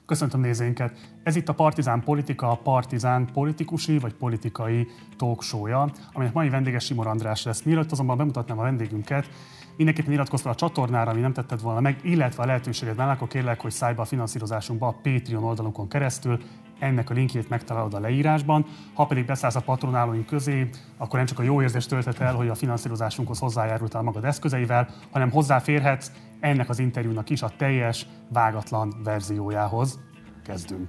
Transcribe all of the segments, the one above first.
Köszöntöm nézőinket! Ez itt a Partizán Politika, a Partizán politikusi vagy politikai talkshow-ja, aminek mai vendége Simor András lesz. Mielőtt azonban bemutatnám a vendégünket, mindenképpen iratkozz fel a csatornára, ami nem tetted volna meg, illetve a lehetőséged mellett, akkor kérlek, hogy szállj be a finanszírozásunkba a Patreon oldalunkon keresztül. Ennek a linkjét megtalálod a leírásban. Ha pedig beszállsz a patronálóink közé, akkor nem csak a jó érzést tölthet el, hogy a finanszírozásunkhoz hozzájárultál magad eszközeivel, hanem hozzáférhetsz ennek az interjúnak is a teljes, vágatlan verziójához. Kezdünk!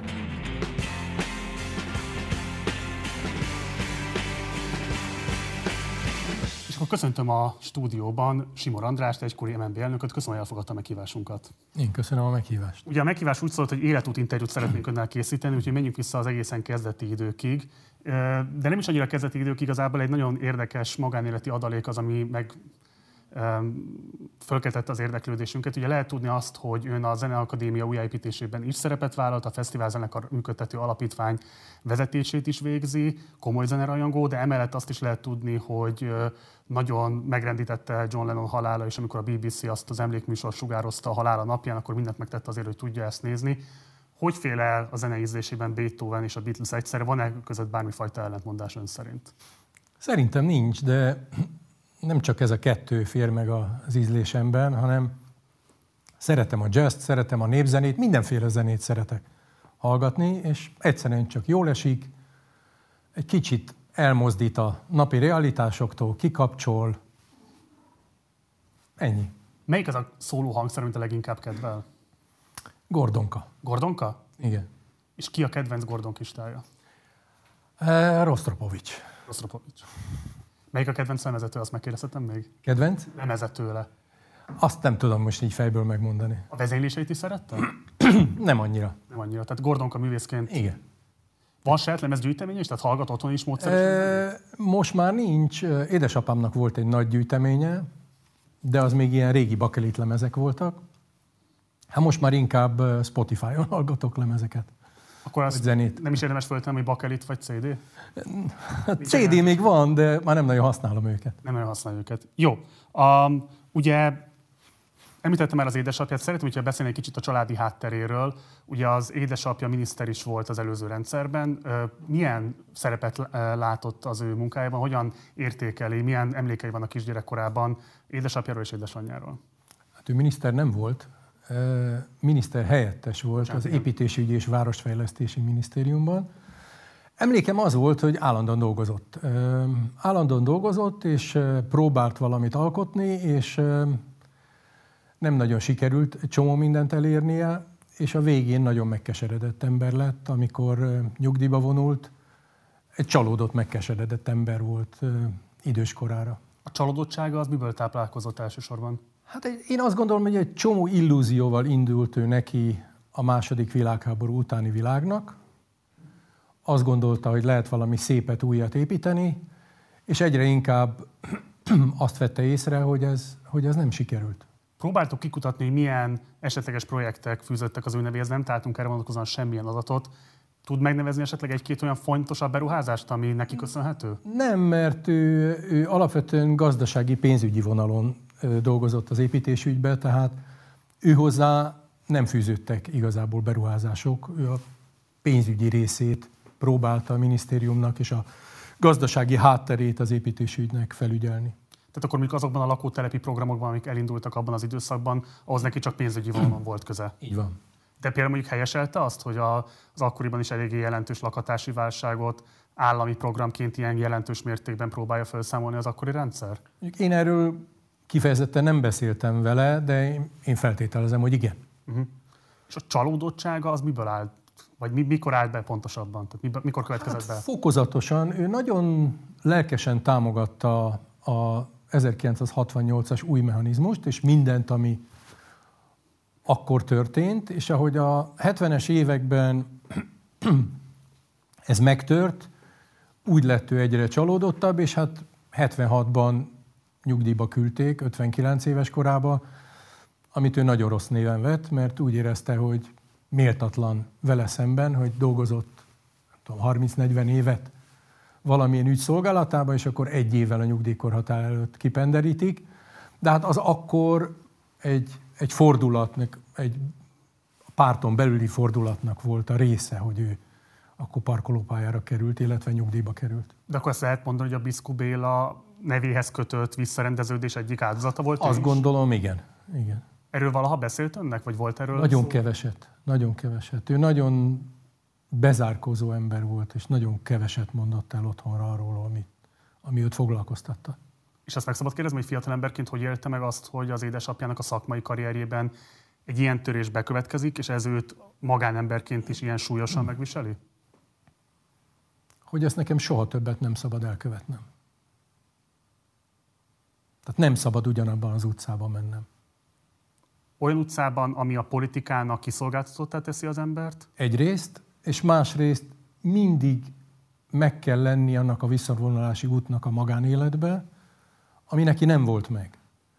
És akkor köszöntöm a stúdióban Simor Andrást, egykori MNB elnököt. Köszönöm, hogy elfogadta a meghívásunkat. Én köszönöm a meghívást. Ugye a meghívás úgy szólt, hogy életút interjút szeretnénk önnel készíteni, úgyhogy menjünk vissza az egészen kezdeti időkig. De nem is annyira kezdeti időkig, igazából egy nagyon érdekes magánéleti adalék az, ami meg fölkeltette az érdeklődésünket. Ugye lehet tudni azt, hogy ön a Zeneakadémia újjáépítésében is szerepet vállalt, a Fesztiválzenekar működtető alapítvány vezetését is végzi, komoly zenerajongó, de emellett azt is lehet tudni, hogy nagyon megrendítette John Lennon halála, és amikor a BBC azt az emlékműsor sugározta a halála napján, akkor mindent megtette azért, hogy tudja ezt nézni. Hogy fél el a zene ízlésében Beethoven és a Beatles egyszerre? Van-e között bármifajta ellentmondás ön szerint? Szerintem nincs, de nem csak ez a kettő fér meg az ízlésemben, hanem szeretem a jazzt, szeretem a népzenét, mindenféle zenét szeretek hallgatni, és egyszerűen csak jól esik, egy kicsit elmozdít a napi realitásoktól, kikapcsol, ennyi. Melyik az a szóló hangszer, amit a leginkább kedvel? Gordonka. Gordonka? Igen. És ki a kedvenc gordonkistája? Rostropovics. Rostropovics. Melyik a kedvenc lemezető, azt megkérdezhetem még? Kedvenc? Lemezet tőle. Azt nem tudom most így fejből megmondani. A vezényléseit is szerette? Nem annyira. Nem annyira. Tehát Gordonka művészként. Igen. Van saját lemezgyűjteménye is? Tehát hallgat otthon is módszeresen? Most már nincs. Édesapámnak volt egy nagy gyűjteménye, de az még ilyen régi bakelit lemezek voltak. Hát most már inkább Spotify-on hallgatok lemezeket. Akkor azt zenét. Nem is érdemes föltenni, hogy bakelit vagy CD? CD még van, de már nem nagyon használom őket. Nem nagyon használom őket. Jó. Ugye említettem már az édesapját, szeretném, hogyha beszélni egy kicsit a családi hátteréről. Ugye az édesapja miniszter is volt az előző rendszerben. Milyen szerepet látott az ő munkájában? Hogyan értékeli? Milyen emlékei vannak kisgyerekkorában édesapjáról és édesanyjáról? Hát ő miniszter nem volt. Miniszter helyettes volt az Építésügyi és Városfejlesztési Minisztériumban. Emlékem az volt, hogy állandóan dolgozott. Állandóan dolgozott, és próbált valamit alkotni, és nem nagyon sikerült egy csomó mindent elérnie, és a végén nagyon megkeseredett ember lett, amikor nyugdíjba vonult. Egy csalódott, megkeseredett ember volt idős korára. A csalódottsága az miből táplálkozott elsősorban? Hát én azt gondolom, hogy egy csomó illúzióval indult ő neki a második világháború utáni világnak. Azt gondolta, hogy lehet valami szépet, újat építeni, és egyre inkább azt vette észre, hogy ez nem sikerült. Próbáltuk kikutatni, hogy milyen esetleges projektek fűzöttek az ő nevéhez, nem találtunk erre vonatkozóan semmilyen adatot. Tud megnevezni esetleg egy-két olyan fontosabb beruházást, ami neki köszönhető? Nem, mert ő alapvetően gazdasági, pénzügyi vonalon dolgozott az építésügyben, tehát ő hozzá nem fűződtek igazából beruházások. Ő a pénzügyi részét próbálta a minisztériumnak és a gazdasági hátterét az építésügynek felügyelni. Tehát akkor mondjuk azokban a lakótelepi programokban, amik elindultak abban az időszakban, ahhoz neki csak pénzügyi vonalon volt köze. Így van. De például mondjuk helyeselte azt, hogy az akkoriban is eléggé jelentős lakhatási válságot állami programként ilyen jelentős mértékben próbálja felszámolni az akkori rendszer? Én erről kifejezetten nem beszéltem vele, de én feltételezem, hogy igen. És a csalódottsága az miből állt? Vagy mikor állt be pontosabban? Tehát mikor következett be? Fokozatosan. Ő nagyon lelkesen támogatta a 1968-as új mechanizmust, és mindent, ami akkor történt, és ahogy a 70-es években ez megtört, úgy lett ő egyre csalódottabb, és hát 76-ban nyugdíjba küldték, 59 éves korában, amit ő nagyon rossz néven vett, mert úgy érezte, hogy méltatlan vele szemben, hogy dolgozott 30-40 évet valamilyen ügy szolgálatában, és akkor egy évvel a nyugdíjkorhatár előtt kipenderítik. De hát az akkor egy fordulatnak, párton belüli fordulatnak volt a része, hogy ő akkor parkolópályára került, illetve nyugdíjba került. De akkor ezt lehet mondani, hogy a Biszku Béla nevéhez kötött visszarendeződés egyik áldozata volt? Azt gondolom, igen. Erről valaha beszélt önnek, vagy volt erről Nagyon szó? nagyon keveset. Ő nagyon bezárkózó ember volt, és nagyon keveset mondott el otthonra arról, ami őt foglalkoztatta. És azt meg szabad kérdezni, hogy fiatalemberként hogy élte meg azt, hogy az édesapjának a szakmai karrierjében egy ilyen törés bekövetkezik, és ez őt magánemberként is ilyen súlyosan megviseli? Hogy ezt nekem soha többet nem szabad elkövetnem. Tehát nem szabad ugyanabban az utcában mennem. Olyan utcában, ami a politikának kiszolgáltatottá teszi az embert? Egyrészt, és másrészt mindig meg kell lenni annak a visszavonulási útnak a magánéletbe, ami neki nem volt meg.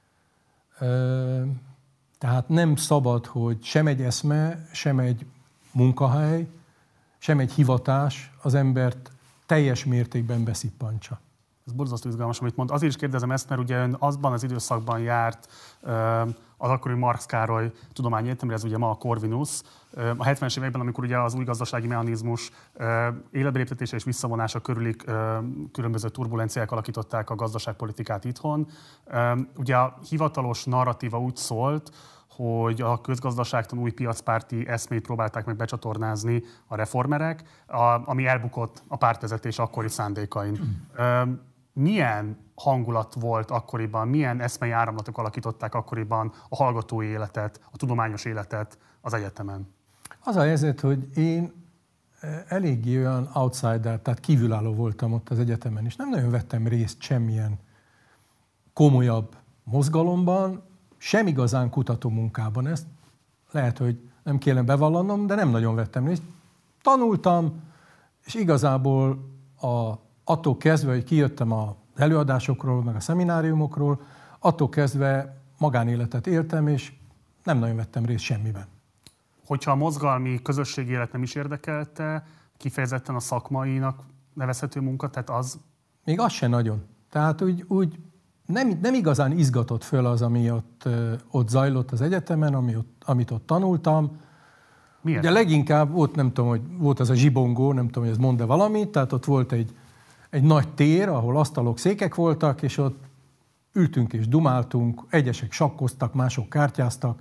Tehát nem szabad, hogy sem egy eszme, sem egy munkahely, sem egy hivatás az embert teljes mértékben beszippantsa. Ez borzasztó izgalmas, amit mond. Azért is kérdezem ezt, mert ugye ön azban az időszakban járt az akkori Marx Károly Tudományi Egyetemre, ez ugye ma a Corvinus. A 70-es években, amikor ugye az új gazdasági mechanizmus életbe léptetése és visszavonása körüli különböző turbulenciák alakították a gazdaságpolitikát itthon. Ugye a hivatalos narratíva úgy szólt, hogy a közgazdaságtan új piacpárti eszmét próbálták meg becsatornázni a reformerek, ami elbukott a pártvezetés akkori szándékain. Milyen hangulat volt akkoriban, milyen eszmei áramlatok alakították akkoriban a hallgatói életet, a tudományos életet az egyetemen? Az a helyzet, hogy én eléggé olyan outsider, tehát kívülálló voltam ott az egyetemen, és nem nagyon vettem részt semmilyen komolyabb mozgalomban, sem igazán kutatómunkában. Ezt lehet, hogy nem kéne bevallanom, de nem nagyon vettem részt. Tanultam, és igazából attól kezdve, hogy kijöttem az előadásokról, meg a szemináriumokról, attól kezdve magánéletet éltem, és nem nagyon vettem részt semmiben. Hogyha a mozgalmi közösségi élet nem is érdekelte, kifejezetten a szakmainak nevezhető munka, tehát az? Még az se nagyon. Tehát úgy nem igazán izgatott föl az, ami ott zajlott az egyetemen, amit ott tanultam. Miért? Ugye leginkább volt, nem tudom, hogy volt az a zsibongó, nem tudom, hogy ez mond-e valamit, tehát ott volt egy nagy tér, ahol asztalok, székek voltak, és ott ültünk és dumáltunk, egyesek sakkoztak, mások kártyáztak.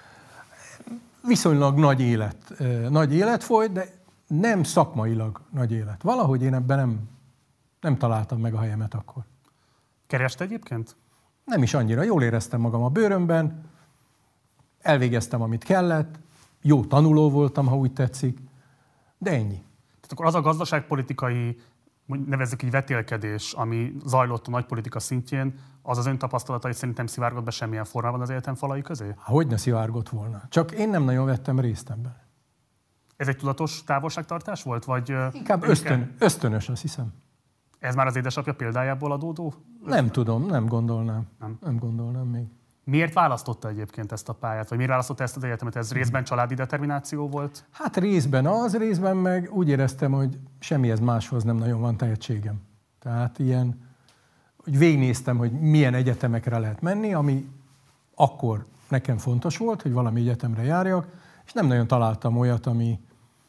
Viszonylag nagy élet folyt, de nem szakmailag nagy élet. Valahogy én ebben nem találtam meg a helyemet akkor. Kereste egyébként? Nem is annyira. Jól éreztem magam a bőrömben, elvégeztem, amit kellett, jó tanuló voltam, ha úgy tetszik, de ennyi. Tehát akkor az a gazdaságpolitikai, nevezzük így vetélkedés, ami zajlott a nagypolitika szintjén, az az ön tapasztalatai szerintem szivárgott be semmilyen formában az egyetem falai közé? Hogy ne szivárgott volna. Csak én nem nagyon vettem részt ebben. Ez egy tudatos távolságtartás volt? Vagy inkább ösztönös, azt hiszem. Ez már az édesapja példájából adódó? Nem tudom, nem gondolnám. Nem gondolnám még. Miért választotta egyébként ezt a pályát? Vagy miért választotta ezt az egyetemet? Ez részben családi determináció volt? Hát részben az, részben meg úgy éreztem, hogy semmihez máshoz nem nagyon van tehetségem. Tehát hogy végignéztem, hogy milyen egyetemekre lehet menni, ami akkor nekem fontos volt, hogy valami egyetemre járjak, és nem nagyon találtam olyat, ami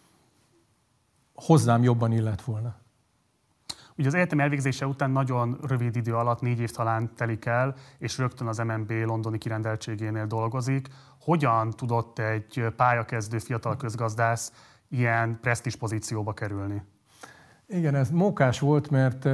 hozzám jobban illett volna. Ugye az egyetem elvégzése után nagyon rövid idő alatt, 4 év talán telik el, és rögtön az MNB londoni kirendeltségénél dolgozik. Hogyan tudott egy pályakezdő fiatal közgazdász ilyen presztízs pozícióba kerülni? Igen, ez mókás volt, mert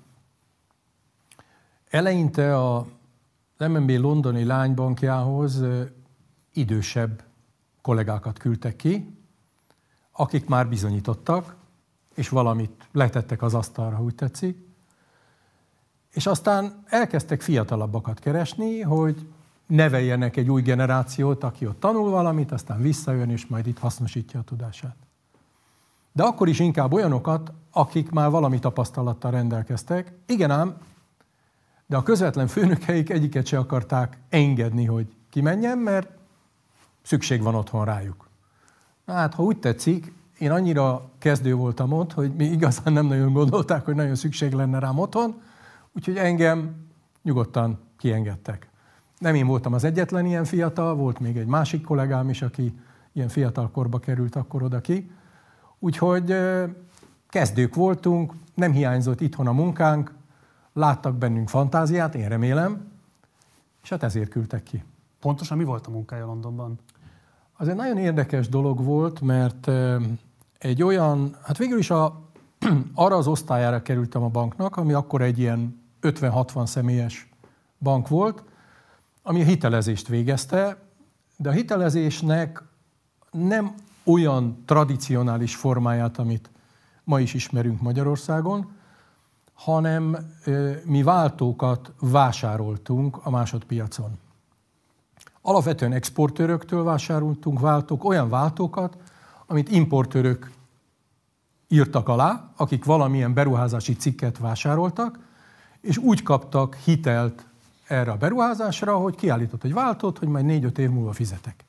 eleinte az MNB londoni lánybankjához idősebb kollégákat küldtek ki, akik már bizonyítottak, és valamit letettek az asztalra, úgy tetszik. És aztán elkezdtek fiatalabbakat keresni, hogy neveljenek egy új generációt, aki ott tanul valamit, aztán visszajön, és majd itt hasznosítja a tudását. De akkor is inkább olyanokat, akik már valami tapasztalattal rendelkeztek. Igen ám, de a közvetlen főnökeik egyiket se akarták engedni, hogy kimenjen, mert szükség van otthon rájuk. Hát, ha úgy tetszik, én annyira kezdő voltam ott, hogy mi igazán nem nagyon gondolták, hogy nagyon szükség lenne rám otthon, úgyhogy engem nyugodtan kiengedtek. Nem én voltam az egyetlen ilyen fiatal, volt még egy másik kollégám is, aki ilyen fiatal korba került akkor oda ki. Úgyhogy kezdők voltunk, nem hiányzott itthon a munkánk, láttak bennünk fantáziát, én remélem, és hát ezért küldtek ki. Pontosan mi volt a munkája Londonban? Az egy nagyon érdekes dolog volt, mert egy olyan, hát végül is arra az osztályára kerültem a banknak, ami akkor egy ilyen 50-60 személyes bank volt, ami a hitelezést végezte, de a hitelezésnek nem olyan tradicionális formáját, amit ma is ismerünk Magyarországon, hanem mi váltókat vásároltunk a másodpiacon. Alapvetően exportőröktől vásároltunk olyan váltókat, amit importőrök írtak alá, akik valamilyen beruházási cikket vásároltak, és úgy kaptak hitelt erre a beruházásra, hogy kiállított egy váltót, hogy majd 4-5 év múlva fizetek.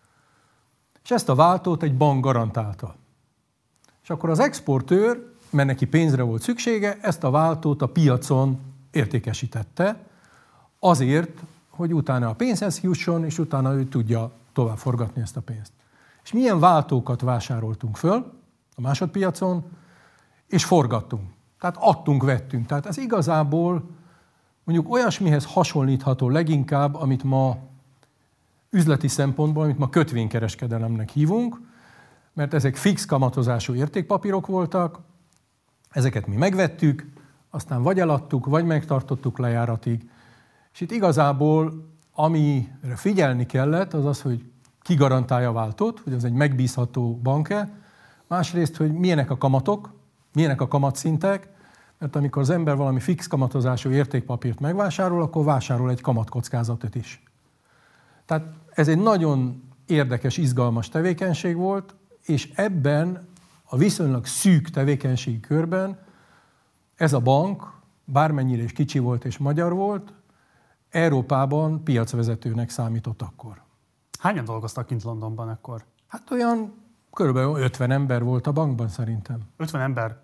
És ezt a váltót egy bank garantálta. És akkor az exportőr, mert neki pénzre volt szüksége, ezt a váltót a piacon értékesítette, azért, hogy utána a pénzhez jusson, és utána ő tudja tovább forgatni ezt a pénzt. És milyen váltókat vásároltunk föl a másodpiacon, és forgattunk. Tehát adtunk, vettünk. Tehát ez igazából mondjuk olyasmihez hasonlítható leginkább, amit ma üzleti szempontból, amit ma kötvénykereskedelemnek hívunk, mert ezek fix kamatozású értékpapírok voltak, ezeket mi megvettük, aztán vagy eladtuk, vagy megtartottuk lejáratig. És itt igazából, amire figyelni kellett, az az, hogy ki garantálja a váltót, hogy az egy megbízható bank-e, másrészt, hogy milyenek a kamatok, milyenek a kamatszintek, mert amikor az ember valami fix kamatozású értékpapírt megvásárol, akkor vásárol egy kamatkockázatot is. Tehát ez egy nagyon érdekes, izgalmas tevékenység volt, és ebben a viszonylag szűk tevékenységi körben ez a bank, bármennyire is kicsi volt és magyar volt, Európában piacvezetőnek számított akkor. Hányan dolgoztak kint Londonban akkor? Hát olyan körülbelül 50 ember volt a bankban szerintem. 50 ember?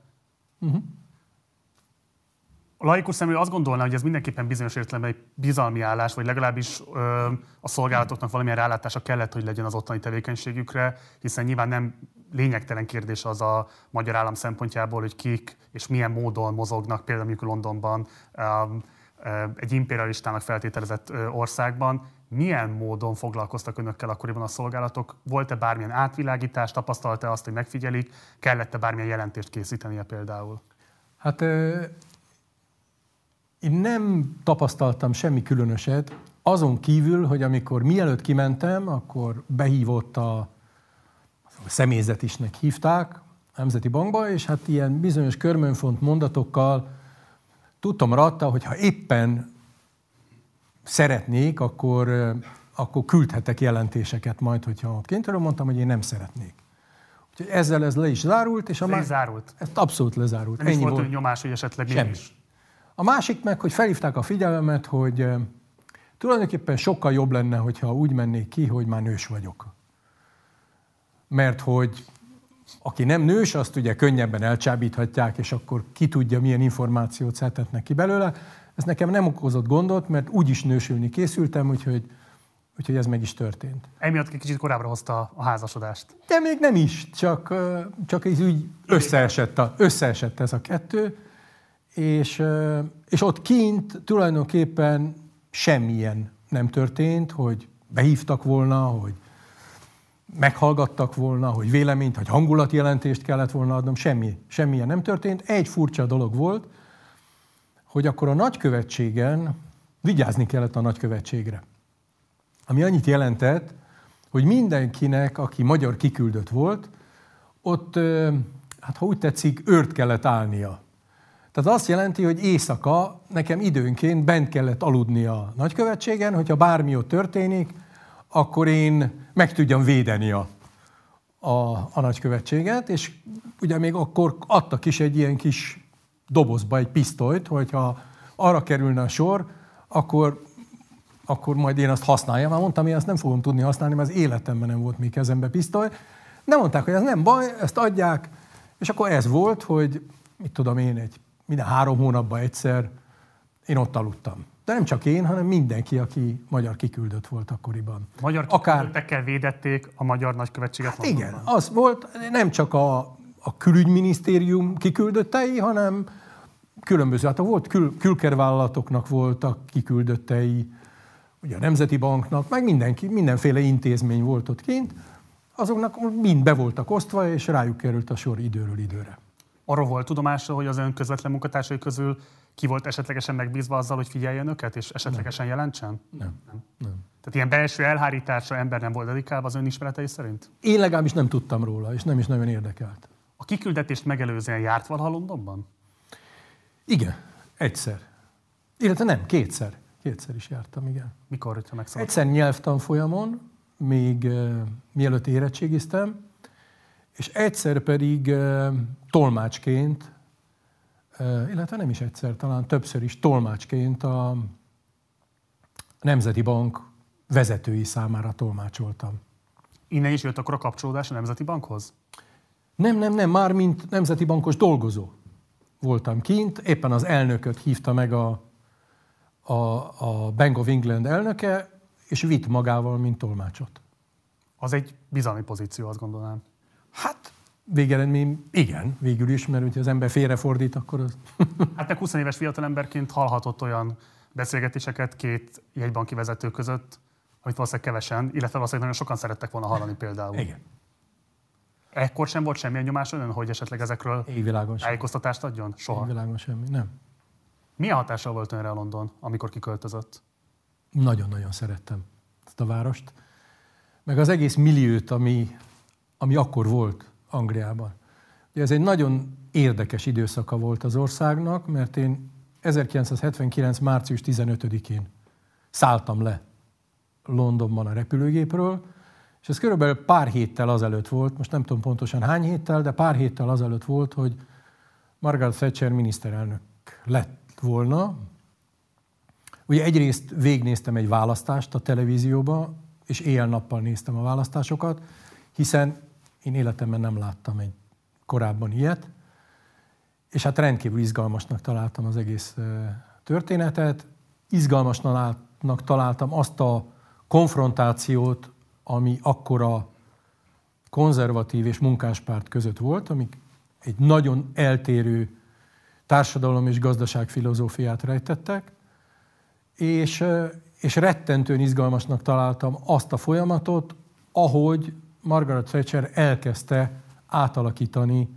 A laikus személy azt gondolná, hogy ez mindenképpen bizonyos értelemben egy bizalmi állás, vagy legalábbis a szolgálatoknak valamilyen rálátása kellett, hogy legyen az ottani tevékenységükre, hiszen nyilván nem lényegtelen kérdés az a magyar állam szempontjából, hogy kik és milyen módon mozognak, például mondjuk Londonban, egy imperialistának feltételezett országban. Milyen módon foglalkoztak önökkel akkoriban a szolgálatok? Volt-e bármilyen átvilágítás, tapasztalta azt, hogy megfigyelik? Kellett-e bármilyen jelentést készítenie például? Hát én nem tapasztaltam semmi különöset, azon kívül, hogy amikor mielőtt kimentem, akkor behívott a személyzet isnek hívták a Nemzeti Bankba, és hát ilyen bizonyos körmönfont mondatokkal tudtam rajta, hogy ha éppen szeretnék, akkor küldhetek jelentéseket majd, hogyha ott kintről, mondtam, hogy én nem szeretnék. Úgyhogy ezzel ez le is zárult. És zárult? Ez abszolút lezárult. Nem is volt olyan nyomás, hogy esetleg semmi. is. A másik meg, hogy felhívták a figyelmemet, hogy tulajdonképpen sokkal jobb lenne, hogyha úgy mennék ki, hogy már nős vagyok. Mert hogy aki nem nős, azt ugye könnyebben elcsábíthatják, és akkor ki tudja, milyen információt szedhetnek ki belőle. Ez nekem nem okozott gondot, mert úgyis nősülni készültem, úgyhogy ez meg is történt. Emiatt egy kicsit korábbra hozta a házasodást. De még nem is, csak így úgy összeesett ez a kettő, és ott kint tulajdonképpen semmilyen nem történt, hogy behívtak volna, hogy meghallgattak volna, hogy véleményt, hogy hangulatjelentést kellett volna adnom, semmilyen nem történt. Egy furcsa dolog volt, hogy akkor a nagykövetségen vigyázni kellett a nagykövetségre. Ami annyit jelentett, hogy mindenkinek, aki magyar kiküldött volt, ott, hát ha úgy tetszik, őrt kellett állnia. Tehát azt jelenti, hogy éjszaka nekem időnként bent kellett aludni a nagykövetségen, hogyha bármi ott történik, akkor én meg tudjam védeni a nagykövetséget, és ugye még akkor adtak is egy ilyen kis dobozba egy pisztolyt, hogyha arra kerülne a sor, akkor majd én azt használjam. Már mondtam, én azt nem fogom tudni használni, mert az életemben nem volt még kezembe pisztoly. Nem mondták, hogy ez nem baj, ezt adják, és akkor ez volt, hogy mit tudom én, minden 3 hónapban egyszer én ott aludtam. De nem csak én, hanem mindenki, aki magyar kiküldött volt akkoriban. Magyar kiküldöttekkel védették a magyar nagykövetséget? Hát igen, az volt nem csak a külügyminisztérium kiküldöttei, hanem különböző. Hát volt külkervállalatoknak voltak kiküldöttei, ugye a Nemzeti Banknak, meg mindenféle intézmény volt ott kint, azoknak mind be voltak osztva, és rájuk került a sor időről időre. Arról volt tudomása, hogy az ön közvetlen munkatársai közül ki volt esetlegesen megbízva azzal, hogy figyeljen őket, és esetlegesen jelentsen? Nem. Tehát ilyen belső elhárításra ember nem volt dedikálva az ön ismeretei szerint? Én legalábbis nem tudtam róla, és nem is nagyon érdekelt. A kiküldetést megelőzően járt valaha Londonban? Igen, egyszer. Illetve nem, kétszer. Kétszer is jártam, igen. Mikor, hogyha megszabad? Egyszer nyelvtanfolyamon, még mielőtt érettségiztem, és egyszer pedig tolmácsként, illetve nem is egyszer, talán többször is tolmácsként a Nemzeti Bank vezetői számára tolmácsoltam. Innen is jött akkor a kapcsolódás a Nemzeti Bankhoz? Nem, már mint Nemzeti Bankos dolgozó voltam kint, éppen az elnököt hívta meg a Bank of England elnöke, és vitt magával, mint tolmácsot. Az egy bizalmi pozíció, azt gondolnám. Hát végeredmény igen, végül is, mert hogyha az ember félrefordít, akkor az... Hát meg 20 éves fiatalemberként hallhatott olyan beszélgetéseket két jegybanki vezető között, amit valószínűleg kevesen, illetve valószínűleg nagyon sokan szerettek volna hallani például. Igen. Ekkor sem volt semmilyen nyomás ön, hogy esetleg ezekről tájékoztatást adjon? Soha? Égvilágon semmi, nem. Milyen hatással volt önre a London, amikor kiköltözött? Nagyon-nagyon szerettem ezt a várost. Meg az egész milliót, ami akkor volt Angliában. Ugye ez egy nagyon érdekes időszaka volt az országnak, mert én 1979. március 15-én szálltam le Londonban a repülőgépről, és ez körülbelül pár héttel azelőtt volt, most nem tudom pontosan hány héttel, de pár héttel azelőtt volt, hogy Margaret Thatcher miniszterelnök lett volna. Ugye egyrészt végignéztem egy választást a televízióba, és éjjel-nappal néztem a választásokat, hiszen én életemben nem láttam egy korábban ilyet, és hát rendkívül izgalmasnak találtam az egész történetet. Izgalmasnak találtam azt a konfrontációt, ami akkor a konzervatív és munkáspárt között volt, amik egy nagyon eltérő társadalom- és gazdaságfilozófiát rejtettek, és rettentően izgalmasnak találtam azt a folyamatot, ahogy Margaret Thatcher elkezdte átalakítani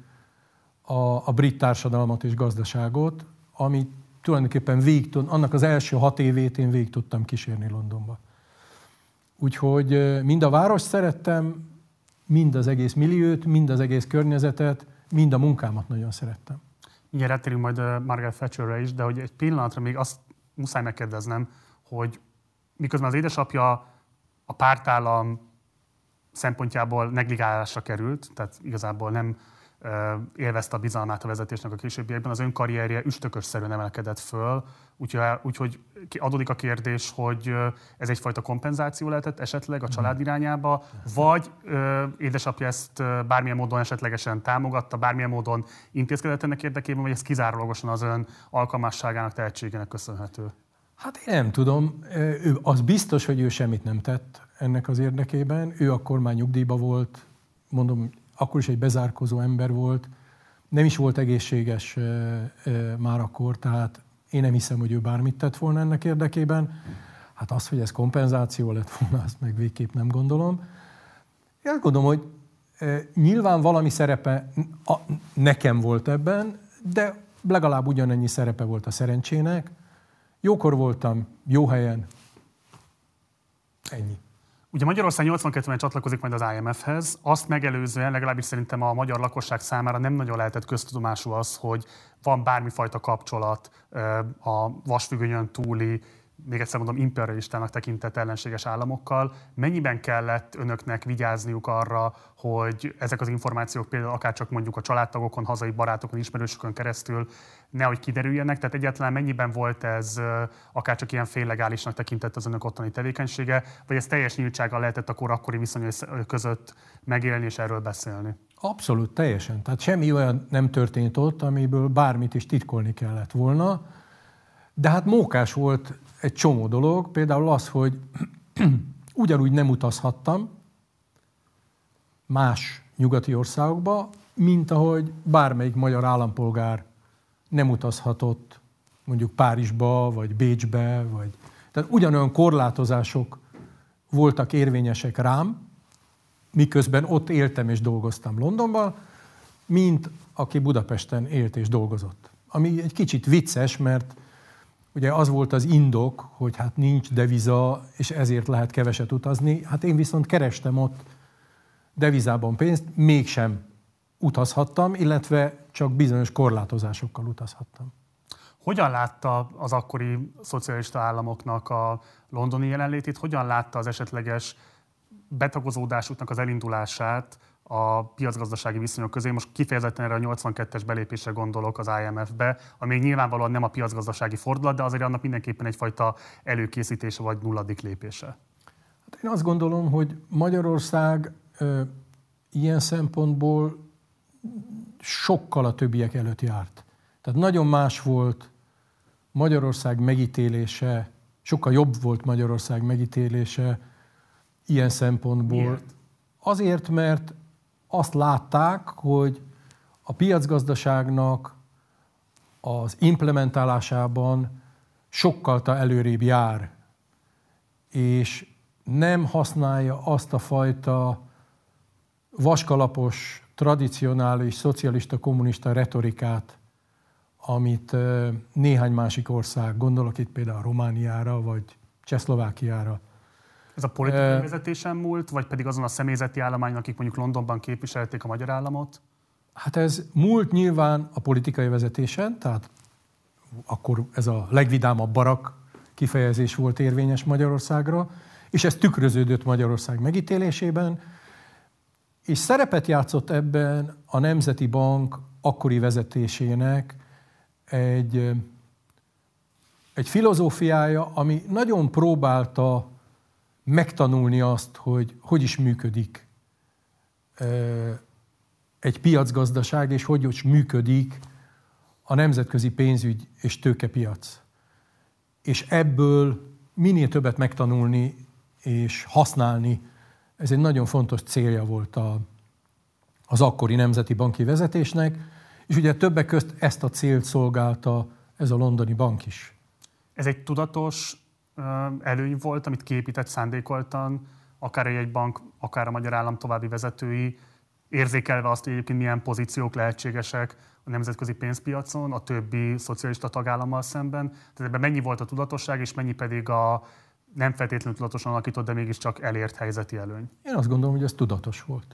a brit társadalmat és gazdaságot, ami tulajdonképpen annak az első 6 évét én végig tudtam kísérni Londonba. Úgyhogy mind a várost szerettem, mind az egész milliót, mind az egész környezetet, mind a munkámat nagyon szerettem. Mindjárt rátérünk majd Margaret Thatcherre is, de hogy egy pillanatra még azt muszáj megkérdeznem, hogy miközben az édesapja a pártállam szempontjából negligálásra került, tehát igazából nem élvezte a bizalmát a vezetésnek a későbbiekben, az ön karrierje üstökösszerűen emelkedett föl, úgyhogy adódik a kérdés, hogy ez egyfajta kompenzáció lehetett esetleg a család irányába, vagy édesapja ezt bármilyen módon esetlegesen támogatta, bármilyen módon intézkedett ennek érdekében, vagy ez kizárólagosan az ön alkalmasságának, tehetségének köszönhető? Hát én nem tudom. Az biztos, hogy ő semmit nem tett ennek az érdekében. Ő akkor már nyugdíjba volt, mondom, akkor is egy bezárkozó ember volt, nem is volt egészséges már akkor, tehát én nem hiszem, hogy ő bármit tett volna ennek érdekében. Hát az, hogy ez kompenzáció lett volna, azt meg végképp nem gondolom. Én azt gondolom, hogy nyilván valami szerepe nekem volt ebben, de legalább ugyanennyi szerepe volt a szerencsének. Jókor voltam, jó helyen, ennyi. Ugye Magyarország 82-ben csatlakozik majd az IMF-hez, azt megelőzően legalábbis szerintem a magyar lakosság számára nem nagyon lehetett köztudomású az, hogy van bármifajta kapcsolat a vasfüggönyön túli, még egyszer mondom, imperialistának tekintett ellenséges államokkal. Mennyiben kellett önöknek vigyázniuk arra, hogy ezek az információk például akárcsak mondjuk a családtagokon, hazai barátokon, ismerősökön keresztül nehogy kiderüljenek? Tehát egyáltalán mennyiben volt ez akárcsak ilyen féllegálisnak tekintett az önök ottani tevékenysége, vagy ez teljes nyíltsággal lehetett akkor akkori viszonyok között megélni és erről beszélni? Abszolút, teljesen. Tehát semmi olyan nem történt ott, amiből bármit is titkolni kellett volna. De hát mókás volt egy csomó dolog, például az, hogy ugyanúgy nem utazhattam más nyugati országokba, mint ahogy bármelyik magyar állampolgár nem utazhatott mondjuk Párizsba, vagy Bécsbe, vagy... Tehát ugyanolyan korlátozások voltak érvényesek rám, miközben ott éltem és dolgoztam Londonban, mint aki Budapesten élt és dolgozott. Ami egy kicsit vicces, mert ugye az volt az indok, hogy hát nincs deviza, és ezért lehet keveset utazni. Hát én viszont kerestem ott devizában pénzt, mégsem utazhattam, illetve csak bizonyos korlátozásokkal utazhattam. Hogyan látta az akkori szocialista államoknak a londoni jelenlétét, hogyan látta az esetleges betagozódásuknak az elindulását a piacgazdasági viszonyok közé? Most kifejezetten erre a 82-es belépésre gondolok az IMF-be, ami nyilvánvalóan nem a piacgazdasági fordulat, de azért annak mindenképpen egyfajta előkészítése vagy nulladik lépése. Hát én azt gondolom, hogy Magyarország ilyen szempontból sokkal a többiek előtt járt. Tehát nagyon más volt Magyarország megítélése, sokkal jobb volt Magyarország megítélése ilyen szempontból. Miért? Azért, mert azt látták, hogy a piacgazdaságnak az implementálásában sokkal előrébb jár, és nem használja azt a fajta vaskalapos, tradicionális, szocialista, kommunista retorikát, amit néhány másik ország, gondolok itt például Romániára, vagy Csehszlovákiára. Ez a politikai vezetésen múlt, vagy pedig azon a személyzeti állományon, akik mondjuk Londonban képviselték a magyar államot? Hát ez múlt nyilván a politikai vezetésen, tehát akkor ez a legvidámabb barak kifejezés volt érvényes Magyarországra, és ez tükröződött Magyarország megítélésében, és szerepet játszott ebben a Nemzeti Bank akkori vezetésének egy filozófiája, ami nagyon próbálta megtanulni azt, hogy hogy is működik egy piacgazdaság, és hogy is működik a nemzetközi pénzügy és tőkepiac. És ebből minél többet megtanulni és használni, ez egy nagyon fontos célja volt az akkori nemzeti banki vezetésnek, és ugye többek közt ezt a célt szolgálta ez a londoni bank is. Ez egy tudatos előny volt, amit kiépített szándékoltan, akár egy bank, akár a magyar állam további vezetői, érzékelve azt, hogy egyébként milyen pozíciók lehetségesek a nemzetközi pénzpiacon, a többi szocialista tagállammal szemben. Tehát ebben mennyi volt a tudatosság, és mennyi pedig a nem feltétlenül tudatosan alakított, de mégiscsak elért helyzeti előny? Én azt gondolom, hogy ez tudatos volt.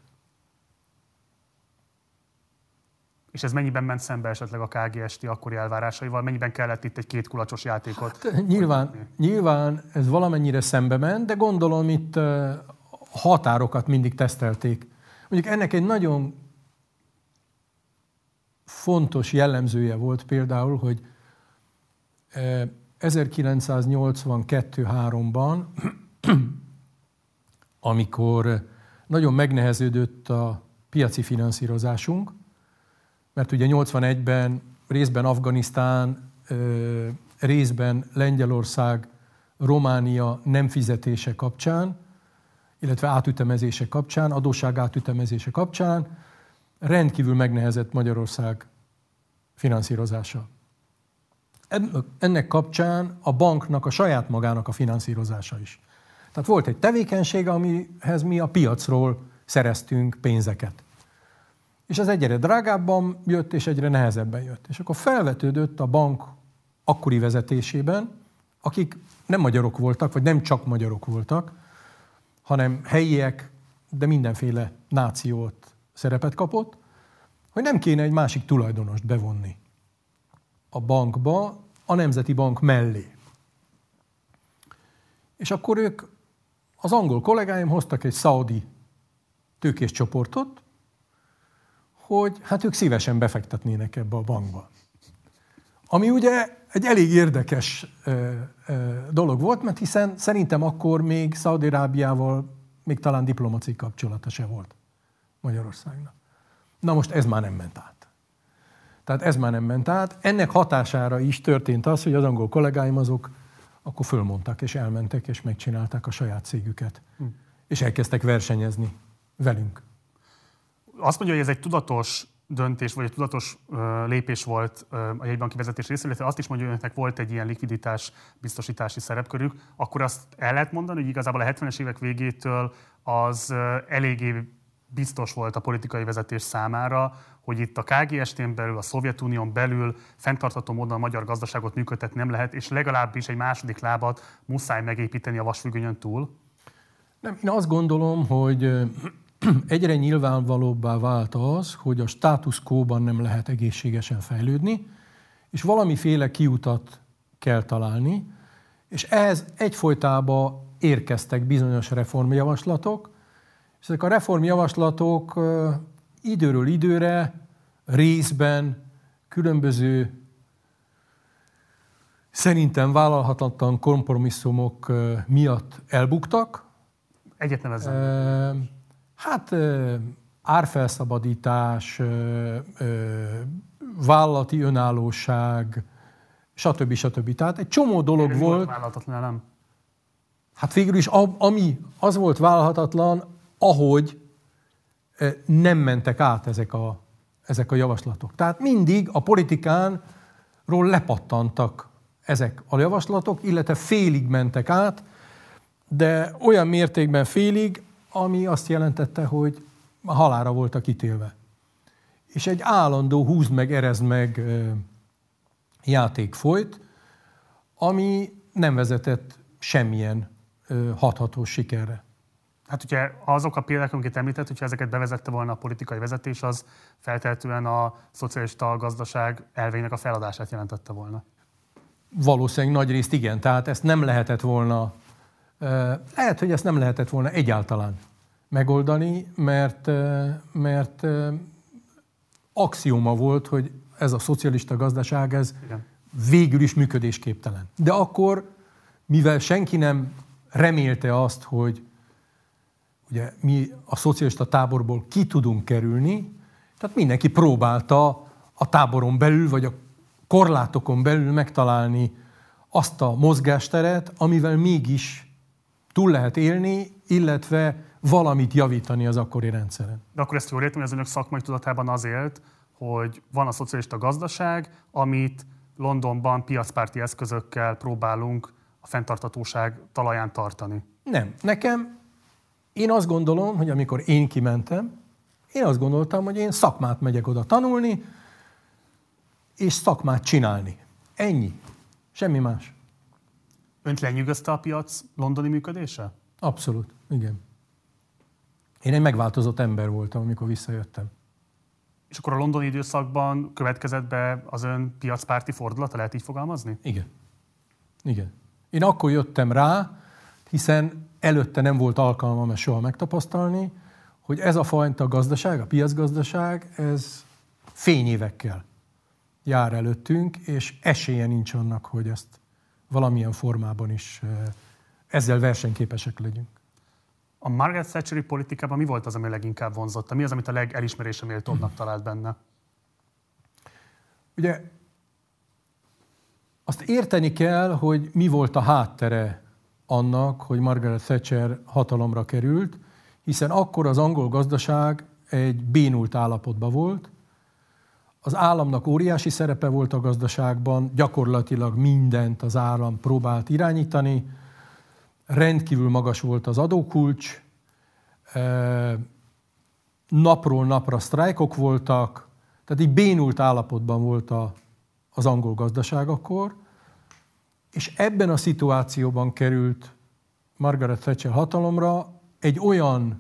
És ez mennyiben ment szembe esetleg a KGST akkori elvárásaival? Mennyiben kellett itt egy kétkulacsos játékot? Hát, nyilván ez valamennyire szembe ment, de gondolom itt határokat mindig tesztelték. Mondjuk ennek egy nagyon fontos jellemzője volt például, hogy 1982-3-ban, amikor nagyon megneheződött a piaci finanszírozásunk, mert ugye 81-ben részben Afganisztán, részben Lengyelország, Románia nem fizetése kapcsán, illetve átütemezése kapcsán, adósság átütemezése kapcsán rendkívül megnehezett Magyarország finanszírozása. Ennek kapcsán a banknak a saját magának a finanszírozása is. Tehát volt egy tevékenység, amihez mi a piacról szereztünk pénzeket. És ez egyre drágábban jött, és egyre nehezebben jött. És akkor felvetődött a bank akkori vezetésében, akik nem magyarok voltak, vagy nem csak magyarok voltak, hanem helyiek, de mindenféle nációt szerepet kapott, hogy nem kéne egy másik tulajdonost bevonni a bankba, a Nemzeti Bank mellé. És akkor ők, az angol kollégáim hoztak egy szaudi tőkés csoportot, hogy hát ők szívesen befektetnének ebbe a bankba. Ami ugye egy elég érdekes dolog volt, mert hiszen szerintem akkor még Szaúd-Arábiával még talán diplomaciai kapcsolata se volt Magyarországnak. Na most ez már nem ment át. Tehát ez már nem ment át. Ennek hatására is történt az, hogy az angol kollégáim azok akkor fölmondtak, és elmentek, és megcsinálták a saját cégüket. És elkezdtek versenyezni velünk. Azt mondja, hogy ez egy tudatos döntés, vagy egy tudatos lépés volt a jegybanki vezetés részéről, illetve azt is mondja, hogy önöknek volt egy ilyen likviditás biztosítási szerepkörük, akkor azt el lehet mondani, hogy igazából a 70-es évek végétől az eléggé biztos volt a politikai vezetés számára, hogy itt a KGST-n belül, a Szovjetunión belül fenntartható módon a magyar gazdaságot működtetni nem lehet, és legalábbis egy második lábat muszáj megépíteni a vasfüggönyön túl? Nem, én azt gondolom, hogy egyre nyilvánvalóbbá vált az, hogy a status quo-ban nem lehet egészségesen fejlődni, és valamiféle kiutat kell találni, és ehhez egyfolytában érkeztek bizonyos reformjavaslatok, és ezek a reformjavaslatok időről időre, részben különböző szerintem vállalhatatlan kompromisszumok miatt elbuktak. Egyet nevezzem. Árfelszabadítás, vállalati önállóság, stb. Tehát egy csomó dolog volt. Vállalhatatlan, nem? Hát végül is ami az volt vállalhatatlan, ahogy nem mentek át ezek a javaslatok. Tehát mindig a politikánról lepattantak ezek a javaslatok, illetve félig mentek át, de olyan mértékben félig, ami azt jelentette, hogy a halálra voltak ítélve. És egy állandó húzd meg, erezd meg játék folyt, ami nem vezetett semmilyen hathatós sikerre. Hát ugye azok a példák, amiket említett, hogyha ezeket bevezette volna a politikai vezetés, az feltehetően a szocialista gazdaság elveinek a feladását jelentette volna. Valószínűleg nagyrészt igen, tehát ezt nem lehetett volna, lehet, hogy ezt nem lehetett volna egyáltalán megoldani, mert axióma volt, hogy ez a szocialista gazdaság, ez igen, végül is működésképtelen. De akkor, mivel senki nem remélte azt, hogy ugye mi a szocialista táborból ki tudunk kerülni, tehát mindenki próbálta a táboron belül, vagy a korlátokon belül megtalálni azt a mozgásteret, amivel mégis túl lehet élni, illetve valamit javítani az akkori rendszeren. De akkor ezt jól értem, hogy az önök szakmai tudatában az élt, hogy van a szocialista gazdaság, amit Londonban piacpárti eszközökkel próbálunk a fenntarthatóság talaján tartani. Nem. Én azt gondolom, hogy amikor én kimentem, én azt gondoltam, hogy én szakmát megyek oda tanulni, és szakmát csinálni. Ennyi. Semmi más. Önt lenyűgözte a piac londoni működése? Abszolút, igen. Én egy megváltozott ember voltam, amikor visszajöttem. És akkor a londoni időszakban következett be az ön piacpárti fordulata, lehet így fogalmazni? Igen. Én akkor jöttem rá, hiszen előtte nem volt alkalmam ezt soha megtapasztalni, hogy ez a fajta gazdaság, a piacgazdaság, ez fényévekkel jár előttünk, és esélye nincs annak, hogy ezt valamilyen formában is ezzel versenyképesek legyünk. A Margaret Thatcheri politikában mi volt az, ami leginkább vonzotta? Mi az, amit a legelismerésre méltóbbnak talált benne? Ugye azt érteni kell, hogy mi volt a háttere annak, hogy Margaret Thatcher hatalomra került, hiszen akkor az angol gazdaság egy bénult állapotban volt. Az államnak óriási szerepe volt a gazdaságban, gyakorlatilag mindent az állam próbált irányítani, rendkívül magas volt az adókulcs, napról napra sztrájkok voltak, tehát így bénult állapotban volt az angol gazdaság akkor, és ebben a szituációban került Margaret Thatcher hatalomra egy olyan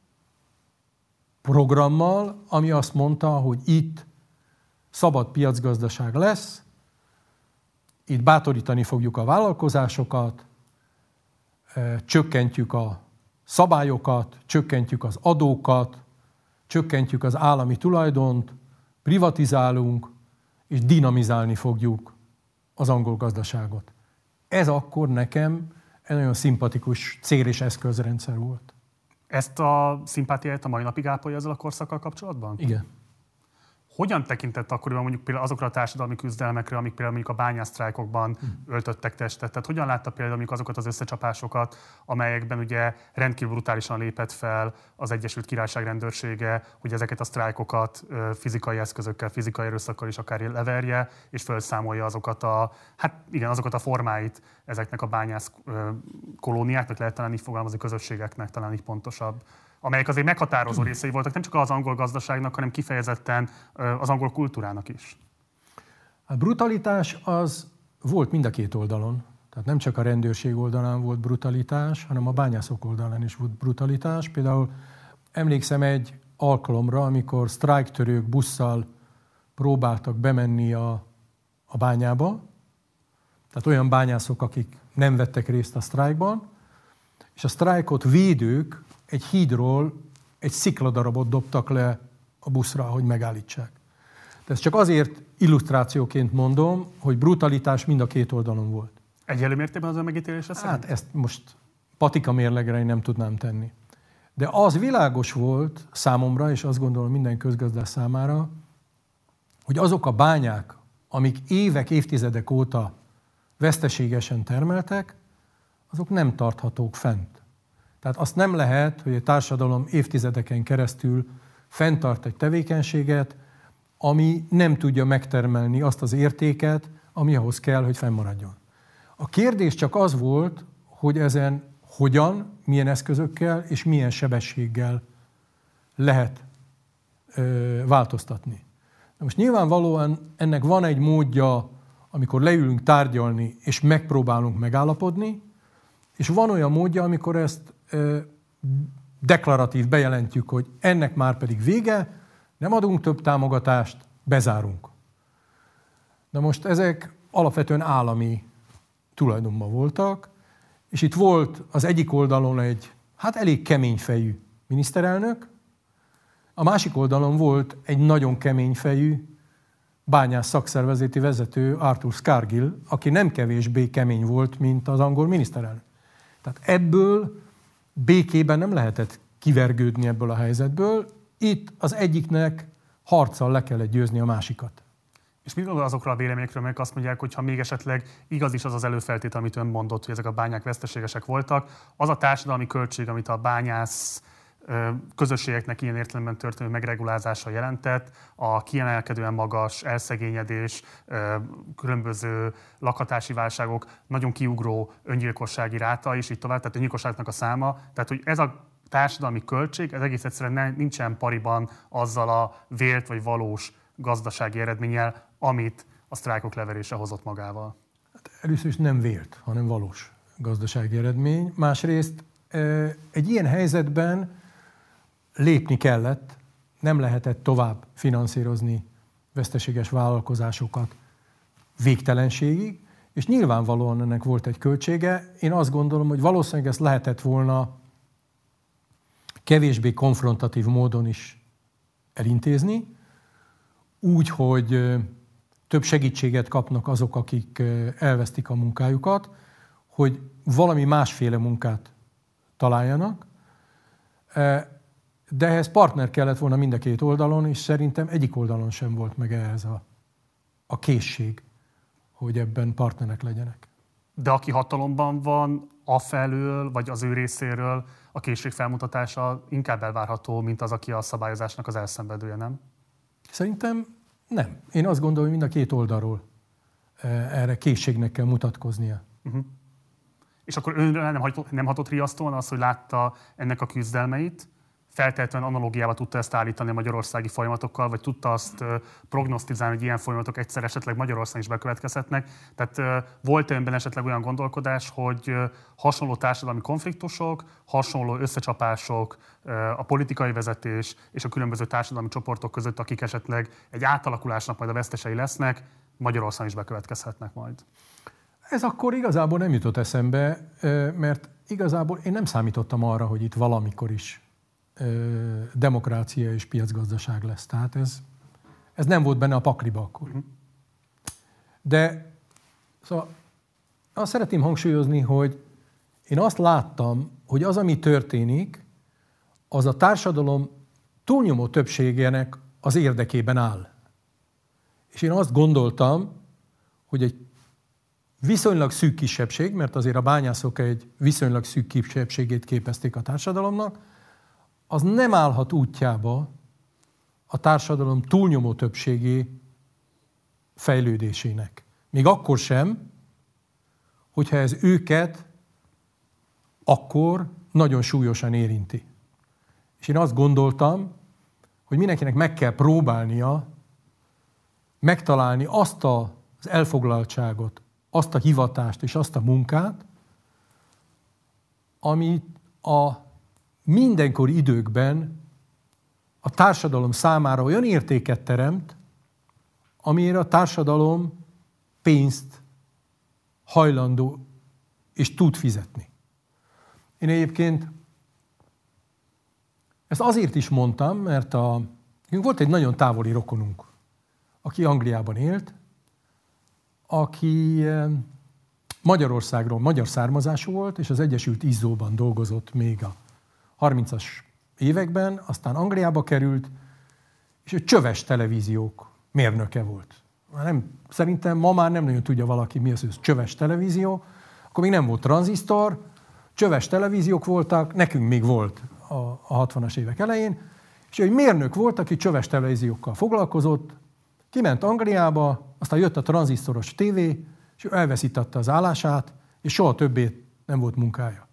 programmal, ami azt mondta, hogy itt szabad piacgazdaság lesz, itt bátorítani fogjuk a vállalkozásokat, csökkentjük a szabályokat, csökkentjük az adókat, csökkentjük az állami tulajdont, privatizálunk, és dinamizálni fogjuk az angol gazdaságot. Ez akkor nekem egy nagyon szimpatikus cél- és eszközrendszer volt. Ezt a szimpátiát a mai napig ápolja ezzel a korszakkal kapcsolatban? Igen. hogyan tekintett akkoriban mondjuk például azokra a társadalmi küzdelmekre, amik például mondjuk a bányásztrájkokban öltöttek testet? Tehát hogyan látta például mondjuk azokat az összecsapásokat, amelyekben ugye rendkívül brutálisan lépett fel az Egyesült Királyság rendőrsége, hogy ezeket a sztrájkokat fizikai eszközökkel, fizikai erőszakkal is akár leverje, és felszámolja azokat a formáit ezeknek a bányász kolóniáknak, lehet talán így fogalmazni, közösségeknek talán így pontosabb, amelyek azért meghatározó részei voltak nem csak az angol gazdaságnak, hanem kifejezetten az angol kultúrának is. A brutalitás az volt mind a két oldalon. Tehát nem csak a rendőrség oldalán volt brutalitás, hanem a bányászok oldalán is volt brutalitás. Például emlékszem egy alkalomra, amikor sztrájktörők busszal próbáltak bemenni a bányába, tehát olyan bányászok, akik nem vettek részt a sztrájkban, és a sztrájkot védők egy hídról egy szikladarabot dobtak le a buszra, hogy megállítsák. De ezt csak azért illusztrációként mondom, hogy brutalitás mind a két oldalon volt. Egyenlő mértékben az ön megítélése szerint? Hát ezt most patika mérlegre én nem tudnám tenni. De az világos volt számomra, és azt gondolom minden közgazdász számára, hogy azok a bányák, amik évek, évtizedek óta veszteségesen termeltek, azok nem tarthatók fent. Tehát azt nem lehet, hogy a társadalom évtizedeken keresztül fenntart egy tevékenységet, ami nem tudja megtermelni azt az értéket, ami ahhoz kell, hogy fennmaradjon. A kérdés csak az volt, hogy ezen hogyan, milyen eszközökkel és milyen sebességgel lehet változtatni. De most nyilvánvalóan ennek van egy módja, amikor leülünk tárgyalni és megpróbálunk megállapodni, és van olyan módja, amikor ezt deklaratív bejelentjük, hogy ennek már pedig vége, nem adunk több támogatást, bezárunk. Na most ezek alapvetően állami tulajdonban voltak, és itt volt az egyik oldalon egy elég kemény fejű miniszterelnök, a másik oldalon volt egy nagyon kemény fejű bányász szakszervezeti vezető, Arthur Scargill, aki nem kevésbé kemény volt, mint az angol miniszterelnök. Tehát ebből békében nem lehetett kivergődni ebből a helyzetből, itt az egyiknek harccal le kellett győzni a másikat. És mit gondol azokról a véleményekről, amelyek azt mondják, hogy ha még esetleg igaz is az az előfeltétel, amit ön mondott, hogy ezek a bányák veszteségesek voltak, az a társadalmi költség, amit a bányász közösségeknek ilyen értelemben történő megregulázása jelentett, a kiemelkedően magas elszegényedés, különböző lakhatási válságok, nagyon kiugró öngyilkossági ráta, és így tovább, tehát a gyilkosságnak a száma. Tehát, hogy ez a társadalmi költség, ez egész egyszerűen nincsen pariban azzal a vélt vagy valós gazdasági eredménnyel, amit a sztrájkok leverése hozott magával. Hát először is nem vélt, hanem valós gazdasági eredmény. Másrészt egy ilyen helyzetben lépni kellett, nem lehetett tovább finanszírozni veszteséges vállalkozásokat végtelenségig, és nyilvánvalóan ennek volt egy költsége. Én azt gondolom, hogy valószínűleg ezt lehetett volna kevésbé konfrontatív módon is elintézni, úgy, hogy több segítséget kapnak azok, akik elvesztik a munkájukat, hogy valami másféle munkát találjanak, de ehhez partner kellett volna mind a két oldalon, és szerintem egyik oldalon sem volt meg ehhez a készség, hogy ebben partnerek legyenek. De aki hatalomban van, afelől, vagy az ő részéről a készség felmutatása inkább elvárható, mint az, aki a szabályozásnak az elszenvedője, nem? Szerintem nem. Én azt gondolom, hogy mind a két oldalról erre készségnek kell mutatkoznia. Uh-huh. És akkor önre nem hatott riasztóan az, hogy látta ennek a küzdelmeit, feltétlenül analógiába tudta ezt állítani a magyarországi folyamatokkal, vagy tudta azt prognosztizálni, hogy ilyen folyamatok egyszer esetleg Magyarországon is bekövetkezhetnek. Tehát volt önben esetleg olyan gondolkodás, hogy hasonló társadalmi konfliktusok, hasonló összecsapások a politikai vezetés és a különböző társadalmi csoportok között, akik esetleg egy átalakulásnak majd a vesztesei lesznek, Magyarországon is bekövetkezhetnek majd? Ez akkor igazából nem jutott eszembe, mert igazából én nem számítottam arra, hogy itt valamikor is demokrácia és piacgazdaság lesz. Tehát ez nem volt benne a pakliba akkor. De szóval azt szeretném hangsúlyozni, hogy én azt láttam, hogy az, ami történik, az a társadalom túlnyomó többségének az érdekében áll. És én azt gondoltam, hogy egy viszonylag szűk kisebbség, mert azért a bányászok egy viszonylag szűk kisebbségét képezték a társadalomnak, az nem állhat útjába a társadalom túlnyomó többségé fejlődésének. Még akkor sem, hogyha ez őket akkor nagyon súlyosan érinti. És én azt gondoltam, hogy mindenkinek meg kell próbálnia megtalálni azt az elfoglaltságot, azt a hivatást és azt a munkát, ami a mindenkori időkben a társadalom számára olyan értéket teremt, amire a társadalom pénzt hajlandó és tud fizetni. Én egyébként ezt azért is mondtam, mert volt egy nagyon távoli rokonunk, aki Angliában élt, aki Magyarországról magyar származású volt, és az Egyesült Izzóban dolgozott még a 30-as években, aztán Angliába került, és ő csöves televíziók mérnöke volt. Szerintem ma már nem nagyon tudja valaki, mi az, hogy csöves televízió. Akkor még nem volt tranzisztor, csöves televíziók voltak, nekünk még volt a 60-as évek elején, és ő egy mérnök volt, aki csöves televíziókkal foglalkozott, kiment Angliába, aztán jött a tranzisztoros tévé, és ő elveszítette az állását, és soha többé nem volt munkája.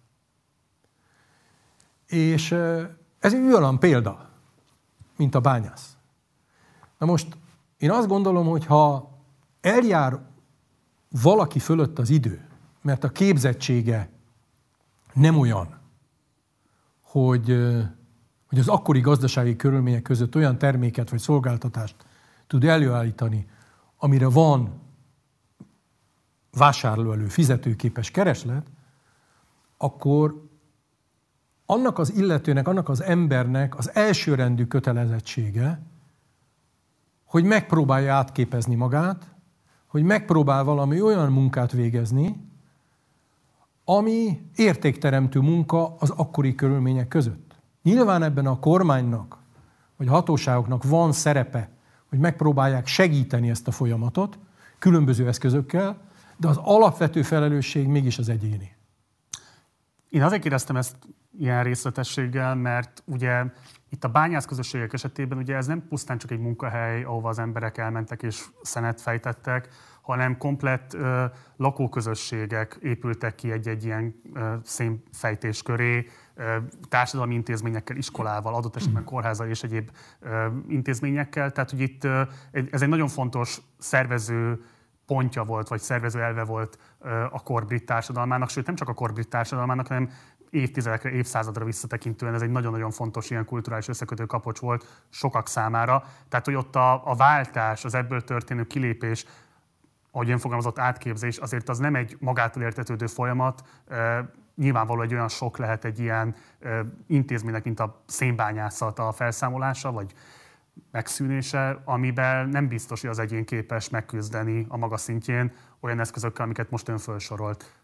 És ez egy olyan példa, mint a bányász. Na most én azt gondolom, hogy ha eljár valaki fölött az idő, mert a képzettsége nem olyan, hogy az akkori gazdasági körülmények között olyan terméket vagy szolgáltatást tud előállítani, amire van vásárlóelő, fizetőképes kereslet, akkor annak az illetőnek, annak az embernek az elsőrendű kötelezettsége, hogy megpróbálja átképezni magát, hogy megpróbál valami olyan munkát végezni, ami értékteremtő munka az akkori körülmények között. Nyilván ebben a kormánynak, vagy a hatóságoknak van szerepe, hogy megpróbálják segíteni ezt a folyamatot különböző eszközökkel, de az alapvető felelősség mégis az egyéni. Én azért kérdeztem ezt ilyen részletességgel, mert ugye itt a bányászközösségek esetében ugye ez nem pusztán csak egy munkahely, ahova az emberek elmentek és szenet fejtettek, hanem komplett lakóközösségek épültek ki egy ilyen szénfejtés köré, társadalmi intézményekkel, iskolával, adott esetben kórházzal és egyéb intézményekkel. Tehát, hogy itt ez egy nagyon fontos szervező pontja volt, vagy szervező elve volt a korbrit társadalmának, sőt nem csak a korbrit társadalmának, hanem évtizedekre, évszázadra visszatekintően ez egy nagyon-nagyon fontos ilyen kulturális összekötő kapocs volt sokak számára. Tehát, hogy ott a váltás, az ebből történő kilépés, ahogy ön fogalmazott, átképzés, azért az nem egy magától értetődő folyamat. Nyilvánvaló egy olyan sok lehet egy ilyen intézménynek, mint a szénbányászat a felszámolása, vagy megszűnése, amiben nem biztos, hogy az egyén képes megküzdeni a maga szintjén olyan eszközökkel, amiket most ön felsorolt.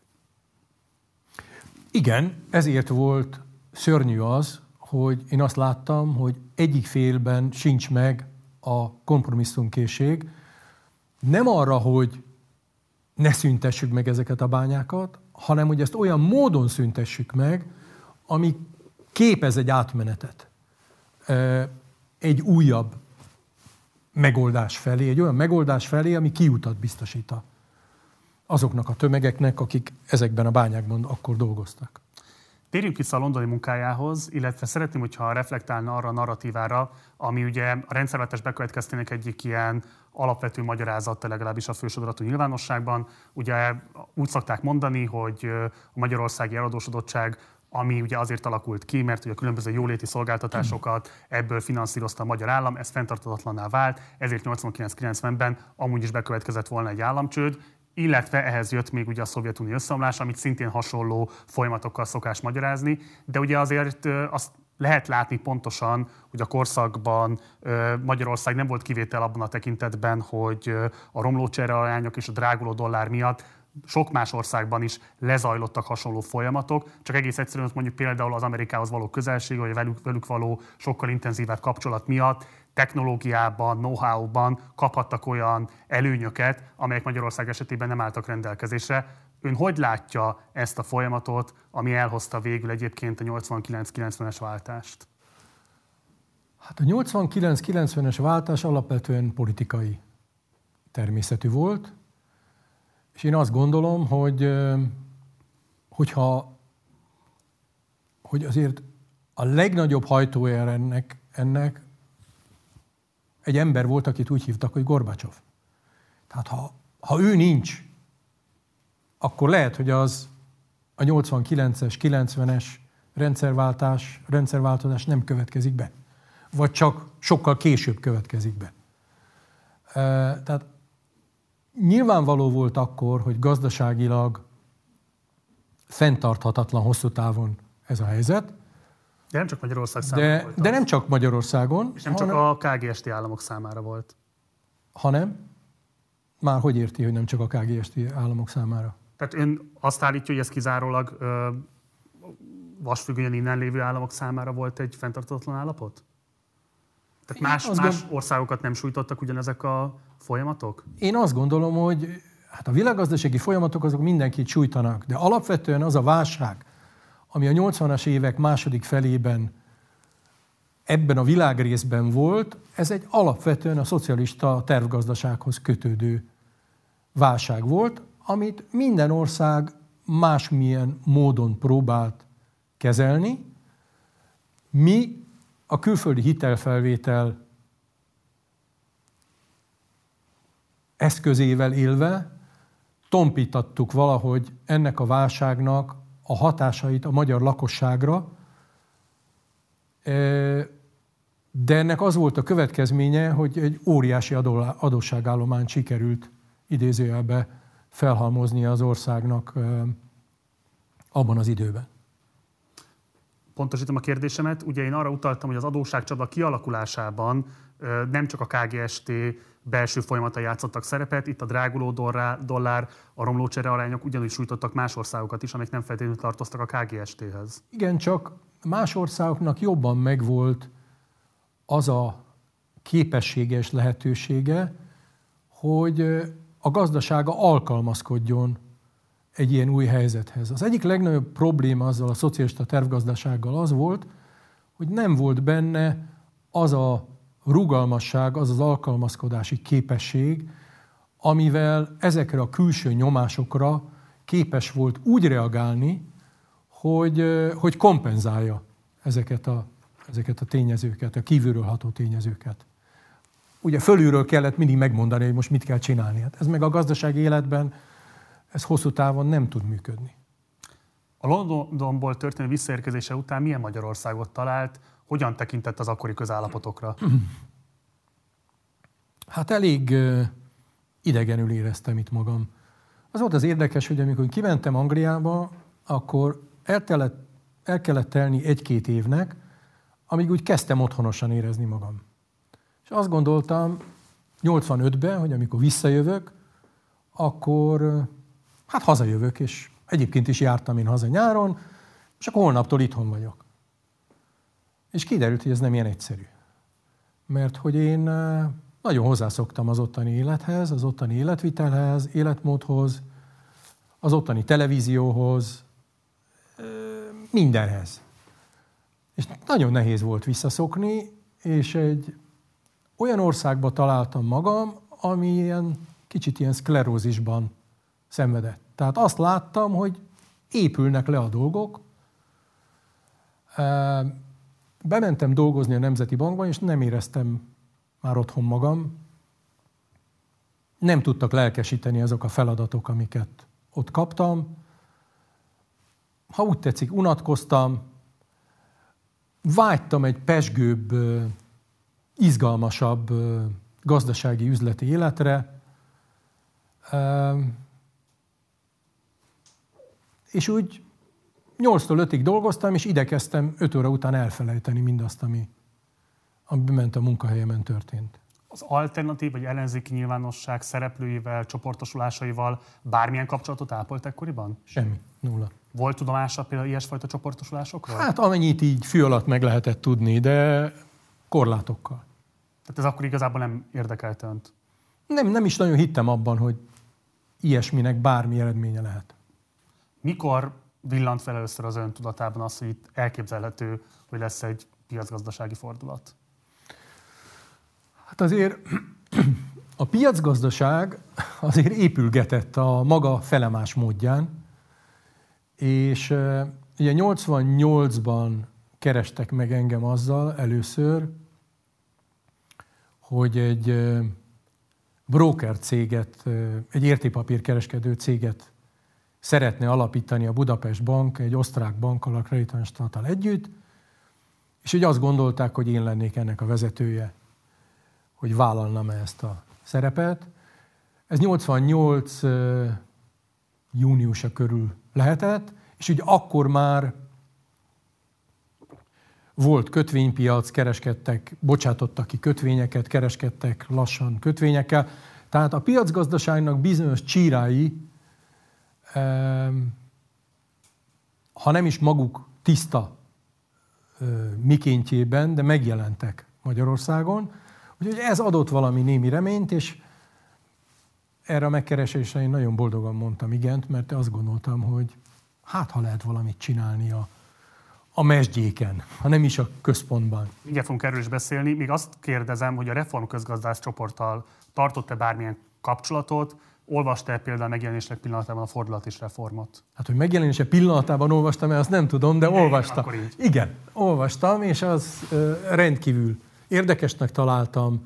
Igen, ezért volt szörnyű az, hogy én azt láttam, hogy egyik félben sincs meg a kompromisszumkészség, nem arra, hogy ne szüntessük meg ezeket a bányákat, hanem hogy ezt olyan módon szüntessük meg, ami képez egy átmenetet. Egy újabb megoldás felé, egy olyan megoldás felé, ami kiutat biztosít azoknak a tömegeknek, akik ezekben a bányákban akkor dolgoztak. Térjünk vissza a londoni munkájához, illetve szeretném, hogyha reflektálna arra a narratívára, ami ugye a rendszerváltás bekövetkeztének egyik ilyen alapvető magyarázata, legalábbis a fősodratú nyilvánosságban. Ugye úgy szokták mondani, hogy a magyarországi eladósodottság, ami ugye azért alakult ki, mert ugye a különböző jóléti szolgáltatásokat ebből finanszírozta a magyar állam, ez fenntarthatatlanná vált, ezért 89-90-ben amúgy is bekövetkezett volna egy államcsőd, illetve ehhez jött még ugye a Szovjetunió összeomlása, amit szintén hasonló folyamatokkal szokás magyarázni, de ugye azért azt lehet látni pontosan, hogy a korszakban Magyarország nem volt kivétel abban a tekintetben, hogy a romló cserearányok és a dráguló dollár miatt sok más országban is lezajlottak hasonló folyamatok, csak egész egyszerűen mondjuk például az Amerikához való közelség, vagy velük való sokkal intenzívebb kapcsolat miatt technológiában, know-how-ban kaphattak olyan előnyöket, amelyek Magyarország esetében nem álltak rendelkezésre. Ön hogy látja ezt a folyamatot, ami elhozta végül egyébként a 89-90-es váltást? Hát a 89-90-es váltás alapvetően politikai természetű volt, és én azt gondolom, hogy azért a legnagyobb hajtóér ennek egy ember volt, akit úgy hívtak, hogy Gorbacsov. Tehát ha ő nincs, akkor lehet, hogy az a 89-es, 90-es rendszerváltozás nem következik be. Vagy csak sokkal később következik be. Tehát nyilvánvaló volt akkor, hogy gazdaságilag fenntarthatatlan hosszú távon ez a helyzet. De nem csak Magyarország számára volt. De nem csak Magyarországon. És nem csak a KGST államok számára volt. Hanem? Már hogy érti, hogy nem csak a KGST államok számára? Tehát ön azt állítja, hogy ez kizárólag vasfüggönyen innen lévő államok számára volt egy fenntarthatatlan állapot? Tehát más országokat nem sújtottak ugyanezek a folyamatok? Én azt gondolom, hogy hát a világgazdasági folyamatok azok mindenkit sújtanak, de alapvetően az a válság, ami a 80-as évek második felében ebben a világrészben volt, ez egy alapvetően a szocialista tervgazdasághoz kötődő válság volt, amit minden ország másmilyen módon próbált kezelni. Mi a külföldi hitelfelvétel eszközével élve tompítottuk valahogy ennek a válságnak a hatásait a magyar lakosságra, de ennek az volt a következménye, hogy egy óriási adósságállományt sikerült idézőjelbe felhalmozni az országnak abban az időben. Pontosítom a kérdésemet. Ugye én arra utaltam, hogy az adósságcsapda kialakulásában nem csak a KGST belső folyamatai játszottak szerepet, itt a dráguló dollár, a romló cserearányok ugyanúgy sújtottak más országokat is, amelyek nem feltétlenül tartoztak a KGST-hez. Igen, csak más országoknak jobban megvolt az a képességes lehetősége, hogy a gazdasága alkalmazkodjon egy ilyen új helyzethez. Az egyik legnagyobb probléma azzal a szocialista tervgazdasággal az volt, hogy nem volt benne az a rugalmasság, az az alkalmazkodási képesség, amivel ezekre a külső nyomásokra képes volt úgy reagálni, hogy kompenzálja ezeket a tényezőket, a kívülről ható tényezőket. Ugye fölülről kellett mindig megmondani, hogy most mit kell csinálni. Hát ez meg a gazdasági életben, ez hosszú távon nem tud működni. A Londonból történő visszaérkezése után milyen Magyarországot talált, hogyan tekintett az akkori közállapotokra? Hát elég idegenül éreztem itt magam. Az volt az érdekes, hogy amikor kimentem Angliába, akkor el kellett telni 1-2 évnek, amíg úgy kezdtem otthonosan érezni magam. És azt gondoltam 85-ben, hogy amikor visszajövök, akkor hát hazajövök, és egyébként is jártam én haza nyáron, és akkor holnaptól itthon vagyok. És kiderült, hogy ez nem ilyen egyszerű. Mert hogy én nagyon hozzászoktam az ottani élethez, az ottani életvitelhez, életmódhoz, az ottani televízióhoz, mindenhez. És nagyon nehéz volt visszaszokni, és egy olyan országba találtam magam, ami kicsit ilyen szklerózisban szenvedett. Tehát azt láttam, hogy épülnek le a dolgok. Bementem dolgozni a Nemzeti Bankban, és nem éreztem már otthon magam. Nem tudtak lelkesíteni azok a feladatok, amiket ott kaptam. Ha úgy tetszik, unatkoztam. Vágytam egy pezsgőbb, izgalmasabb gazdasági üzleti életre. És úgy 8-tól 5-ig dolgoztam, és igyekeztem 5 óra után elfelejteni mindazt, ami ment a munkahelyemen történt. Az alternatív vagy ellenzéki nyilvánosság szereplőivel, csoportosulásaival bármilyen kapcsolatot ápolt ekkoriban? Semmi, nulla. Volt tudomása például ilyesfajta csoportosulásokról? Hát amennyit így fű alatt meg lehetett tudni, de korlátokkal. Tehát ez akkor igazából nem érdekelte önt? Nem is nagyon hittem abban, hogy ilyesminek bármi eredménye lehet. Mikor villant fel először az ön tudatában az, hogy itt elképzelhető, hogy lesz egy piacgazdasági fordulat? Hát azért a piacgazdaság azért épülgetett a maga felemás módján, és ugye 88-ban kerestek meg engem azzal először, hogy egy broker céget, egy értékpapírkereskedő céget szeretne alapítani a Budapest Bank egy osztrák bankkal, a Creditanstalt-tal együtt, és hogy azt gondolták, hogy én lennék ennek a vezetője, hogy vállalnám ezt a szerepet. Ez 88 júniusa körül lehetett, és ugye akkor már volt kötvénypiac, bocsátottak ki kötvényeket, kereskedtek lassan kötvényekkel. Tehát a piacgazdaságnak bizonyos csírái, ha nem is maguk tiszta mikéntjében, de megjelentek Magyarországon. Úgyhogy ez adott valami némi reményt, és erre a megkeresésre én nagyon boldogan mondtam igent, mert azt gondoltam, hogy hát ha lehet valamit csinálni a mesdjéken, ha nem is a központban. Igen, fogunk erről is beszélni. Még azt kérdezem, hogy a Reform közgazdász csoporttal tartott-e bármilyen kapcsolatot, olvasta-e például megjelenések pillanatában a Fordulat és Reformot? Hát, hogy megjelenések pillanatában olvastam-e, azt nem tudom, de olvastam. Igen, olvastam, és az rendkívül érdekesnek találtam,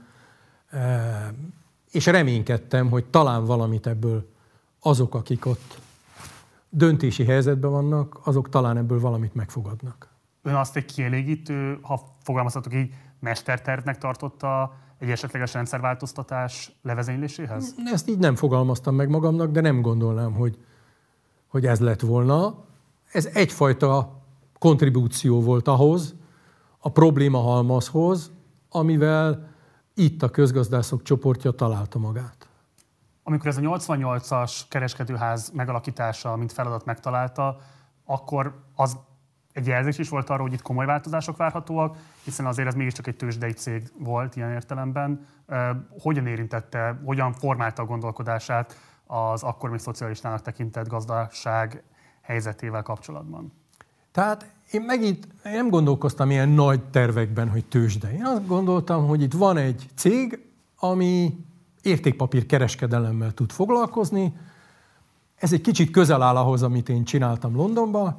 és reménykedtem, hogy talán valamit ebből azok, akik ott döntési helyzetben vannak, azok talán ebből valamit megfogadnak. Ön azt egy kielégítő, ha fogalmazhatok így, mestertervnek tartotta egy esetleges rendszerváltoztatás levezényléséhez? Ezt így nem fogalmaztam meg magamnak, de nem gondolnám, hogy ez lett volna. Ez egyfajta kontribúció volt ahhoz, a problémahalmazhoz, amivel itt a közgazdászok csoportja találta magát. Amikor ez a 88-as kereskedőház megalakítása, mint feladat megtalálta, akkor az egy jelzés is volt arra, hogy itt komoly változások várhatóak, hiszen azért ez mégiscsak egy tőzsdei cég volt ilyen értelemben. Hogyan érintette, hogyan formálta a gondolkodását az akkor még szocialistának tekintett gazdaság helyzetével kapcsolatban? Tehát én nem gondolkoztam ilyen nagy tervekben, hogy tőzsde. Én azt gondoltam, hogy itt van egy cég, ami értékpapír kereskedelemmel tud foglalkozni. Ez egy kicsit közel áll ahhoz, amit én csináltam Londonban.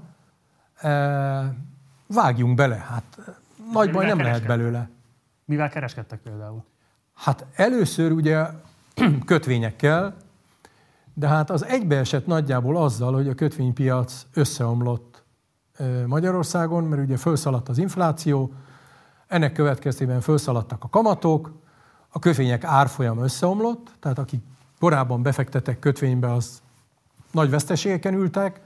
Vágjunk bele, hát nagy baj nem lehet belőle. Mivel kereskedtek például? Hát először ugye kötvényekkel, de hát az egybeesett nagyjából azzal, hogy a kötvénypiac összeomlott Magyarországon, mert ugye felszaladt az infláció, ennek következtében felszaladtak a kamatok, a kötvények árfolyama összeomlott, tehát akik korábban befektettek kötvénybe, az nagy veszteségeken ültek,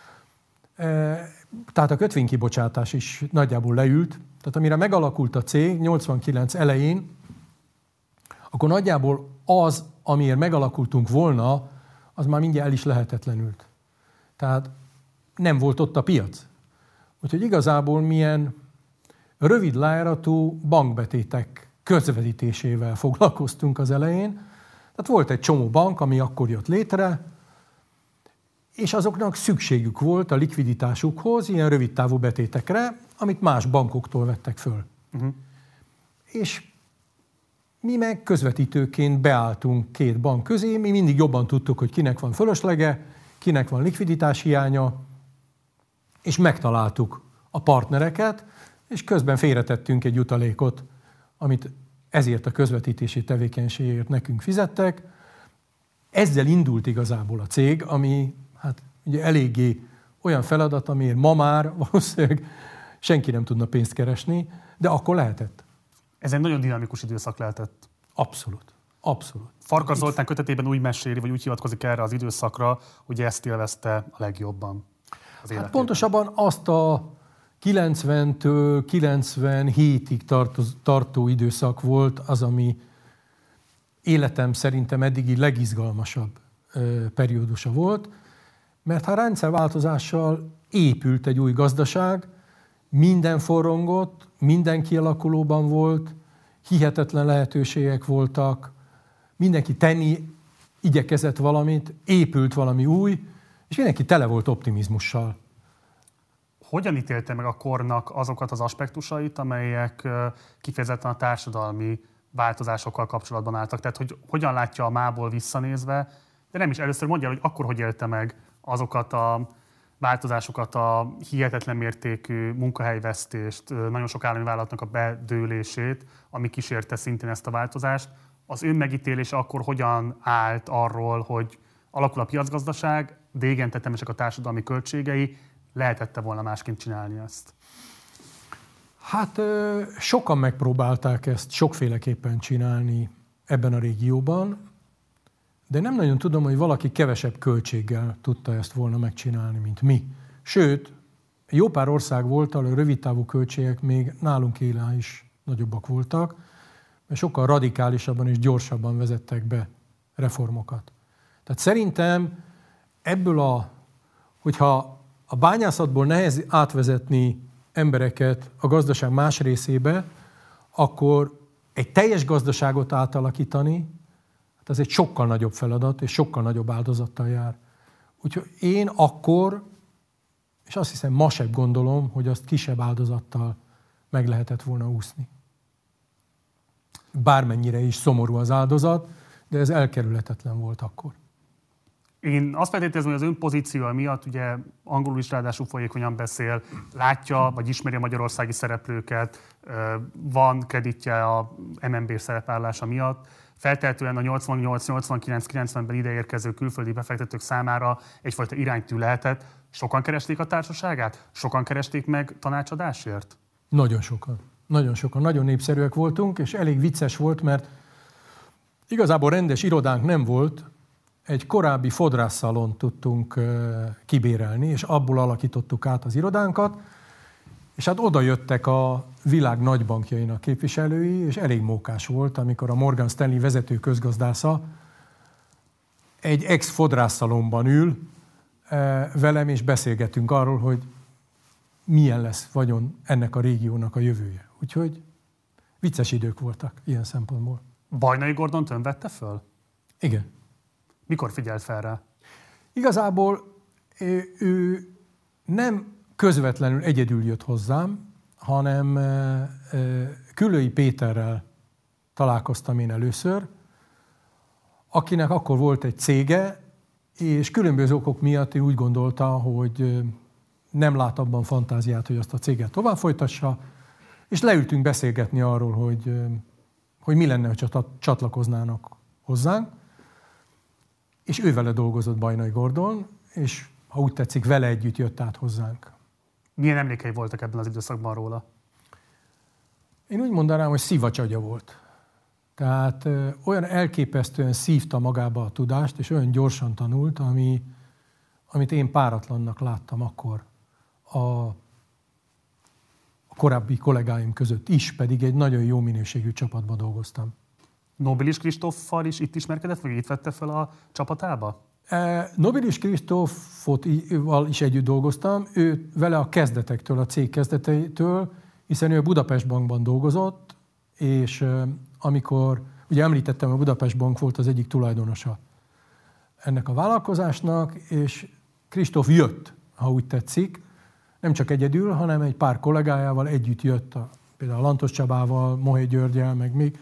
tehát a kötvénykibocsátás is nagyjából leült. Tehát amire megalakult a cég 89 elején, akkor nagyjából az, amiért megalakultunk volna, az már mindjárt el is lehetetlenült. Tehát nem volt ott a piac. Úgyhogy igazából milyen rövid lejáratú bankbetétek közvetítésével foglalkoztunk az elején. Tehát volt egy csomó bank, ami akkor jött létre, és azoknak szükségük volt a likviditásukhoz ilyen rövidtávú betétekre, amit más bankoktól vettek föl. És mi meg közvetítőként beálltunk két bank közé, mi mindig jobban tudtuk, hogy kinek van fölöslege, kinek van likviditás hiánya, és megtaláltuk a partnereket, és közben félretettünk egy jutalékot, amit ezért a közvetítési tevékenységért nekünk fizettek. Ezzel indult igazából a cég, ami hát ugye eléggé olyan feladat, amiért ma már valószínűleg senki nem tudna pénzt keresni, de akkor lehetett. Ez egy nagyon dinamikus időszak lehetett. Abszolút. Abszolút. Farkas Zoltán kötetében úgy meséli, vagy úgy hivatkozik erre az időszakra, hogy ezt élvezte a legjobban az életében. Hát pontosabban azt a 90-től 97-ig tartó időszak volt az, ami életem szerintem eddigi legizgalmasabb periódusa volt, mert a rendszerváltozással épült egy új gazdaság, minden forrongott, minden kialakulóban volt, hihetetlen lehetőségek voltak, mindenki tenni igyekezett valamit, épült valami új, és mindenki tele volt optimizmussal. Hogyan ítélte meg a kornak azokat az aspektusait, amelyek kifejezetten a társadalmi változásokkal kapcsolatban álltak? Tehát, hogy hogyan látja a mából visszanézve, de nem is először mondja, hogy akkor hogy élte meg azokat a változásokat, a hihetetlen mértékű munkahelyvesztést, nagyon sok állami vállalatnak a bedőlését, ami kísérte szintén ezt a változást. Az ön megítélése akkor hogyan állt arról, hogy alakul a piacgazdaság, de igen tetemesek a társadalmi költségei, lehetette volna másként csinálni ezt? Hát sokan megpróbálták ezt sokféleképpen csinálni ebben a régióban, de nem nagyon tudom, hogy valaki kevesebb költséggel tudta ezt volna megcsinálni, mint mi. Sőt, jó pár ország volt, ahol a rövidtávú költségek még nálunk élén is nagyobbak voltak, mert sokkal radikálisabban és gyorsabban vezettek be reformokat. Tehát szerintem ebből hogyha a bányászatból nehéz átvezetni embereket a gazdaság más részébe, akkor egy teljes gazdaságot átalakítani, hát ez egy sokkal nagyobb feladat, és sokkal nagyobb áldozattal jár. Úgyhogy én akkor, és azt hiszem ma sem gondolom, hogy azt kisebb áldozattal meg lehetett volna úszni. Bármennyire is szomorú az áldozat, de ez elkerülhetetlen volt akkor. Én azt feltételezem, hogy az ön pozíciója miatt, ugye angolul is ráadásul folyékonyan beszél, látja, vagy ismeri a magyarországi szereplőket, van kreditje a MNB szerepállása miatt. Feltehetően a 88-89-90-ben ideérkező külföldi befektetők számára egyfajta iránytű lehetett. Sokan keresték a társaságát? Sokan keresték meg tanácsadásért? Nagyon sokan. Nagyon sokan. Nagyon népszerűek voltunk, és elég vicces volt, mert igazából rendes irodánk nem volt, egy korábbi fodrászszalont tudtunk kibérelni, és abból alakítottuk át az irodánkat, és hát oda jöttek a világ nagybankjainak képviselői, és elég mókás volt, amikor a Morgan Stanley vezető közgazdásza egy ex-fodrászszalonban ül velem, és beszélgetünk arról, hogy milyen lesz vagyon ennek a régiónak a jövője. Úgyhogy vicces idők voltak ilyen szempontból. Bajnai Gordont ön vette föl? Igen. Mikor figyelt fel rá? Igazából ő nem közvetlenül egyedül jött hozzám, hanem Küllői Péterrel találkoztam én először, akinek akkor volt egy cége, és különböző okok miatt ő úgy gondolta, hogy nem lát abban fantáziát, hogy azt a céget tovább folytassa, és leültünk beszélgetni arról, hogy mi lenne, ha csatlakoznának hozzánk. És ő vele dolgozott Bajnai Gordon, és ha úgy tetszik, vele együtt jött át hozzánk. Milyen emlékei voltak ebben az időszakban róla? Én úgy mondanám, hogy szívacsagya volt. Tehát olyan elképesztően szívta magába a tudást, és olyan gyorsan tanult, amit én páratlannak láttam akkor a korábbi kollégáim között is, pedig egy nagyon jó minőségű csapatban dolgoztam. Nobilis Kristóffal is itt ismerkedett, vagy itt vette fel a csapatába? Nobilis Kristóffal is együtt dolgoztam, ő vele a kezdetektől, a cég kezdeteitől, hiszen ő a Budapest Bankban dolgozott, és amikor, ugye említettem, a Budapest Bank volt az egyik tulajdonosa ennek a vállalkozásnak, és Kristóf jött, ha úgy tetszik, nem csak egyedül, hanem egy pár kollégájával együtt jött, például Lantos Csabával, Mohé Györgyel, meg még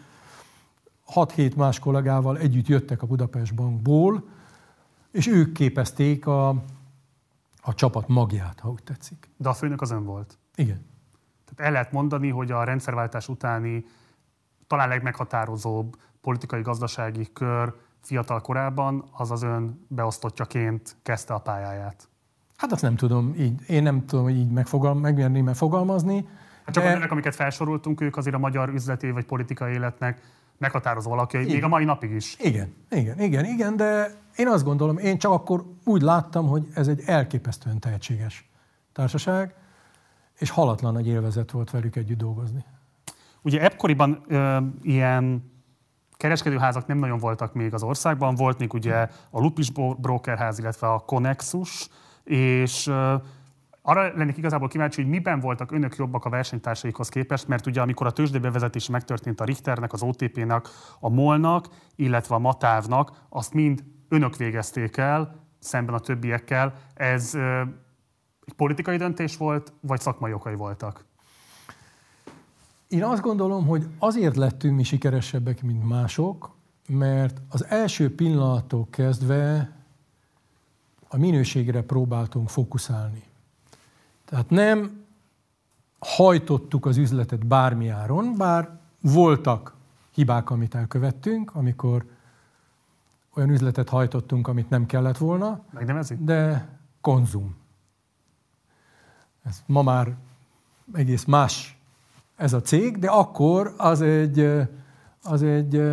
6-7 más kollégával együtt jöttek a Budapest Bankból, és ők képezték a csapat magját, ha úgy tetszik. De a főnök az ön volt? Igen. Tehát el lehet mondani, hogy a rendszerváltás utáni talán legmeghatározóbb politikai-gazdasági kör fiatal korában az az ön beosztottjaként kezdte a pályáját. Hát azt nem tudom így. Én nem tudom így megmérni, megfogalmazni. Hát csak a nevek, amiket felsoroltunk, ők azért a magyar üzleti vagy politikai életnek meghatározó alakjai, még a mai napig is. Igen, de én azt gondolom, én csak akkor úgy láttam, hogy ez egy elképesztően tehetséges társaság, és halatlan nagy élvezet volt velük együtt dolgozni. Ugye ekkoriban ilyen kereskedőházak nem nagyon voltak még az országban, volt még ugye a Lupis Brokerház, illetve a Connexus, és Arra lennék igazából kíváncsi, hogy miben voltak önök jobbak a versenytársaikhoz képest, mert ugye amikor a tőzsdebevezetés megtörtént a Richternek, az OTP-nak, a MOL-nak, illetve a Matávnak, azt mind önök végezték el, szemben a többiekkel. Ez egy politikai döntés volt, vagy szakmai okai voltak? Én azt gondolom, hogy azért lettünk mi sikeresebbek, mint mások, mert az első pillanattól kezdve a minőségre próbáltunk fókuszálni. Tehát nem hajtottuk az üzletet bármi áron, bár voltak hibák, amit elkövettünk, amikor olyan üzletet hajtottunk, amit nem kellett volna. Megnevezik? De Konzum. Ez ma már egész más ez a cég, de akkor az egy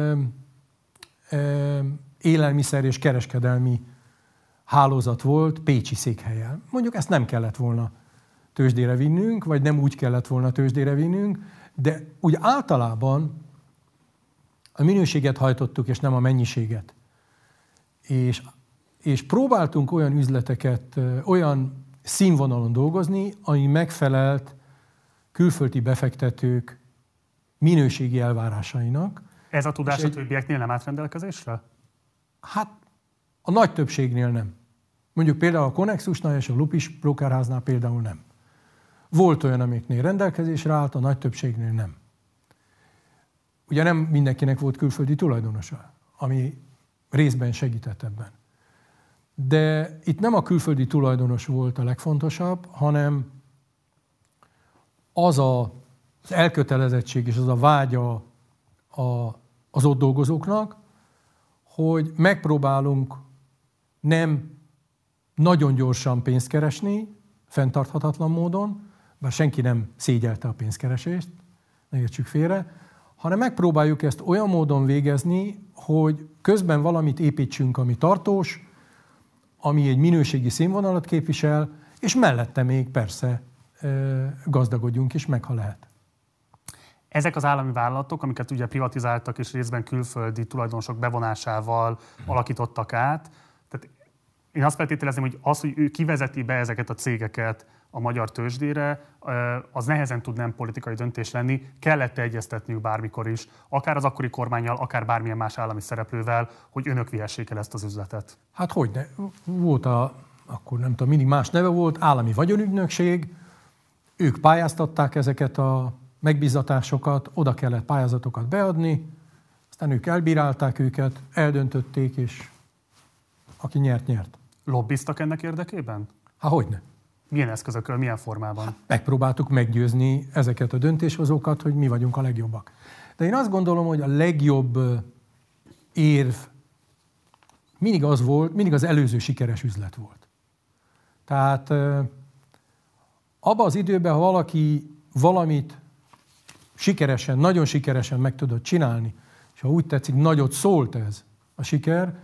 élelmiszer és kereskedelmi hálózat volt pécsi székhellyel. Mondjuk ezt nem kellett volna tőzsdére vinnünk, vagy nem úgy kellett volna tőzsdére vinnünk, de úgy általában a minőséget hajtottuk, és nem a mennyiséget. És próbáltunk olyan üzleteket, olyan színvonalon dolgozni, ami megfelelt külföldi befektetők minőségi elvárásainak. Ez a tudás a többieknél nem állt rendelkezésre? Hát a nagy többségnél nem. Mondjuk például a Connexusnál és a Lupis Brokerháznál például nem. Volt olyan, amiknél rendelkezésre állt, a nagy többségnél nem. Ugye nem mindenkinek volt külföldi tulajdonosa, ami részben segített ebben. De itt nem a külföldi tulajdonos volt a legfontosabb, hanem az az elkötelezettség és az a vágya az ott dolgozóknak, hogy megpróbálunk nem nagyon gyorsan pénzt keresni, fenntarthatatlan módon, bár senki nem szégyelte a pénzkeresést, ne értsük félre, hanem megpróbáljuk ezt olyan módon végezni, hogy közben valamit építsünk, ami tartós, ami egy minőségi színvonalat képvisel, és mellette még persze gazdagodjunk is meg, ha lehet. Ezek az állami vállalatok, amiket ugye privatizáltak és részben külföldi tulajdonosok bevonásával alakítottak át, tehát én azt feltételezném, hogy az, hogy ő kivezeti be ezeket a cégeket a magyar tőzsdére, az nehezen tud nem politikai döntés lenni, kellett egyeztetniük bármikor is, akár az akkori kormánnyal, akár bármilyen más állami szereplővel, hogy önök vihessék el ezt az üzletet. Hát hogyne. Volt akkor nem tudom, mindig más neve volt, állami vagyonügynökség, ők pályáztatták ezeket a megbízatásokat, oda kellett pályázatokat beadni, aztán ők elbírálták őket, eldöntötték, és aki nyert, nyert. Lobbiztak ennek érdekében? Hát hogyne. Milyen eszközökkel, milyen formában? Hát megpróbáltuk meggyőzni ezeket a döntéshozókat, hogy mi vagyunk a legjobbak. De én azt gondolom, hogy a legjobb érv mindig az volt, mindig az előző sikeres üzlet volt. Tehát abban az időben, ha valaki valamit sikeresen, nagyon sikeresen meg tudott csinálni, és ha úgy tetszik, nagyot szólt ez a siker,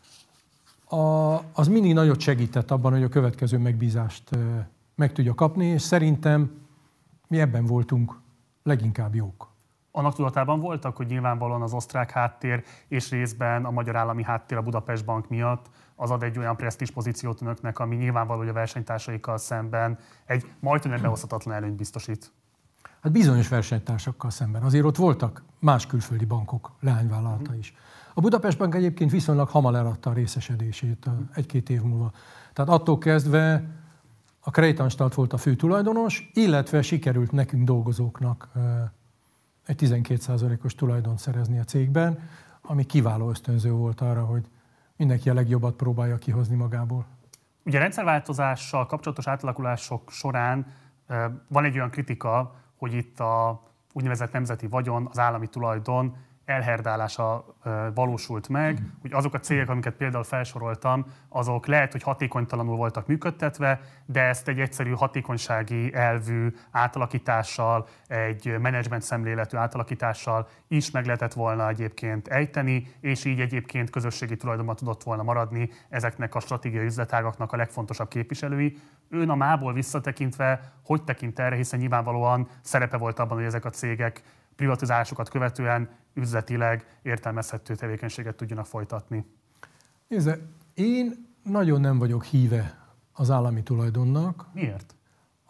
az mindig nagyot segített abban, hogy a következő megbízást meg tudja kapni, és szerintem mi ebben voltunk leginkább jók. Annak tudatában voltak, hogy nyilvánvalóan az osztrák háttér és részben a magyar állami háttér a Budapest Bank miatt az ad egy olyan presztízs pozíciót önöknek, ami nyilvánvaló, hogy a versenytársaikkal szemben egy majdnem behozhatatlan előnyt biztosít. Hát bizonyos versenytársakkal szemben. Azért ott voltak más külföldi bankok leányvállalata is. A Budapest Bank egyébként viszonylag hamar eladta a részesedését egy-két év múlva. Tehát attól kezdve a Kreditanstalt volt a fő tulajdonos, illetve sikerült nekünk dolgozóknak egy 12%-os tulajdont szerezni a cégben, ami kiváló ösztönző volt arra, hogy mindenki a legjobbat próbálja kihozni magából. Ugye a rendszerváltozással kapcsolatos átalakulások során van egy olyan kritika, hogy itt a úgynevezett nemzeti vagyon, az állami tulajdon elherdálása valósult meg, hogy azok a cégek, amiket például felsoroltam, azok lehet, hogy hatékonytalanul voltak működtetve, de ezt egy egyszerű hatékonysági elvű átalakítással, egy menedzsment szemléletű átalakítással is meg lehetett volna egyébként ejteni, és így egyébként közösségi tulajdonban tudott volna maradni ezeknek a stratégiai üzletágaknak a legfontosabb képviselői. Ön a mából visszatekintve hogy tekint erre, hiszen nyilvánvalóan szerepe volt abban, hogy ezek a cégek privatizálásokat követően üzletileg értelmezhető tevékenységet tudjanak folytatni. Nézze, én nagyon nem vagyok híve az állami tulajdonnak. Miért?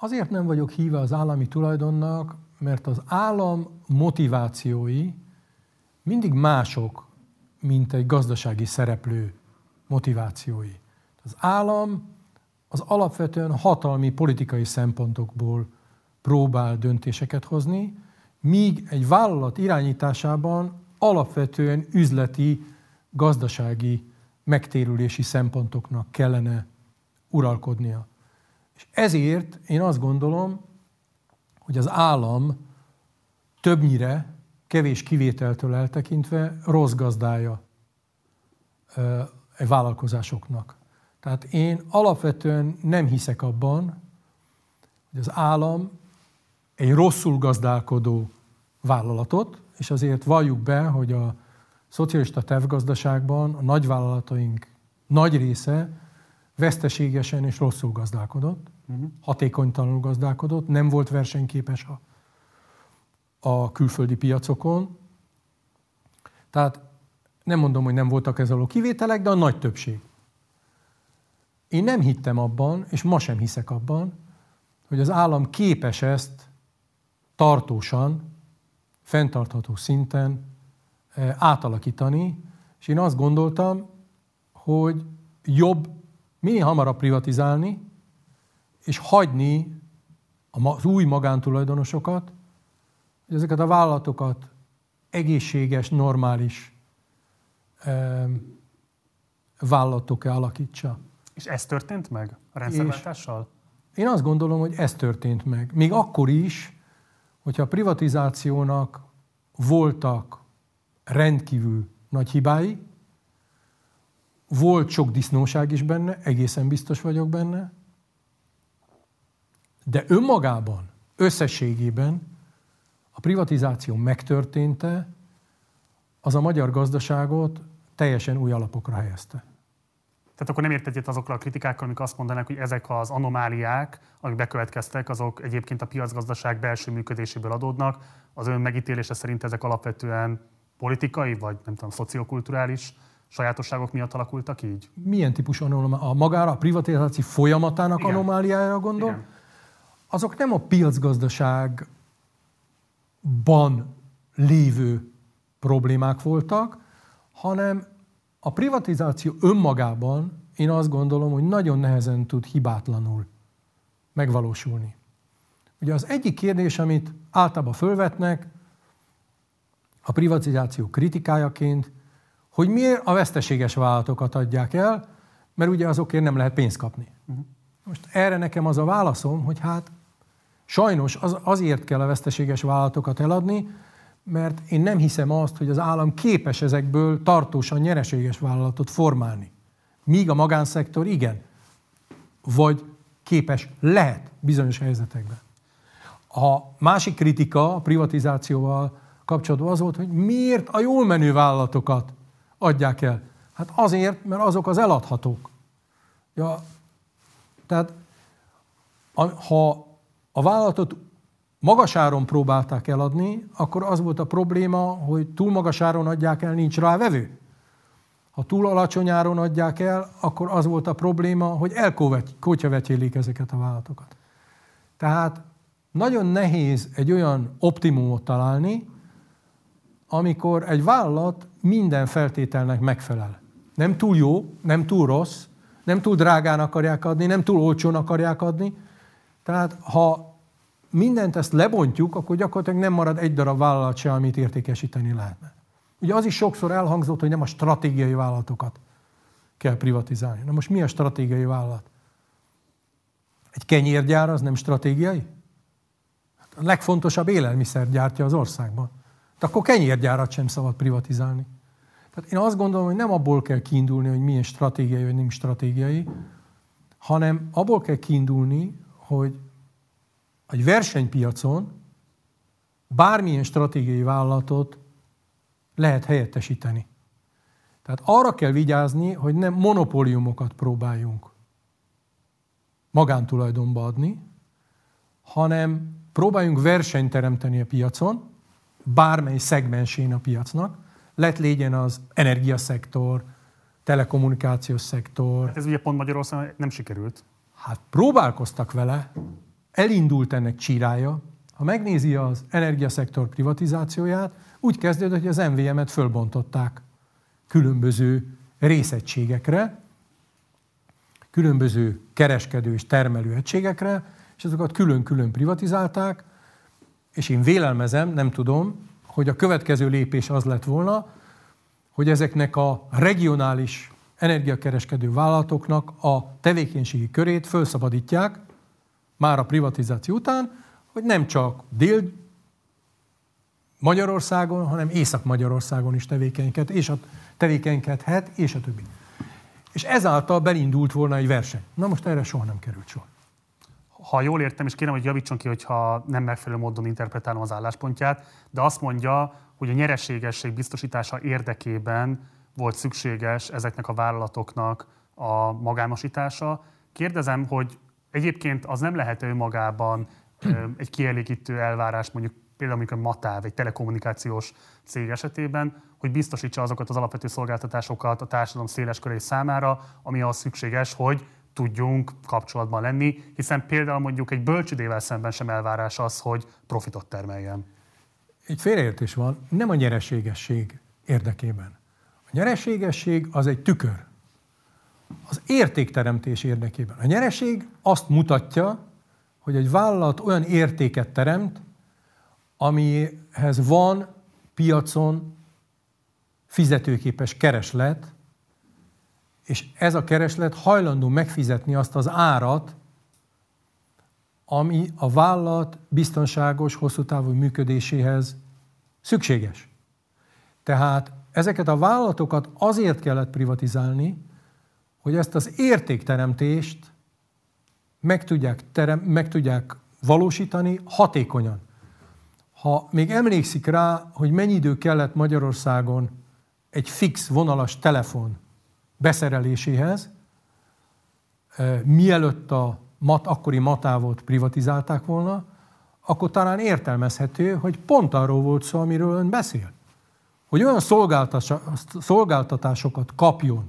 Azért nem vagyok híve az állami tulajdonnak, mert az állam motivációi mindig mások, mint egy gazdasági szereplő motivációi. Az állam az alapvetően hatalmi politikai szempontokból próbál döntéseket hozni, míg egy vállalat irányításában alapvetően üzleti, gazdasági megtérülési szempontoknak kellene uralkodnia. És ezért én azt gondolom, hogy az állam többnyire, kevés kivételtől eltekintve rossz gazdája vállalkozásoknak. Tehát én alapvetően nem hiszek abban, hogy az állam egy rosszul gazdálkodó vállalatot, és azért valljuk be, hogy a szocialista tervgazdaságban a nagyvállalataink nagy része veszteségesen és rosszul gazdálkodott, hatékonytalanul gazdálkodott, nem volt versenyképes a külföldi piacokon. Tehát nem mondom, hogy nem voltak ezzel a kivételek, de a nagy többség. Én nem hittem abban, és ma sem hiszek abban, hogy az állam képes ezt tartósan, fenntartható szinten átalakítani, és én azt gondoltam, hogy jobb minél hamarabb privatizálni, és hagyni az új magántulajdonosokat, hogy ezeket a vállalatokat egészséges, normális vállalatok alakítsa. És ez történt meg a rendszerváltással? Én azt gondolom, hogy ez történt meg. Még akkor is, hogyha a privatizációnak voltak rendkívül nagy hibái, volt sok disznóság is benne, egészen biztos vagyok benne, de önmagában, összességében a privatizáció megtörténte, az a magyar gazdaságot teljesen új alapokra helyezte. Tehát akkor nem értetett azokkal a kritikákkal, amik azt mondanák, hogy ezek az anomáliák, amik bekövetkeztek, azok egyébként a piacgazdaság belső működéséből adódnak. Az ön megítélése szerint ezek alapvetően politikai, vagy nem tudom, szociokulturális sajátosságok miatt alakultak így? Milyen típusú anomália? A magára, a privatizáció folyamatának igen. anomáliájára gondol? Igen. Azok nem a piacgazdaságban lévő problémák voltak, hanem a privatizáció önmagában én azt gondolom, hogy nagyon nehezen tud hibátlanul megvalósulni. Ugye az egyik kérdés, amit általában fölvetnek a privatizáció kritikájaként, hogy miért a veszteséges vállalatokat adják el, mert ugye azokért nem lehet pénzt kapni. Most erre nekem az a válaszom, hogy hát sajnos azért kell a veszteséges vállalatokat eladni, mert én nem hiszem azt, hogy az állam képes ezekből tartósan nyereséges vállalatot formálni. Míg a magánszektor igen. Vagy képes lehet bizonyos helyzetekben. A másik kritika a privatizációval kapcsolatban az volt, hogy miért a jól menő vállalatokat adják el. Hát azért, mert azok az eladhatók. Ja, tehát ha a vállalatot magas áron próbálták eladni, akkor az volt a probléma, hogy túl magas áron adják el, nincs rá vevő. Ha túl alacsony áron adják el, akkor az volt a probléma, hogy elkótyavetjélik ezeket a vállalatokat. Tehát nagyon nehéz egy olyan optimumot találni, amikor egy vállalat minden feltételnek megfelel. Nem túl jó, nem túl rossz, nem túl drágán akarják adni, nem túl olcsón akarják adni. Tehát ha mindent ezt lebontjuk, akkor gyakorlatilag nem marad egy darab vállalat se, amit értékesíteni lehetne. Ugye az is sokszor elhangzott, hogy nem a stratégiai vállalatokat kell privatizálni. Na most mi a stratégiai vállalat? Egy kenyérgyár az nem stratégiai? A legfontosabb élelmiszer gyártja az országban. De akkor kenyérgyárat sem szabad privatizálni. Tehát én azt gondolom, hogy nem abból kell kiindulni, hogy milyen stratégiai vagy nem stratégiai, hanem abból kell kiindulni, hogy egy versenypiacon bármilyen stratégiai vállalatot lehet helyettesíteni. Tehát arra kell vigyázni, hogy nem monopóliumokat próbáljunk magántulajdonba adni, hanem próbáljunk versenyt teremteni a piacon, bármely szegmensén a piacnak, legyen az energiaszektor, telekommunikációs szektor. Hát ez ugye pont Magyarországon nem sikerült. Hát próbálkoztak vele, elindult ennek csírája. Ha megnézi az energiaszektor privatizációját, úgy kezdődött, hogy az MVM-et fölbontották különböző részegységekre, különböző kereskedő és termelő egységekre, és azokat külön-külön privatizálták, és én vélelmezem, nem tudom, hogy a következő lépés az lett volna, hogy ezeknek a regionális energiakereskedő vállalatoknak a tevékenységi körét felszabadítják már a privatizáció után, hogy nem csak Dél-Magyarországon, hanem Észak-Magyarországon is tevékenykedhet, és a többi. És ezáltal belindult volna egy verseny. Na most erre soha nem került sor. Ha jól értem, és kérem, hogy javítson ki, hogyha nem megfelelő módon interpretálom az álláspontját, de azt mondja, hogy a nyereségesség biztosítása érdekében volt szükséges ezeknek a vállalatoknak a magánosítása. Kérdezem, hogy egyébként az nem lehet önmagában egy kielégítő elvárás, mondjuk például a MATÁV, egy telekommunikációs cég esetében, hogy biztosítsa azokat az alapvető szolgáltatásokat a társadalom széles köré számára, ami az szükséges, hogy tudjunk kapcsolatban lenni, hiszen például mondjuk egy bölcsődével szemben sem elvárás az, hogy profitot termeljen. Egy félreértés van, nem a nyereségesség érdekében. A nyereségesség az egy tükör. Az értékteremtés érdekében. A nyereség azt mutatja, hogy egy vállalat olyan értéket teremt, amihez van piacon fizetőképes kereslet, és ez a kereslet hajlandó megfizetni azt az árat, ami a vállalat biztonságos, hosszú távú működéséhez szükséges. Tehát ezeket a vállalatokat azért kellett privatizálni, hogy ezt az értékteremtést meg tudják valósítani hatékonyan. Ha még emlékszik rá, hogy mennyi idő kellett Magyarországon egy fix vonalas telefon beszereléséhez, mielőtt a akkori Matávot privatizálták volna, akkor talán értelmezhető, hogy pont arról volt szó, amiről ön beszél. Hogy olyan szolgáltatásokat kapjon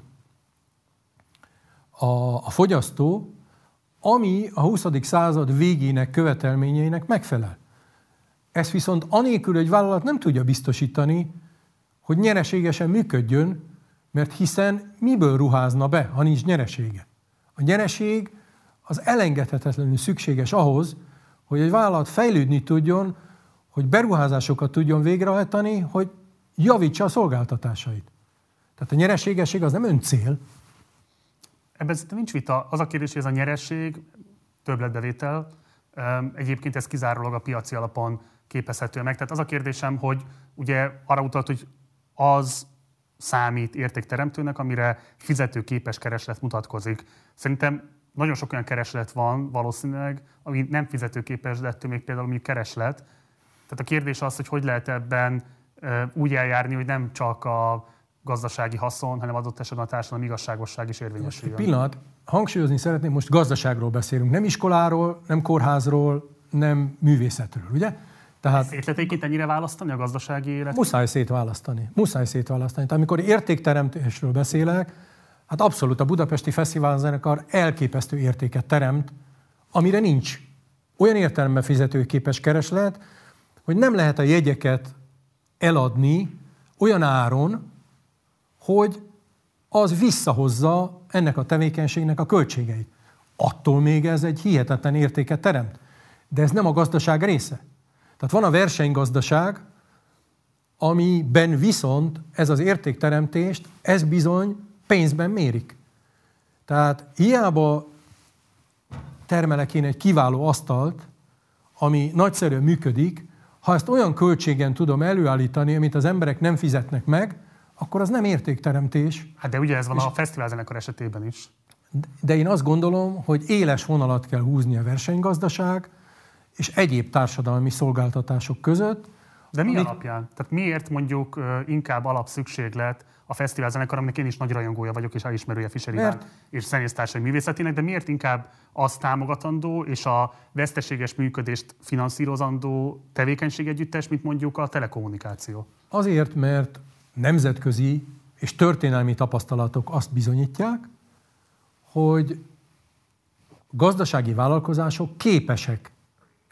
a fogyasztó, ami a 20. század végének követelményeinek megfelel. Ezt viszont anélkül egy vállalat nem tudja biztosítani, hogy nyereségesen működjön, mert hiszen miből ruházna be, ha nincs nyeresége? A nyereség az elengedhetetlenül szükséges ahhoz, hogy egy vállalat fejlődni tudjon, hogy beruházásokat tudjon végrehajtani, hogy javítsa a szolgáltatásait. Tehát a nyereségesség az nem öncél. Ebben nincs vita. Az a kérdés, hogy ez a nyereség, többletbevétel, egyébként ez kizárólag a piaci alapon képezhető meg. Tehát az a kérdésem, hogy ugye arra utalt, hogy az számít értékteremtőnek, amire fizetőképes kereslet mutatkozik. Szerintem nagyon sok olyan kereslet van valószínűleg, ami nem fizetőképes, de ettől még például mondjuk kereslet. Tehát a kérdés az, hogy lehet ebben úgy eljárni, hogy nem csak a gazdasági haszon, hanem adott esetben a társadalmi igazságosság is érvényesüljön. Pillanat, hangsúlyozni szeretném, most gazdaságról beszélünk, nem iskoláról, nem kórházról, nem művészetről, ugye? Tehát szét lehet egyébként ennyire választani a gazdasági élet? Muszáj szétválasztani. Tehát amikor értékteremtésről beszélek, hát abszolút a Budapesti Fesztiválzenekar elképesztő értéket teremt, amire nincs olyan értelemben fizetőképes kereslet, hogy nem lehet a jegyeket eladni olyan áron, hogy az visszahozza ennek a tevékenységnek a költségeit. Attól még ez egy hihetetlen értéket teremt. De ez nem a gazdaság része. Tehát van a versenygazdaság, amiben viszont ez az értékteremtést, ez bizony pénzben mérik. Tehát hiába termelek én egy kiváló asztalt, ami nagyszerűen működik, ha ezt olyan költségen tudom előállítani, amit az emberek nem fizetnek meg, akkor az nem értékteremtés. Hát de ugye ez van a fesztiválzenekar esetében is. De én azt gondolom, hogy éles vonalat kell húzni a versenygazdaság és egyéb társadalmi szolgáltatások között. De mi alapján? Tehát miért mondjuk inkább alapszükséglet a fesztiválzenekar, aminek én is nagy rajongója vagyok, és elismerője Fischer Iván és zenésztársai művészetének, de miért inkább az támogatandó és a veszteséges működést finanszírozandó tevékenységegyüttes, mint mondjuk a telekommunikáció? Azért, mert nemzetközi és történelmi tapasztalatok azt bizonyítják, hogy gazdasági vállalkozások képesek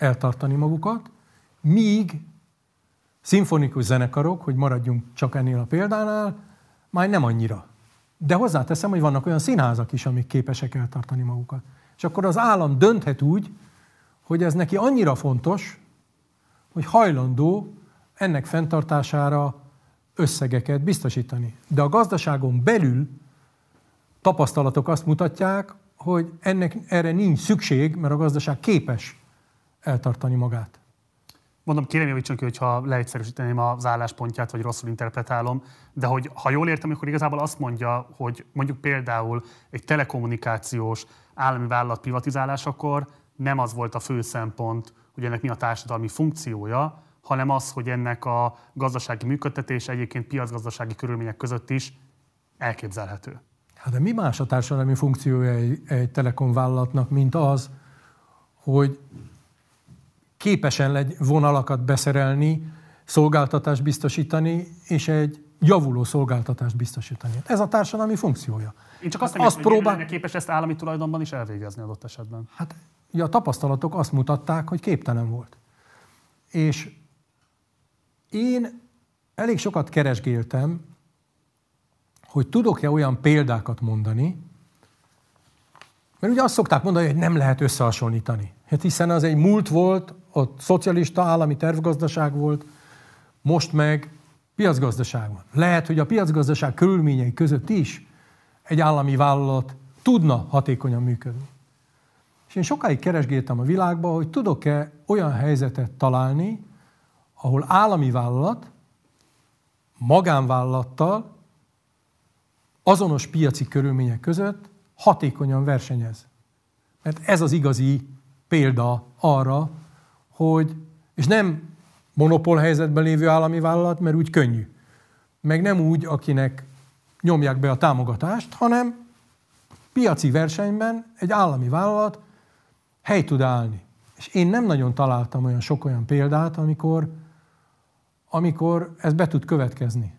eltartani magukat, míg szimfonikus zenekarok, hogy maradjunk csak ennél a példánál, már nem annyira. De hozzáteszem, hogy vannak olyan színházak is, amik képesek eltartani magukat. És akkor az állam dönthet úgy, hogy ez neki annyira fontos, hogy hajlandó ennek fenntartására összegeket biztosítani. De a gazdaságon belül tapasztalatok azt mutatják, hogy erre nincs szükség, mert a gazdaság képes eltartani magát. Mondom, kérem javítson ki, hogyha leegyszerűsíteném az álláspontját, vagy rosszul interpretálom, de hogy ha jól értem, akkor igazából azt mondja, hogy mondjuk például egy telekommunikációs állami vállalat privatizálásakor nem az volt a fő szempont, hogy ennek mi a társadalmi funkciója, hanem az, hogy ennek a gazdasági működtetés egyébként piacgazdasági körülmények között is elképzelhető. Hát de mi más a társadalmi funkciója egy telekomvállalatnak, mint az, hogy képesen vonalakat beszerelni, szolgáltatást biztosítani, és egy javuló szolgáltatást biztosítani. Ez a társadalmi funkciója. Én csak azt mondom, hogy lenne képes ezt állami tulajdonban is elvégezni adott esetben. Hát a tapasztalatok azt mutatták, hogy képtelen volt. És én elég sokat keresgéltem, hogy tudok-e olyan példákat mondani, mert ugye azt szokták mondani, hogy nem lehet összehasonlítani. Hát hiszen az egy múlt volt, ott szocialista állami tervgazdaság volt, most meg piacgazdaság van. Lehet, hogy a piacgazdaság körülményei között is egy állami vállalat tudna hatékonyan működni. És én sokáig keresgéltem a világba, hogy tudok-e olyan helyzetet találni, ahol állami vállalat magánvállalattal azonos piaci körülmények között hatékonyan versenyez. Mert ez az igazi példa arra, hogy, és nem monopól helyzetben lévő állami vállalat, mert úgy könnyű. Meg nem úgy, akinek nyomják be a támogatást, hanem piaci versenyben egy állami vállalat hely tud állni. És én nem nagyon találtam olyan sok olyan példát, amikor ez be tud következni.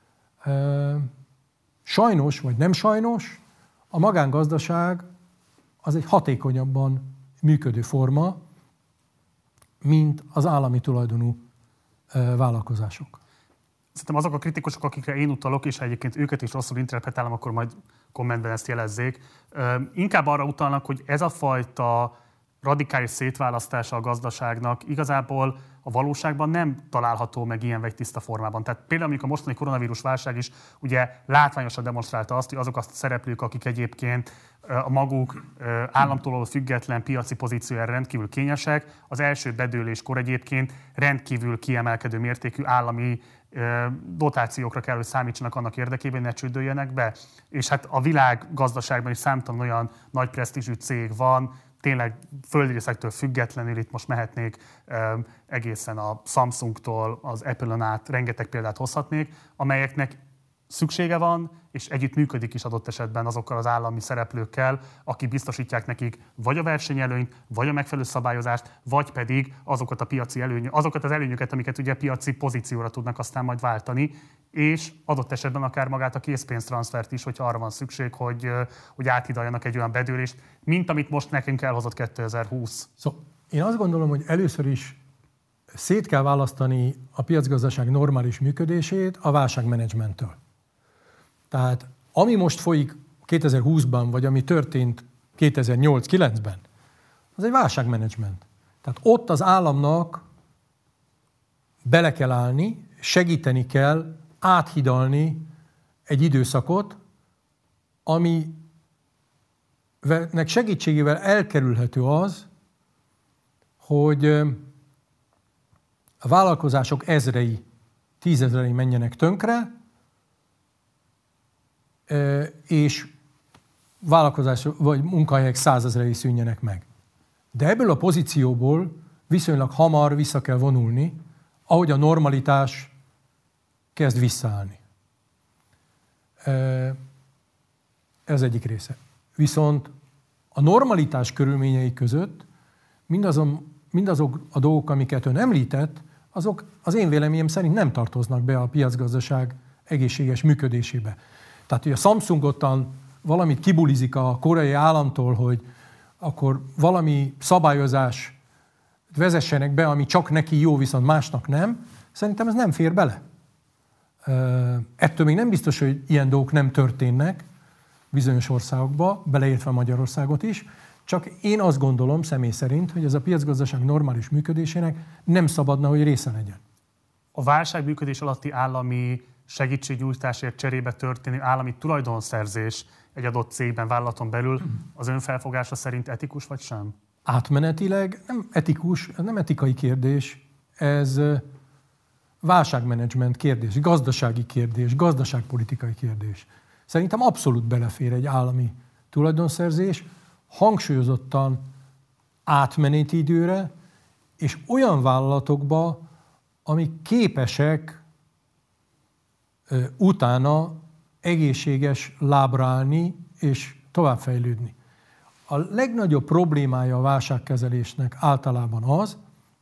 Sajnos, vagy nem sajnos, a magángazdaság az egy hatékonyabban működő forma, mint az állami tulajdonú vállalkozások. Szerintem azok a kritikusok, akikre én utalok, és ha egyébként őket is rosszul interpretálom, akkor majd kommentben ezt jelezzék, inkább arra utalnak, hogy ez a fajta radikális szétválasztása a gazdaságnak igazából a valóságban nem található meg ilyen vagy tiszta formában. Tehát például mondjuk a mostani koronavírus válság is ugye látványosan demonstrálta azt, hogy azok a szereplők, akik egyébként a maguk államtól független piaci pozíciójára rendkívül kényesek, az első bedőléskor egyébként rendkívül kiemelkedő mértékű állami dotációkra kell, hogy számítsanak annak érdekében, hogy ne csődöljenek be. És hát a világgazdaságban is számtalan olyan nagy presztízsű cég van, tényleg földrészektől függetlenül, itt most mehetnék egészen a Samsungtól az Apple-on át, rengeteg példát hozhatnék, amelyeknek szüksége van, és együtt működik is adott esetben azokkal az állami szereplőkkel, akik biztosítják nekik vagy a versenyelőnyt, vagy a megfelelő szabályozást, vagy pedig azokat a piaci azokat az előnyöket, amiket ugye piaci pozícióra tudnak aztán majd váltani, és adott esetben akár magát a készpénztranszfert is, hogyha arra van szükség, hogy áthidaljanak egy olyan bedőlést, mint amit most nekünk elhozott 2020. Szóval én azt gondolom, hogy először is szét kell választani a piacgazdaság normális működését a válságmenedzsmenttől. Tehát ami most folyik 2020-ban, vagy ami történt 2008-9-ben, az egy válságmenedzsment. Tehát ott az államnak bele kell állni, segíteni kell áthidalni egy időszakot, aminek segítségével elkerülhető az, hogy a vállalkozások ezrei, tízezrei menjenek tönkre, és vállalkozások vagy munkahelyek százezrei szűnjenek meg. De ebből a pozícióból viszonylag hamar vissza kell vonulni, ahogy a normalitás kezd visszaállni. Ez egyik része. Viszont a normalitás körülményei között mindazok a dolgok, amiket ön említett, azok az én véleményem szerint nem tartoznak be a piacgazdaság egészséges működésébe. Tehát, hogy a Samsung ottan valamit kibulizik a koreai államtól, hogy akkor valami szabályozás vezessenek be, ami csak neki jó, viszont másnak nem, szerintem ez nem fér bele. Ettől még nem biztos, hogy ilyen dolgok nem történnek bizonyos országokba, beleértve Magyarországot is, csak én azt gondolom személy szerint, hogy ez a piacgazdaság normális működésének nem szabadna, hogy része legyen. A válság működés alatti állami segítségnyújtásért cserébe történő állami tulajdonszerzés egy adott cégben, vállalaton belül az önfelfogása szerint etikus vagy sem? Átmenetileg nem etikus, ez nem etikai kérdés, ez válságmenedzsment kérdés, gazdasági kérdés, gazdaságpolitikai kérdés. Szerintem abszolút belefér egy állami tulajdonszerzés, hangsúlyozottan átmeneti időre, és olyan vállalatokba, amik képesek utána egészséges lábra állni és továbbfejlődni. A legnagyobb problémája a válságkezelésnek általában az,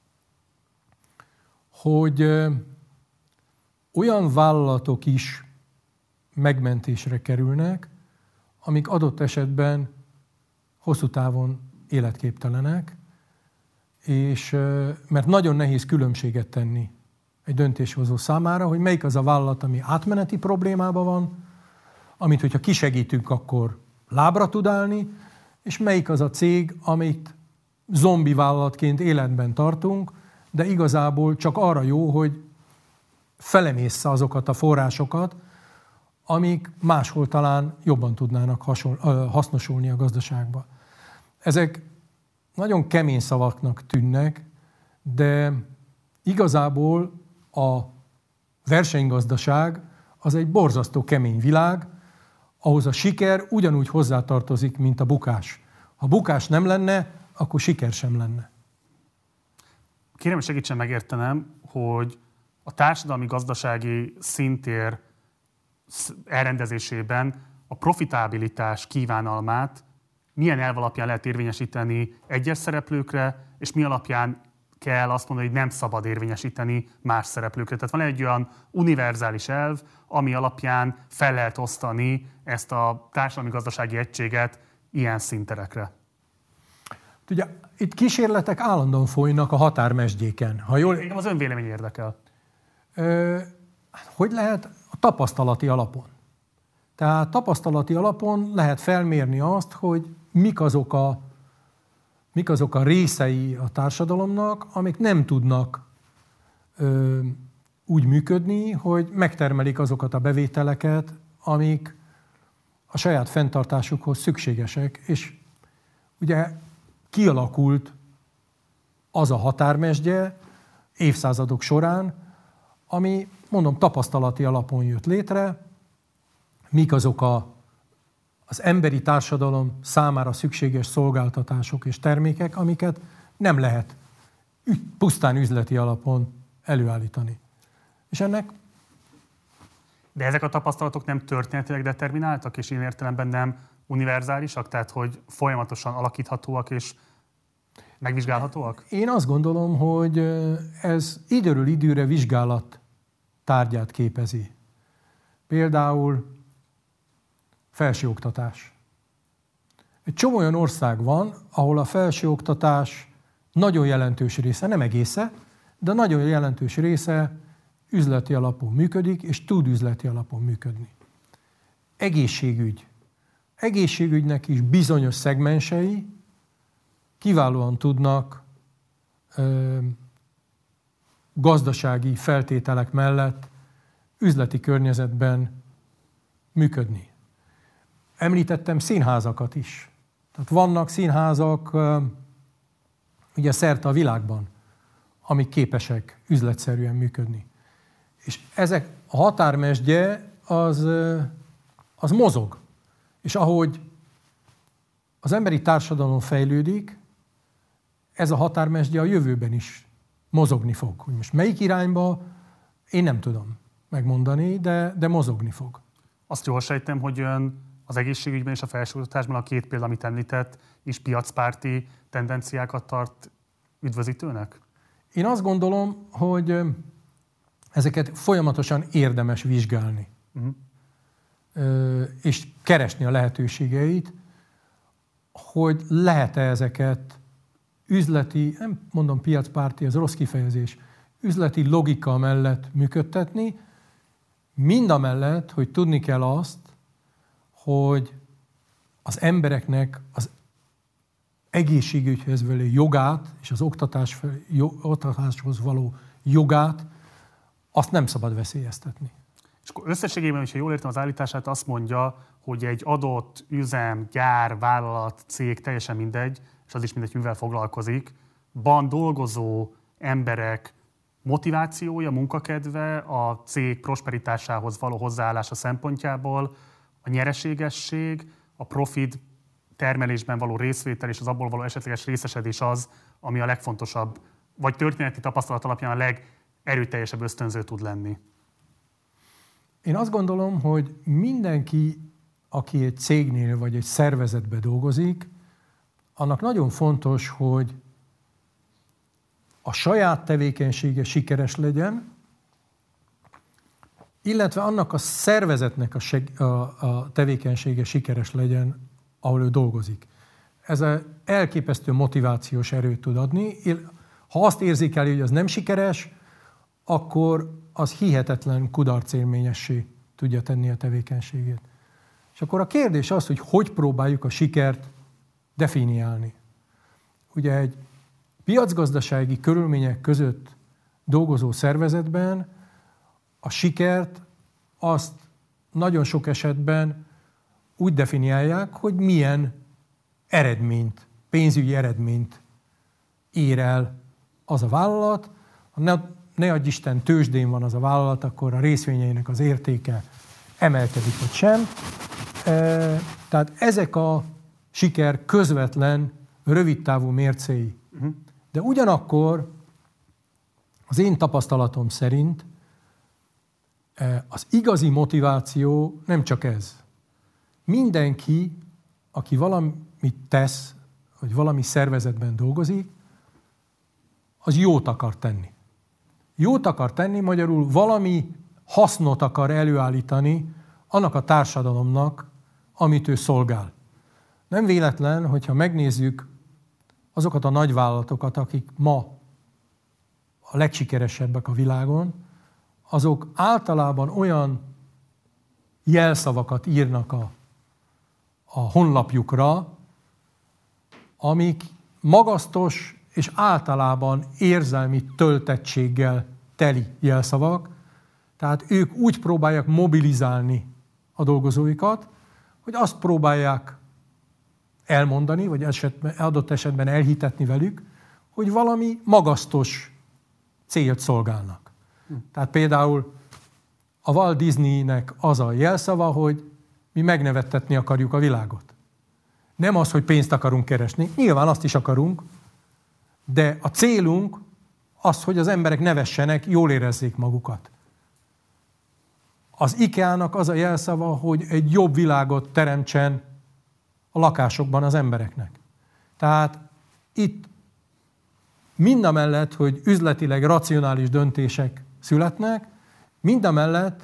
hogy olyan vállalatok is megmentésre kerülnek, amik adott esetben hosszú távon életképtelenek, és mert nagyon nehéz különbséget tenni egy döntéshozó számára, hogy melyik az a vállalat, ami átmeneti problémában van, amit, hogyha kisegítünk, akkor lábra tud állni, és melyik az a cég, amit zombi vállalatként életben tartunk, de igazából csak arra jó, hogy felemészze azokat a forrásokat, amik máshol talán jobban tudnának hasznosulni a gazdaságba. Ezek nagyon kemény szavaknak tűnnek, de igazából a versenygazdaság az egy borzasztó kemény világ, ahhoz a siker ugyanúgy hozzátartozik, mint a bukás. Ha bukás nem lenne, akkor siker sem lenne. Kérem, hogy segítsen megértenem, hogy a társadalmi-gazdasági szintér elrendezésében a profitabilitás kívánalmát milyen elv alapján lehet érvényesíteni egyes szereplőkre, és mi alapján kell azt mondani, hogy nem szabad érvényesíteni más szereplőkre. Tehát van egy olyan univerzális elv, ami alapján fel lehet osztani ezt a társadalmi-gazdasági egységet ilyen szinterekre. Ugye, itt kísérletek állandóan folynak a határmesdjéken. Ha jól... Engem az önvélemény érdekel. Hogy lehet? A tapasztalati alapon. Tehát tapasztalati alapon lehet felmérni azt, hogy mik azok a részei a társadalomnak, amik nem tudnak úgy működni, hogy megtermelik azokat a bevételeket, amik a saját fenntartásukhoz szükségesek. És ugye kialakult az a határmesdje évszázadok során, ami, mondom, tapasztalati alapon jött létre, mik azok az emberi társadalom számára szükséges szolgáltatások és termékek, amiket nem lehet pusztán üzleti alapon előállítani. És ennek... De ezek a tapasztalatok nem történetileg determináltak, és ilyen értelemben nem univerzálisak, tehát hogy folyamatosan alakíthatóak és megvizsgálhatóak? Én azt gondolom, hogy ez időről időre vizsgálat tárgyát képezi. Például felsőoktatás. Egy csomó olyan ország van, ahol a felsőoktatás nagyon jelentős része, nem egésze, de nagyon jelentős része üzleti alapon működik, és tud üzleti alapon működni. Egészségügy. Egészségügynek is bizonyos szegmensei kiválóan tudnak gazdasági feltételek mellett üzleti környezetben működni. Említettem színházakat is. Tehát vannak színházak ugye szerte a világban, amik képesek üzletszerűen működni. És ezek a határmesdje az mozog. És ahogy az emberi társadalom fejlődik, ez a határmesdje a jövőben is mozogni fog. Hogy most melyik irányba, én nem tudom megmondani, de mozogni fog. Azt jól sejtem, hogy ön az egészségügyben és a felsőoktatásban a két példa, amit említett, is piacpárti tendenciákat tart üdvözítőnek? Én azt gondolom, hogy ezeket folyamatosan érdemes vizsgálni. És keresni a lehetőségeit, hogy lehet-e ezeket üzleti, nem mondom piacpárti, ez rossz kifejezés, üzleti logika mellett működtetni, mindamellett, hogy tudni kell azt, hogy az embereknek az egészségügyhez való jogát és az oktatáshoz való jogát, azt nem szabad veszélyeztetni. És akkor összességében, hogyha jól értem az állítását, azt mondja, hogy egy adott üzem, gyár, vállalat, cég, teljesen mindegy, és az is mindegy, mivel foglalkozik, ban dolgozó emberek motivációja, munkakedve, a cég prosperitásához való hozzáállása szempontjából a nyereségesség, a profit termelésben való részvétel és az abból való esetleges részesedés az, ami a legfontosabb, vagy történeti tapasztalat alapján a legerőteljesebb ösztönző tud lenni. Én azt gondolom, hogy mindenki, aki egy cégnél vagy egy szervezetben dolgozik, annak nagyon fontos, hogy a saját tevékenysége sikeres legyen, illetve annak a szervezetnek a tevékenysége sikeres legyen, ahol ő dolgozik. Ez egy elképesztő motivációs erőt tud adni. Ha azt érzékeli, hogy az nem sikeres, akkor az hihetetlen kudarcélményessé tudja tenni a tevékenységét. És akkor a kérdés az, hogy próbáljuk a sikert definiálni. Ugye egy piacgazdasági körülmények között dolgozó szervezetben a sikert azt nagyon sok esetben úgy definiálják, hogy milyen eredményt, pénzügyi eredményt ér el az a vállalat. Ha ne adj Isten tőzsdén van az a vállalat, akkor a részvényeinek az értéke emelkedik, vagy sem. Tehát ezek a siker közvetlen, rövidtávú mércéi. De ugyanakkor az én tapasztalatom szerint az igazi motiváció nem csak ez. Mindenki, aki valamit tesz, vagy valami szervezetben dolgozik, az jót akar tenni. Jót akar tenni, magyarul valami hasznot akar előállítani annak a társadalomnak, amit ő szolgál. Nem véletlen, hogyha megnézzük azokat a nagyvállalatokat, akik ma a legsikeresebbek a világon, azok általában olyan jelszavakat írnak a honlapjukra, amik magasztos és általában érzelmi töltettséggel teli jelszavak. Tehát ők úgy próbálják mobilizálni a dolgozóikat, hogy azt próbálják elmondani, vagy adott esetben elhitetni velük, hogy valami magasztos célt szolgálnak. Tehát például a Walt Disneynek az a jelszava, hogy mi megnevettetni akarjuk a világot. Nem az, hogy pénzt akarunk keresni, nyilván azt is akarunk, de a célunk az, hogy az emberek nevessenek, jól érezzék magukat. Az IKEA-nak az a jelszava, hogy egy jobb világot teremtsen a lakásokban az embereknek. Tehát itt mindamellett, hogy üzletileg racionális döntések születnek, mindamellett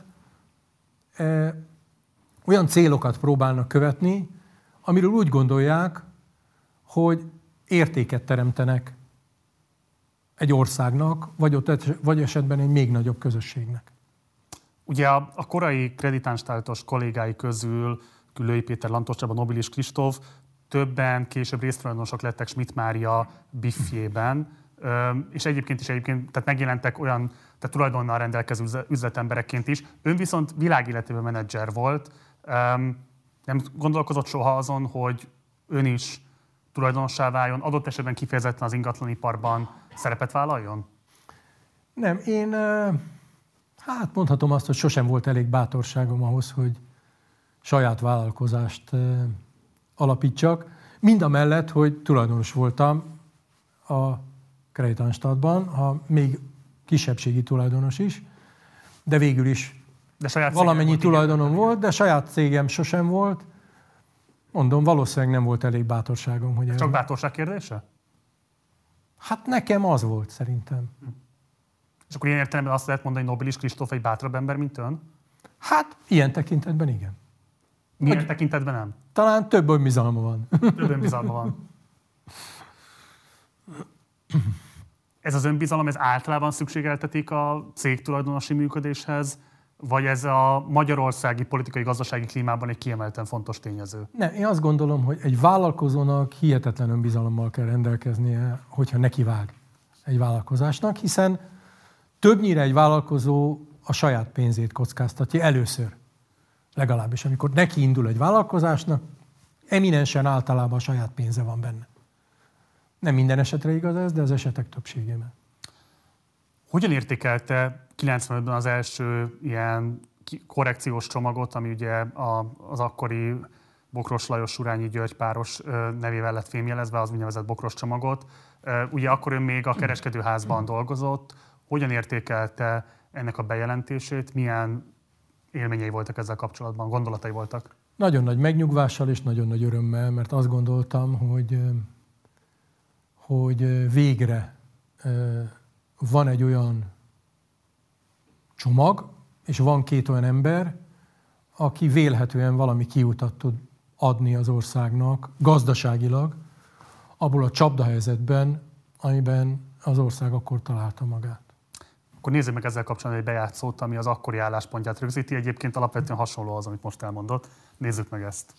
olyan célokat próbálnak követni, amiről úgy gondolják, hogy értéket teremtenek egy országnak, vagy esetben egy még nagyobb közösségnek. Ugye a korai kreditánstájtos kollégái közül Küllői Péter, Lantos Csaba, Nobilis Kristóf, többen később résztulajdonosok lettek Schmidt Mária Biffjében, és egyébként tehát megjelentek olyan, tehát tulajdonnal rendelkező üzletemberekként is. Ön viszont világéletében menedzser volt. Nem gondolkozott soha azon, hogy ön is tulajdonossá váljon, adott esetben kifejezetten az ingatlaniparban szerepet vállaljon? Nem, én mondhatom azt, hogy sosem volt elég bátorságom ahhoz, hogy saját vállalkozást alapítsak. Mindamellett, hogy tulajdonos voltam a Creditanstadtban, ha még kisebbségi tulajdonos is, de végül is valamennyi tulajdonom volt, de saját cégem sosem volt. Mondom, valószínűleg nem volt elég bátorságom. Hogy csak bátorság kérdése? Hát nekem az volt, szerintem. És akkor ilyen értelemben azt lehet mondani, hogy Nobilis Kristóf egy bátrabb ember, mint ön? Hát, ilyen tekintetben igen. Milyen tekintetben nem? Talán több önbizalma van. Több önbizalma van. Ez az önbizalom, ez általában szükségeltetik a cég tulajdonosi működéshez, vagy ez a magyarországi politikai-gazdasági klímában egy kiemelten fontos tényező? Nem, én azt gondolom, hogy egy vállalkozónak hihetetlen önbizalommal kell rendelkeznie, hogyha nekivág egy vállalkozásnak, hiszen többnyire egy vállalkozó a saját pénzét kockáztatja először. Legalábbis, amikor neki indul egy vállalkozásnak, eminensen általában a saját pénze van benne. Nem minden esetre igaz ez, de az esetek többségében. Hogyan értékelte 95-ben az első ilyen korrekciós csomagot, ami ugye az akkori Bokros Lajos Surányi György páros nevével lett fémjelezve, az úgynevezett Bokros csomagot. Ugye akkor ő még a kereskedőházban dolgozott. Hogyan értékelte ennek a bejelentését? Milyen élményei voltak ezzel kapcsolatban, gondolatai voltak? Nagyon nagy megnyugvással és nagyon nagy örömmel, mert azt gondoltam, hogy végre van egy olyan csomag, és van két olyan ember, aki vélhetően valami kiutat tud adni az országnak gazdaságilag, abból a csapdahelyzetben, amiben az ország akkor találta magát. Akkor nézzük meg ezzel kapcsolatban egy bejátszót, ami az akkori álláspontját rögzíti. Egyébként alapvetően hasonló az, amit most elmondott. Nézzük meg ezt.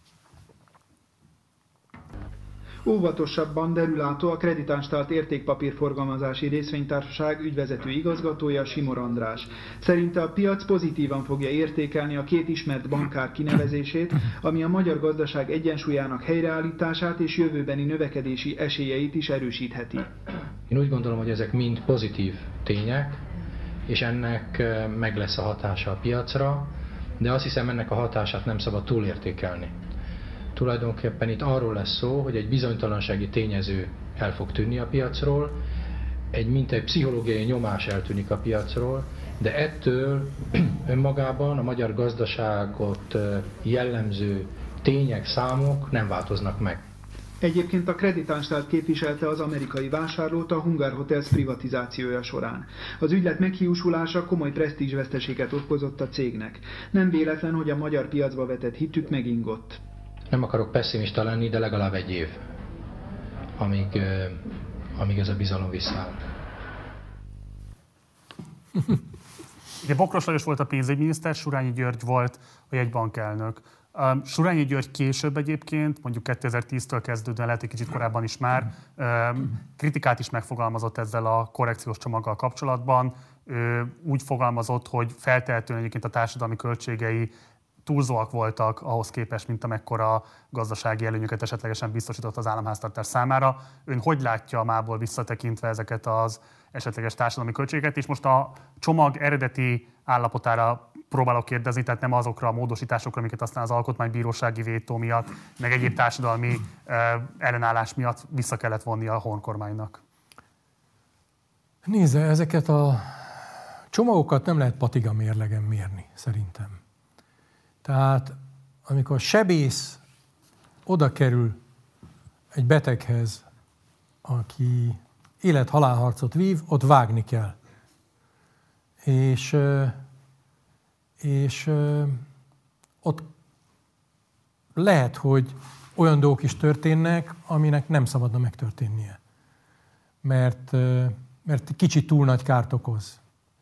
Óvatosabban derülátó a Kreditanstalt értékpapírforgalmazási részvénytársaság ügyvezető igazgatója, Simor András. Szerinte a piac pozitívan fogja értékelni a két ismert bankár kinevezését, ami a magyar gazdaság egyensúlyának helyreállítását és jövőbeni növekedési esélyeit is erősítheti. Én úgy gondolom, hogy ezek mind pozitív tények, és ennek meg lesz a hatása a piacra, de azt hiszem, ennek a hatását nem szabad túlértékelni. Tulajdonképpen itt arról lesz szó, hogy egy bizonytalansági tényező el fog tűnni a piacról, mintegy pszichológiai nyomás eltűnik a piacról, de ettől önmagában a magyar gazdaságot jellemző tények, számok nem változnak meg. Egyébként a Kreditanstalt képviselte az amerikai vásárlót a Hungar Hotels privatizációja során. Az ügylet meghiúsulása komoly presztízsveszteséget okozott a cégnek. Nem véletlen, hogy a magyar piacba vetett hitük megingott. Nem akarok pesszimista lenni, de legalább egy év, amíg ez a bizalom visszáll. Ugye Bokros Lajos volt a pénzügyminiszter, Surányi György volt a jegybankelnök. Surányi György később egyébként, mondjuk 2010-től kezdődően, lehet egy kicsit korábban is már, kritikát is megfogalmazott ezzel a korrekciós csomaggal kapcsolatban. Úgy fogalmazott, hogy feltehetően egyébként a társadalmi költségei túlzóak voltak ahhoz képest, mint amekkora gazdasági előnyöket esetlegesen biztosított az államháztartás számára. Ön hogy látja mából visszatekintve ezeket az esetleges társadalmi költségeket, és most a csomag eredeti állapotára próbálok kérdezni, tehát nem azokra a módosításokra, amiket aztán az alkotmánybírósági vétó miatt, meg egyéb társadalmi ellenállás miatt vissza kellett vonni a honkormánynak. Nézze, ezeket a csomagokat nem lehet patigamérlegen mérni, szerintem. Tehát amikor sebész oda kerül egy beteghez, aki élet-halálharcot vív, ott vágni kell. És ott lehet, hogy olyan dolgok is történnek, aminek nem szabadna megtörténnie. Mert kicsit túl nagy kárt okoz.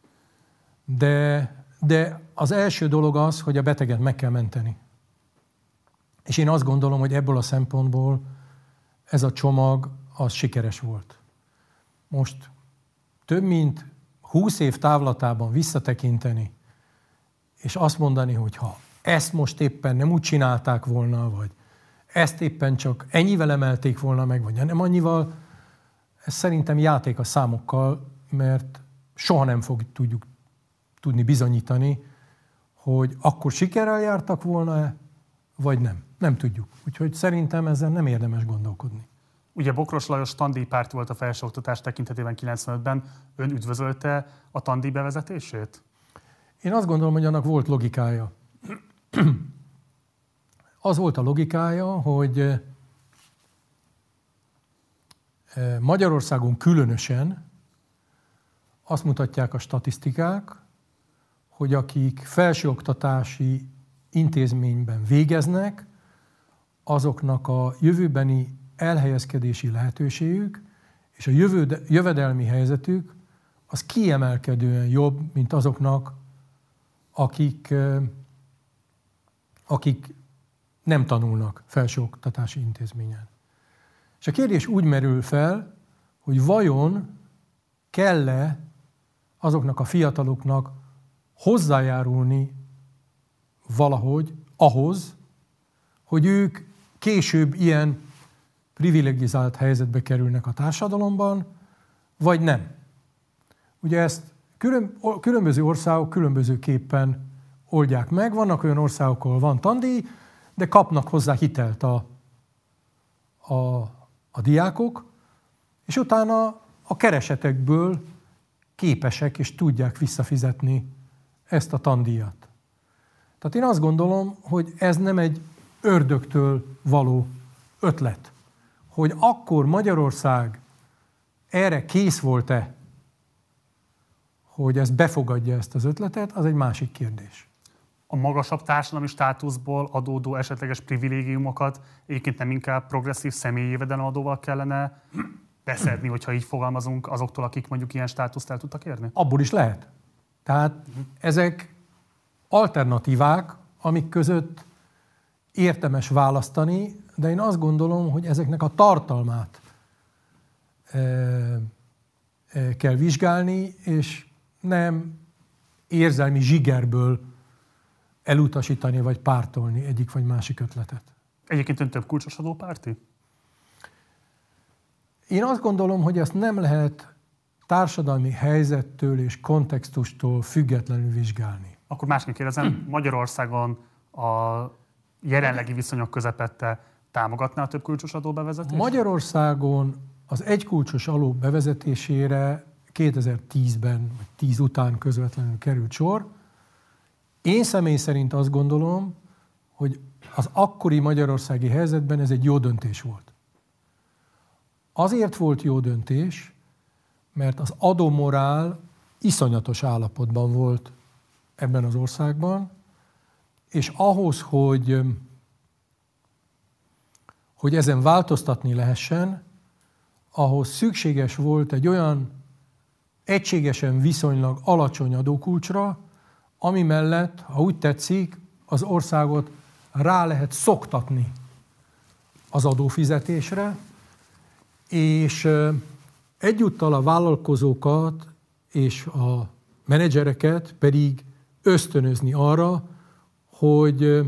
De az első dolog az, hogy a beteget meg kell menteni. És én azt gondolom, hogy ebből a szempontból ez a csomag az sikeres volt. Most több mint 20 év távlatában visszatekinteni, és azt mondani, hogy ha ezt most éppen nem úgy csinálták volna, vagy ezt éppen csak ennyivel emelték volna meg, vagy nem annyival, ez szerintem játék a számokkal, mert soha nem fogjuk tudni bizonyítani, hogy akkor sikerrel jártak volna-e, vagy nem. Nem tudjuk. Úgyhogy szerintem ezzel nem érdemes gondolkodni. Ugye Bokros Lajos tandíjpárt volt a felsőoktatás tekintetében 95-ben. Ön üdvözölte a tandíj bevezetését? Én azt gondolom, hogy annak volt logikája. Az volt a logikája, hogy Magyarországon különösen azt mutatják a statisztikák, hogy akik felsőoktatási intézményben végeznek, azoknak a jövőbeni elhelyezkedési lehetőségük és a jövedelmi helyzetük az kiemelkedően jobb, mint azoknak, akik nem tanulnak felsőoktatási intézményen. És a kérdés úgy merül fel, hogy vajon kell-e azoknak a fiataloknak hozzájárulni valahogy ahhoz, hogy ők később ilyen privilegizált helyzetbe kerülnek a társadalomban, vagy nem. Ugye ezt különböző országok különbözőképpen oldják meg. Vannak olyan országok, ahol van tandíj, de kapnak hozzá hitelt a diákok, és utána a keresetekből képesek és tudják visszafizetni ezt a tandíjat. Tehát én azt gondolom, hogy ez nem egy ördögtől való ötlet. Hogy akkor Magyarország erre kész volt-e, hogy ez befogadja ezt az ötletet, az egy másik kérdés. A magasabb társadalmi státuszból adódó esetleges privilégiumokat egyébként nem inkább progresszív személyi jövedelemadóval kellene beszedni, hogyha így fogalmazunk, azoktól, akik mondjuk ilyen státuszt el tudtak érni? Abból is lehet. Tehát ezek alternatívák, amik között érdemes választani, de én azt gondolom, hogy ezeknek a tartalmát kell vizsgálni, és nem érzelmi zsigerből elutasítani vagy pártolni egyik vagy másik ötletet. Egyébként ön több kulcsos adópárti? Én azt gondolom, hogy ezt nem lehet társadalmi helyzettől és kontextustól függetlenül vizsgálni. Akkor másként kérdezem, Magyarországon a jelenlegi viszonyok közepette támogatná a több kulcsos adó bevezetést? Magyarországon az egykulcsos adó bevezetésére 2010-ben, vagy 10 után közvetlenül került sor. Én személy szerint azt gondolom, hogy az akkori magyarországi helyzetben ez egy jó döntés volt. Azért volt jó döntés, mert az adómorál iszonyatos állapotban volt ebben az országban, és ahhoz, hogy ezen változtatni lehessen, ahhoz szükséges volt egy olyan egységesen viszonylag alacsony adókulcsra, ami mellett, ha úgy tetszik, az országot rá lehet szoktatni az adófizetésre, és egyúttal a vállalkozókat és a menedzsereket pedig ösztönözni arra, hogy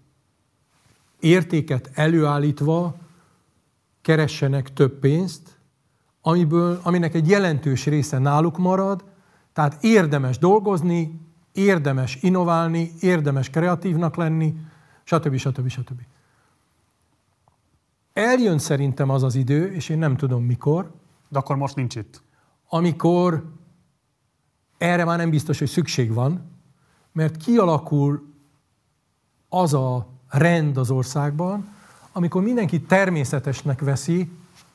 értéket előállítva keressenek több pénzt, aminek egy jelentős része náluk marad, tehát érdemes dolgozni, érdemes innoválni, érdemes kreatívnak lenni, stb. Eljön szerintem az az idő, és én nem tudom mikor. De akkor most nincs itt. Amikor erre már nem biztos, hogy szükség van, mert kialakul az a rend az országban, amikor mindenki természetesnek veszi,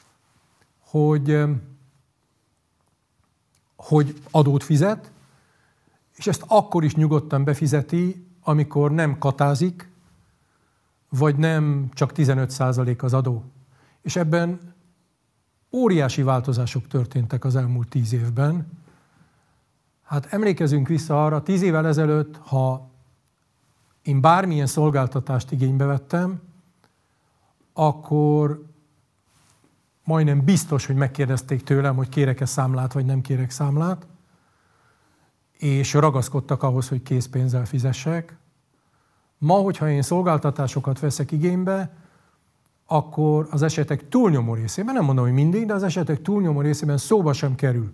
hogy adót fizet, és ezt akkor is nyugodtan befizeti, amikor nem katázik, vagy nem csak 15% az adó. És ebben óriási változások történtek az elmúlt 10 évben. Hát emlékezünk vissza arra, 10 évvel ezelőtt, ha én bármilyen szolgáltatást igénybe vettem, akkor majdnem biztos, hogy megkérdezték tőlem, hogy kérek-e számlát, vagy nem kérek számlát, és ragaszkodtak ahhoz, hogy készpénzzel fizessek. Ma, hogyha én szolgáltatásokat veszek igénybe, akkor az esetek túlnyomó részében, nem mondom, hogy mindig, de az esetek túlnyomó részében szóba sem kerül,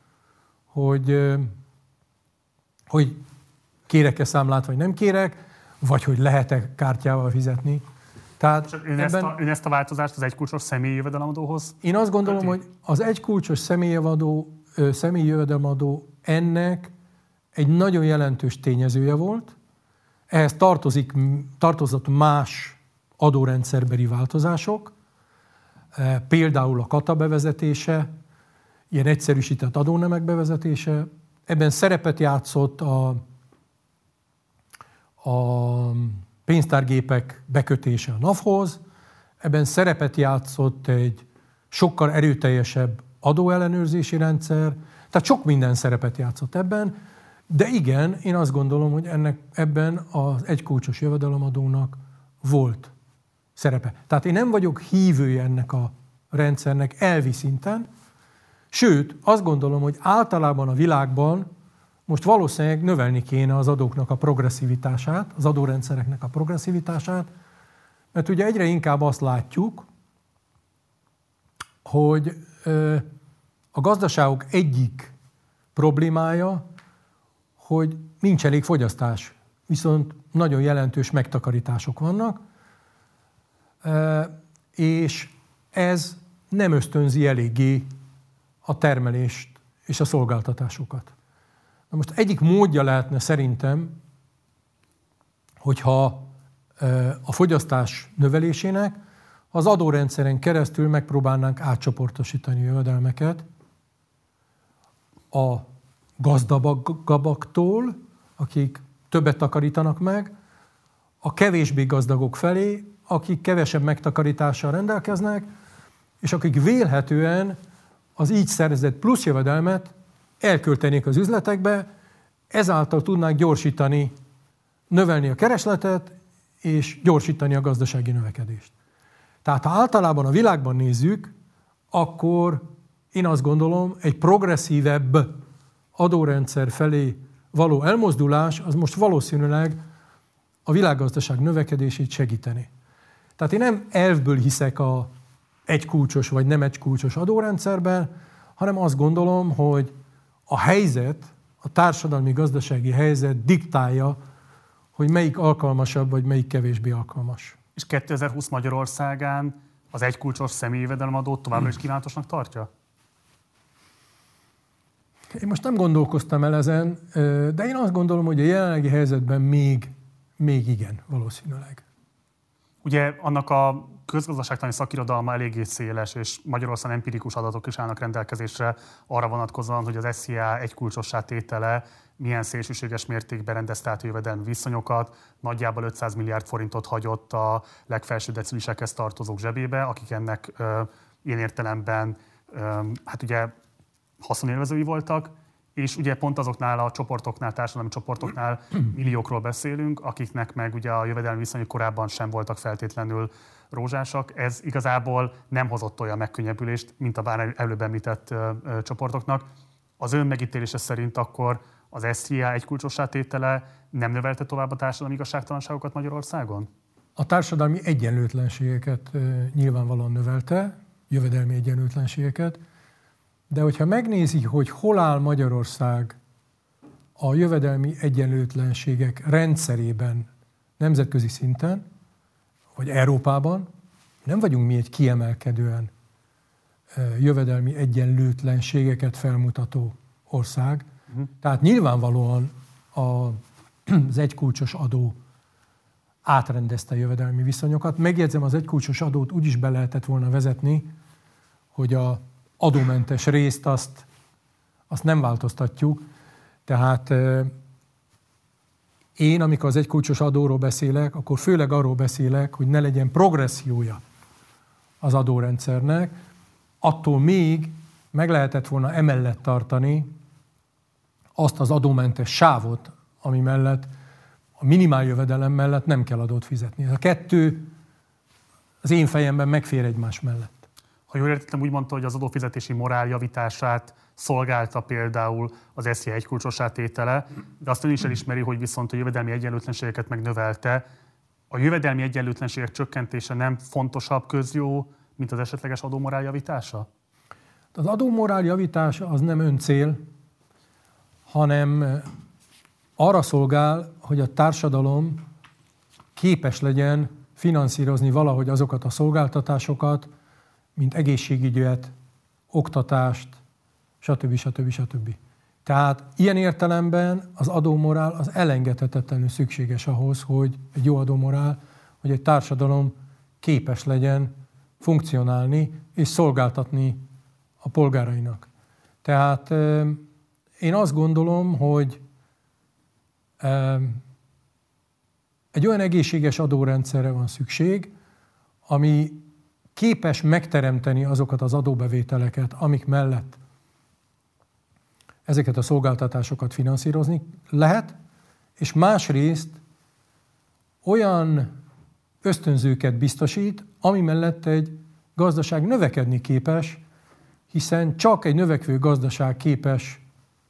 hogy kérek-e számlát, vagy nem kérek, vagy hogy lehet-e kártyával fizetni. Tehát ön ezt a változást az egykulcsos személyi jövedelemadóhoz? Én azt gondolom, hogy az egykulcsos személyi jövedelemadó ennek egy nagyon jelentős tényezője volt. Ehhez tartozott más adórendszerbeli változások, például a kata bevezetése, ilyen egyszerűsített adónemek bevezetése. Ebben szerepet játszott a pénztárgépek bekötése a NAV-hoz, ebben szerepet játszott egy sokkal erőteljesebb adóellenőrzési rendszer, tehát sok minden szerepet játszott ebben, de igen, én azt gondolom, hogy ebben az egykulcsos jövedelemadónak volt szerepe. Tehát én nem vagyok hívője ennek a rendszernek elvi szinten, sőt, azt gondolom, hogy általában a világban most valószínűleg növelni kéne az adóknak a progresszivitását, az adórendszereknek a progresszivitását, mert ugye egyre inkább azt látjuk, hogy a gazdaságok egyik problémája, hogy nincs elég fogyasztás, viszont nagyon jelentős megtakarítások vannak, és ez nem ösztönzi eléggé a termelést és a szolgáltatásokat. Na most egyik módja lehetne szerintem, hogyha a fogyasztás növelésének az adórendszeren keresztül megpróbálnánk átcsoportosítani jövedelmeket a gazdagabbaktól, akik többet takarítanak meg, a kevésbé gazdagok felé, akik kevesebb megtakarítással rendelkeznek, és akik vélhetően az így szerzett plusz jövedelmet elköltenék az üzletekbe, ezáltal tudnák gyorsítani, növelni a keresletet, és gyorsítani a gazdasági növekedést. Tehát ha általában a világban nézzük, akkor én azt gondolom, egy progresszívebb adórendszer felé való elmozdulás, az most valószínűleg a világgazdaság növekedését segíteni. Tehát én nem elvből hiszek a egykulcsos vagy nem egykulcsos adórendszerben, hanem azt gondolom, hogy a helyzet, a társadalmi-gazdasági helyzet diktálja, hogy melyik alkalmasabb, vagy melyik kevésbé alkalmas. És 2020 Magyarországán az egykulcsos személyi jövedelemadót továbbra is kívánatosnak tartja? Én most nem gondolkoztam el ezen, de én azt gondolom, hogy a jelenlegi helyzetben még igen, valószínűleg. Ugye annak a közgazdaságtani szakirodalma eléggé széles, és Magyarországon empirikus adatok is állnak rendelkezésre arra vonatkozóan, hogy az SZIA egykulcsossá tétele milyen szélsőséges mértékben rendezte át a jövedelmi viszonyokat, nagyjából 500 milliárd forintot hagyott a legfelső decilisekhez tartozók zsebébe, akik ennek ilyen értelemben hát ugye haszonélvezői voltak, és ugye pont azoknál a csoportoknál, társadalmi csoportoknál milliókról beszélünk, akiknek meg ugye a jövedelmi viszonyok korábban sem voltak feltétlenül rózsásak. Ez igazából nem hozott olyan megkönnyebbülést, mint a már előbb említett csoportoknak. Az ön megítélése szerint akkor az SZIA egykulcsossá tétele nem növelte tovább a társadalmi igazságtalanságokat Magyarországon? A társadalmi egyenlőtlenségeket nyilvánvalóan növelte, jövedelmi egyenlőtlenségeket, de hogyha megnézi, hogy hol áll Magyarország a jövedelmi egyenlőtlenségek rendszerében, nemzetközi szinten, vagy Európában, nem vagyunk mi egy kiemelkedően jövedelmi egyenlőtlenségeket felmutató ország. Tehát nyilvánvalóan az egykulcsos adó átrendezte a jövedelmi viszonyokat. Megjegyzem, az egykulcsos adót úgy is be lehetett volna vezetni, hogy a adómentes részt azt nem változtatjuk. Tehát én, amikor az egykulcsos adóról beszélek, akkor főleg arról beszélek, hogy ne legyen progressziója az adórendszernek. Attól még meg lehetett volna emellett tartani azt az adómentes sávot, ami mellett a minimál jövedelem mellett nem kell adót fizetni. Ez a kettő az én fejemben megfér egymás mellett. Ha jól értettem, úgy mondta, hogy az adófizetési morál javítását szolgálta például az SZIA egykulcsossá tétele, de azt ön is elismeri, hogy viszont a jövedelmi egyenlőtlenségeket megnövelte. A jövedelmi egyenlőtlenségek csökkentése nem fontosabb közjó, mint az esetleges adómorál javítása? Az adómorál javítása az nem öncél, hanem arra szolgál, hogy a társadalom képes legyen finanszírozni valahogy azokat a szolgáltatásokat, mint egészségügyet, oktatást, stb. Tehát ilyen értelemben az adómorál az elengedhetetlenül szükséges ahhoz, hogy egy jó adómorál, hogy egy társadalom képes legyen funkcionálni és szolgáltatni a polgárainak. Tehát én azt gondolom, hogy egy olyan egészséges adórendszerre van szükség, ami képes megteremteni azokat az adóbevételeket, amik mellett ezeket a szolgáltatásokat finanszírozni lehet, és másrészt olyan ösztönzőket biztosít, ami mellett egy gazdaság növekedni képes, hiszen csak egy növekvő gazdaság képes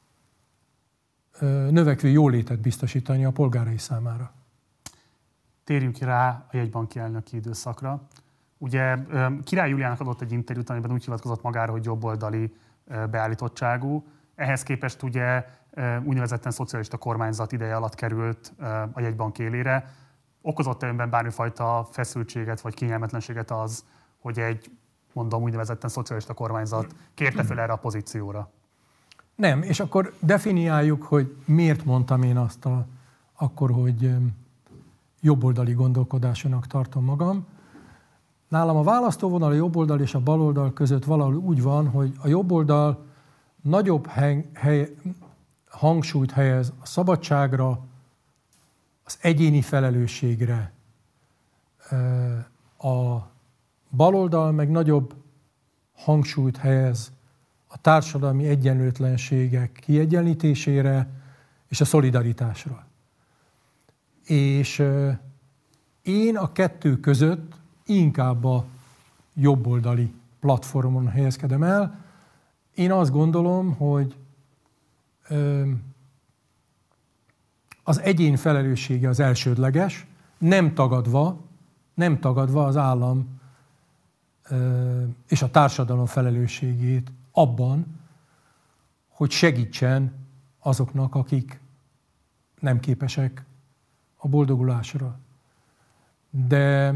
növekvő jólétet biztosítani a polgárai számára. Térjünk rá a jegybanki elnöki időszakra. Ugye Király Júliának adott egy interjút, amiben úgy hivatkozott magára, hogy jobboldali beállítottságú. Ehhez képest ugye úgynevezetten szocialista kormányzat ideje alatt került a jegybank élére. Okozott-e önben bármifajta feszültséget vagy kényelmetlenséget az, hogy egy, mondom, úgynevezetten szocialista kormányzat kérte fel erre a pozícióra? Nem, és akkor definiáljuk, hogy miért mondtam én azt akkor, hogy jobboldali gondolkodásának tartom magam. Nálam a választóvonal a jobboldal és a baloldal között valahol úgy van, hogy a jobboldal nagyobb hangsúlyt helyez a szabadságra, az egyéni felelősségre. A baloldal meg nagyobb hangsúlyt helyez a társadalmi egyenlőtlenségek kiegyenlítésére és a szolidaritásra. És én a kettő között inkább a jobboldali platformon helyezkedem el. Én azt gondolom, hogy az egyén felelőssége az elsődleges, nem tagadva az állam és a társadalom felelősségét abban, hogy segítsen azoknak, akik nem képesek a boldogulásra. De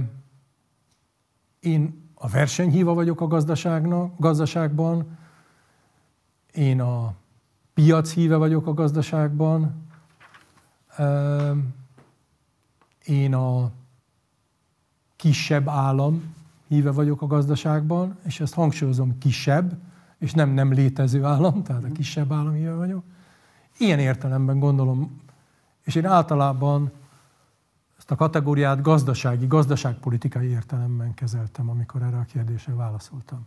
én a versenyhíva vagyok a gazdaságban, én a piac híve vagyok a gazdaságban, én a kisebb állam híve vagyok a gazdaságban, és ezt hangsúlyozom, kisebb, és nem létező állam, tehát a kisebb állam híve vagyok. Ilyen értelemben gondolom, és én általában ezt a kategóriát gazdaságpolitikai értelemben kezeltem, amikor erre a kérdésre válaszoltam.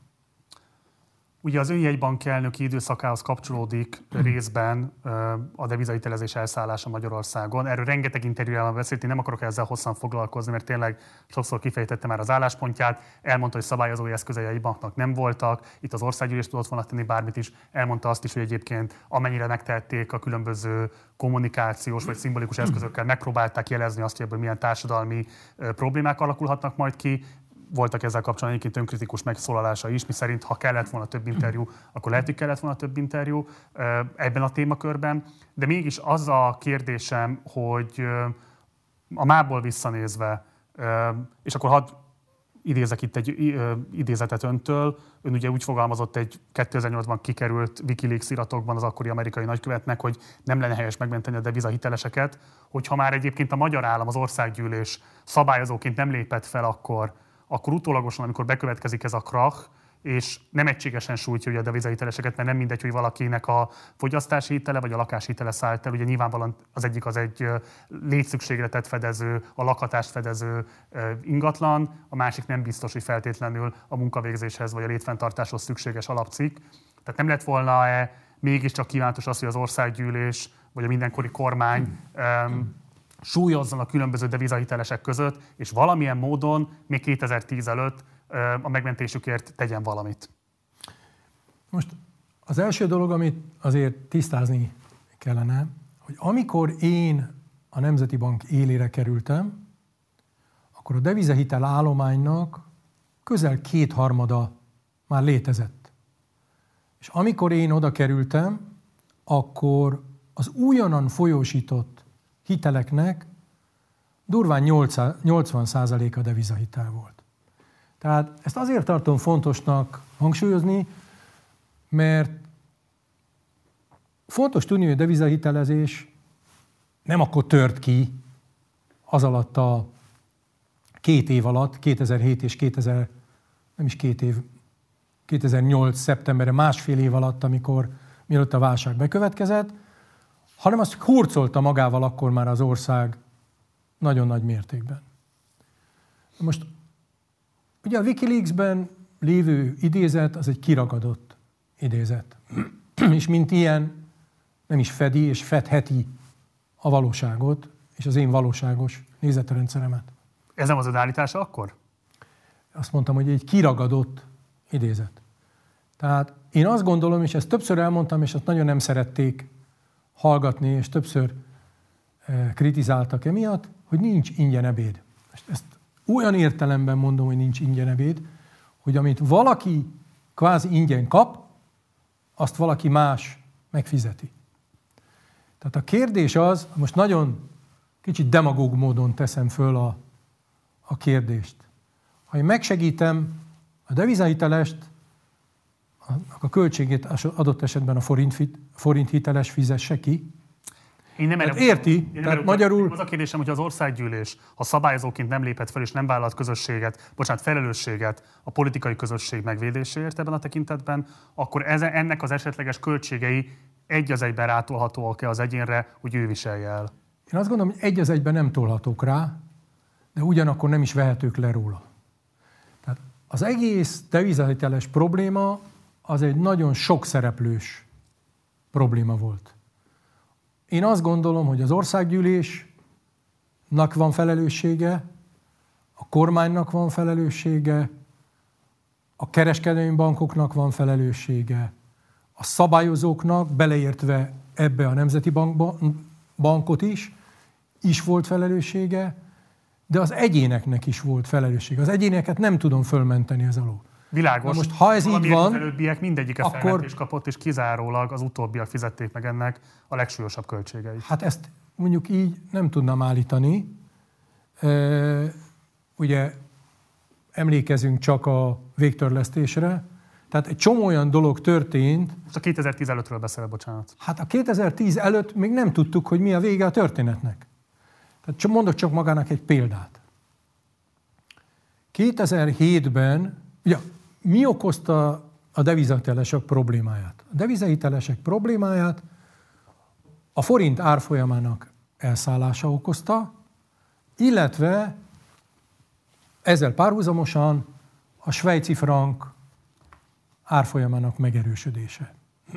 Ugye az önjegybank elnöki időszakához kapcsolódik részben a devizahitelezés elszállása Magyarországon. Erről rengeteg interjújában beszélt, én nem akarok ezzel hosszan foglalkozni, mert tényleg sokszor kifejtette már az álláspontját, elmondta, hogy szabályozói eszközei a jegybanknak nem voltak, itt az országgyűlés tudott volna tenni bármit is, elmondta azt is, hogy egyébként amennyire megtehették a különböző kommunikációs vagy szimbolikus eszközökkel megpróbálták jelezni azt, hogy ebből milyen társadalmi problémák alakulhatnak majd ki. Voltak ezzel kapcsolatban egyébként önkritikus megszólalása is, miszerint ha kellett volna több interjú, akkor lehet, hogy kellett volna több interjú ebben a témakörben. De mégis az a kérdésem, hogy a mából visszanézve, és akkor hadd idézek itt egy idézetet öntől, ön ugye úgy fogalmazott egy 2008-ban kikerült WikiLeaks iratokban az akkori amerikai nagykövetnek, hogy nem lenne helyes megmenteni a devizahiteleseket, hogyha már egyébként a magyar állam, az országgyűlés szabályozóként nem lépett fel akkor utólagosan, amikor bekövetkezik ez a krach, és nem egységesen sújtja a devizahiteleseket, mert nem mindegy, hogy valakinek a fogyasztási hitele vagy a lakáshitele szállt el. Ugye nyilvánvalóan az egyik az egy létszükségletet fedező, a lakhatást fedező ingatlan, a másik nem biztos, hogy feltétlenül a munkavégzéshez vagy a létfenntartáshoz szükséges alapcikk. Tehát nem lett volna mégiscsak kívánatos az, hogy az országgyűlés vagy a mindenkori kormány súlyozzon a különböző devizahitelesek között, és valamilyen módon még 2010 előtt a megmentésükért tegyen valamit. Most az első dolog, amit azért tisztázni kellene, hogy amikor én a Nemzeti Bank élére kerültem, akkor a devizahitel állománynak közel 2/3 már létezett. És amikor én oda kerültem, akkor az újonnan folyósított hiteleknek durván 80% a devizahitel volt. Tehát ezt azért tartom fontosnak hangsúlyozni, mert fontos tudni, hogy a devizahitelezés nem akkor tört ki az alatt a 2 év alatt, 2007 és 2008. szeptemberre, másfél év alatt, mielőtt a válság bekövetkezett, hanem azt hurcolta magával akkor már az ország nagyon nagy mértékben. Most Ugye a Wikileaksben lévő idézet az egy kiragadott idézet. És mint ilyen nem is fedi és fedheti a valóságot, és az én valóságos nézetrendszeremet. Ez nem az állítása akkor? Azt mondtam, hogy egy kiragadott idézet. Tehát én azt gondolom, és ezt többször elmondtam, és azt nagyon nem szerették hallgatni, és többször kritizáltak emiatt, hogy nincs ingyen ebéd. Ezt olyan értelemben mondom, hogy nincs ingyen ebéd, hogy amit valaki kvázi ingyen kap, azt valaki más megfizeti. Tehát a kérdés az, most nagyon kicsit demagóg módon teszem föl a kérdést. Ha én megsegítem a devizahitelest, a költségét adott esetben a forint hiteles fizesse ki. Én nem érti? Tehát magyarul... Az a kérdésem, hogy az országgyűlés, ha szabályozóként nem lépett fel és nem vállalt felelősséget a politikai közösség megvédéséért ebben a tekintetben, akkor ennek az esetleges költségei egy az egyben rátolhatóak-e az egyénre, hogy ő viselje el? Én azt gondolom, hogy egy az egyben nem tolhatók rá, de ugyanakkor nem is vehetők le róla. Tehát az egész devizahiteles probléma az egy nagyon sok szereplős probléma volt. Én azt gondolom, hogy az országgyűlésnek van felelőssége, a kormánynak van felelőssége, a kereskedelmi bankoknak van felelőssége, a szabályozóknak, beleértve ebbe a Nemzeti Bankot is volt felelőssége, de az egyéneknek is volt felelőssége. Az egyéneket nem tudom fölmenteni ez alól. Világos. Most, ha ez így van, az előbbiek mindegyike felmentést kapott, és kizárólag az utóbbiak fizették meg ennek a legsúlyosabb költségeit. Hát ezt mondjuk így nem tudnám állítani. Ugye emlékezünk csak a végtörlesztésre. Tehát egy csomó olyan dolog történt. Most a 2015-ről beszélek, bocsánat. Hát a 2010 előtt még nem tudtuk, hogy mi a vége a történetnek. Tehát mondok csak magának egy példát. 2007-ben, ugye, mi okozta a devizahitelesek problémáját? A devizahitelesek problémáját a forint árfolyamának elszállása okozta, illetve ezzel párhuzamosan a svájci frank árfolyamának megerősödése.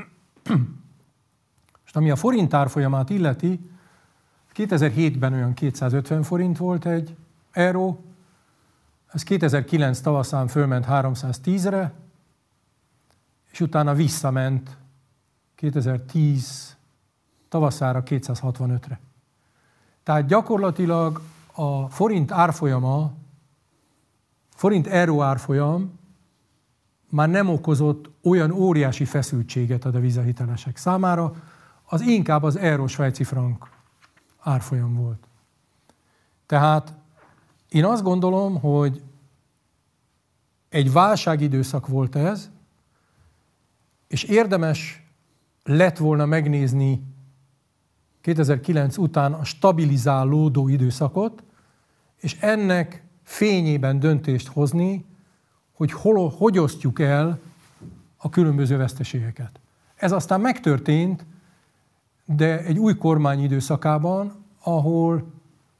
És ami a forint árfolyamát illeti, 2007-ben olyan 250 forint volt egy euró, ez 2009 tavaszán fölment 310-re, és utána visszament 2010 tavaszára 265-re. Tehát gyakorlatilag a forint árfolyama, forint-euró árfolyam már nem okozott olyan óriási feszültséget a devizahitelesek számára, az inkább az euró-svájci frank árfolyam volt. Tehát én azt gondolom, hogy egy válságidőszak volt ez, és érdemes lett volna megnézni 2009 után a stabilizálódó időszakot, és ennek fényében döntést hozni, hogy hogy osztjuk el a különböző veszteségeket. Ez aztán megtörtént, de egy új kormány időszakában, ahol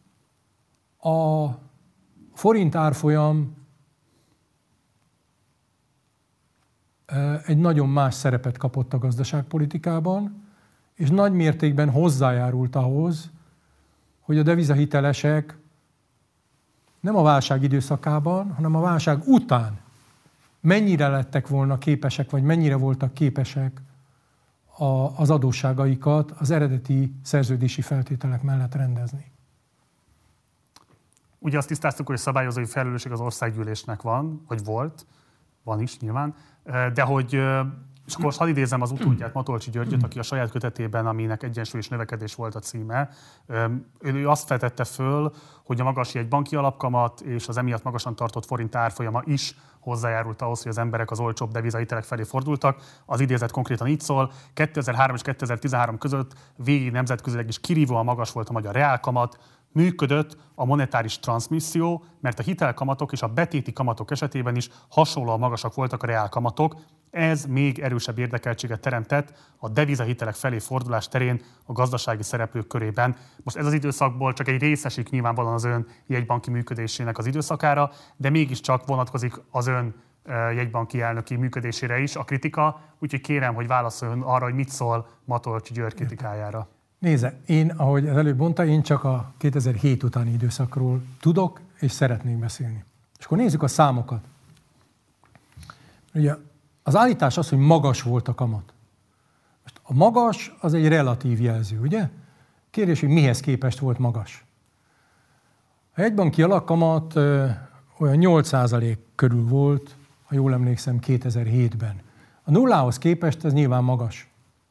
a forint árfolyam egy nagyon más szerepet kapott a gazdaságpolitikában, és nagy mértékben hozzájárult ahhoz, hogy a devizahitelesek nem a válság időszakában, hanem a válság után mennyire lettek volna képesek, vagy mennyire voltak képesek az adósságaikat az eredeti szerződési feltételek mellett rendezni. Ugye azt tisztáztuk, hogy a szabályozói felelősség az országgyűlésnek van, vagy volt, van is nyilván, de hogy, és akkor most hadd idézem az utódját, Matolcsy Györgyöt, aki a saját kötetében, aminek Egyensúly és növekedés volt a címe, ő azt vetette föl, hogy a magas jegybanki alapkamat és az emiatt magasan tartott forint árfolyama is hozzájárult ahhoz, hogy az emberek az olcsóbb devizahitelek felé fordultak. Az idézet konkrétan így szól: 2003 és 2013 között végig nemzetközileg is kirívóan magas volt a magyar reálkamat, Működött a monetáris transzmisszió, mert a hitelkamatok és a betéti kamatok esetében is hasonlóan magasak voltak a reálkamatok. Ez még erősebb érdekeltséget teremtett a devizahitelek felé fordulás terén a gazdasági szereplők körében. Most ez az időszakból csak egy rész esik nyilvánvalóan az ön jegybanki működésének az időszakára, de mégiscsak vonatkozik az ön jegybanki elnöki működésére is a kritika, úgyhogy kérem, hogy válaszoljon arra, hogy mit szól Matolcsy György kritikájára. Nézze, én, ahogy az előbb mondta, én csak a 2007 utáni időszakról tudok, és szeretnék beszélni. És akkor nézzük a számokat. Ugye az állítás az, hogy magas volt a kamat. Most a magas az egy relatív jelző, ugye? Kérdés, hogy mihez képest volt magas. A jegybanki alapkamat olyan 8% körül volt, ha jól emlékszem, 2007-ben. A nullához képest ez nyilván magas.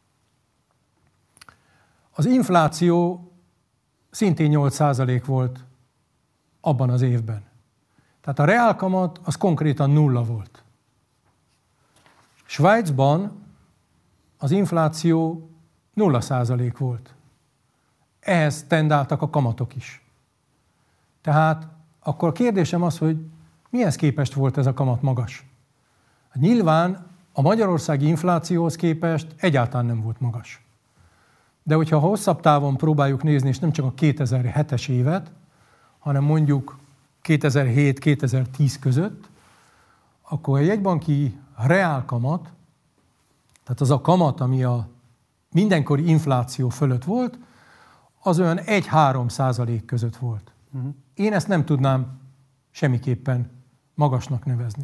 Az infláció szintén 8% volt abban az évben. Tehát a reálkamat az konkrétan nulla volt. Svájcban az infláció 0% volt. Ehhez tendáltak a kamatok is. Tehát akkor a kérdésem az, hogy mihez képest volt ez a kamat magas? Hát nyilván a magyarországi inflációhoz képest egyáltalán nem volt magas. De hogyha hosszabb távon próbáljuk nézni, és nem csak a 2007-es évet, hanem mondjuk 2007-2010 között, akkor a jegybanki reálkamat, tehát az a kamat, ami a mindenkori infláció fölött volt, az olyan 1-3% között volt. Én ezt nem tudnám semmiképpen magasnak nevezni.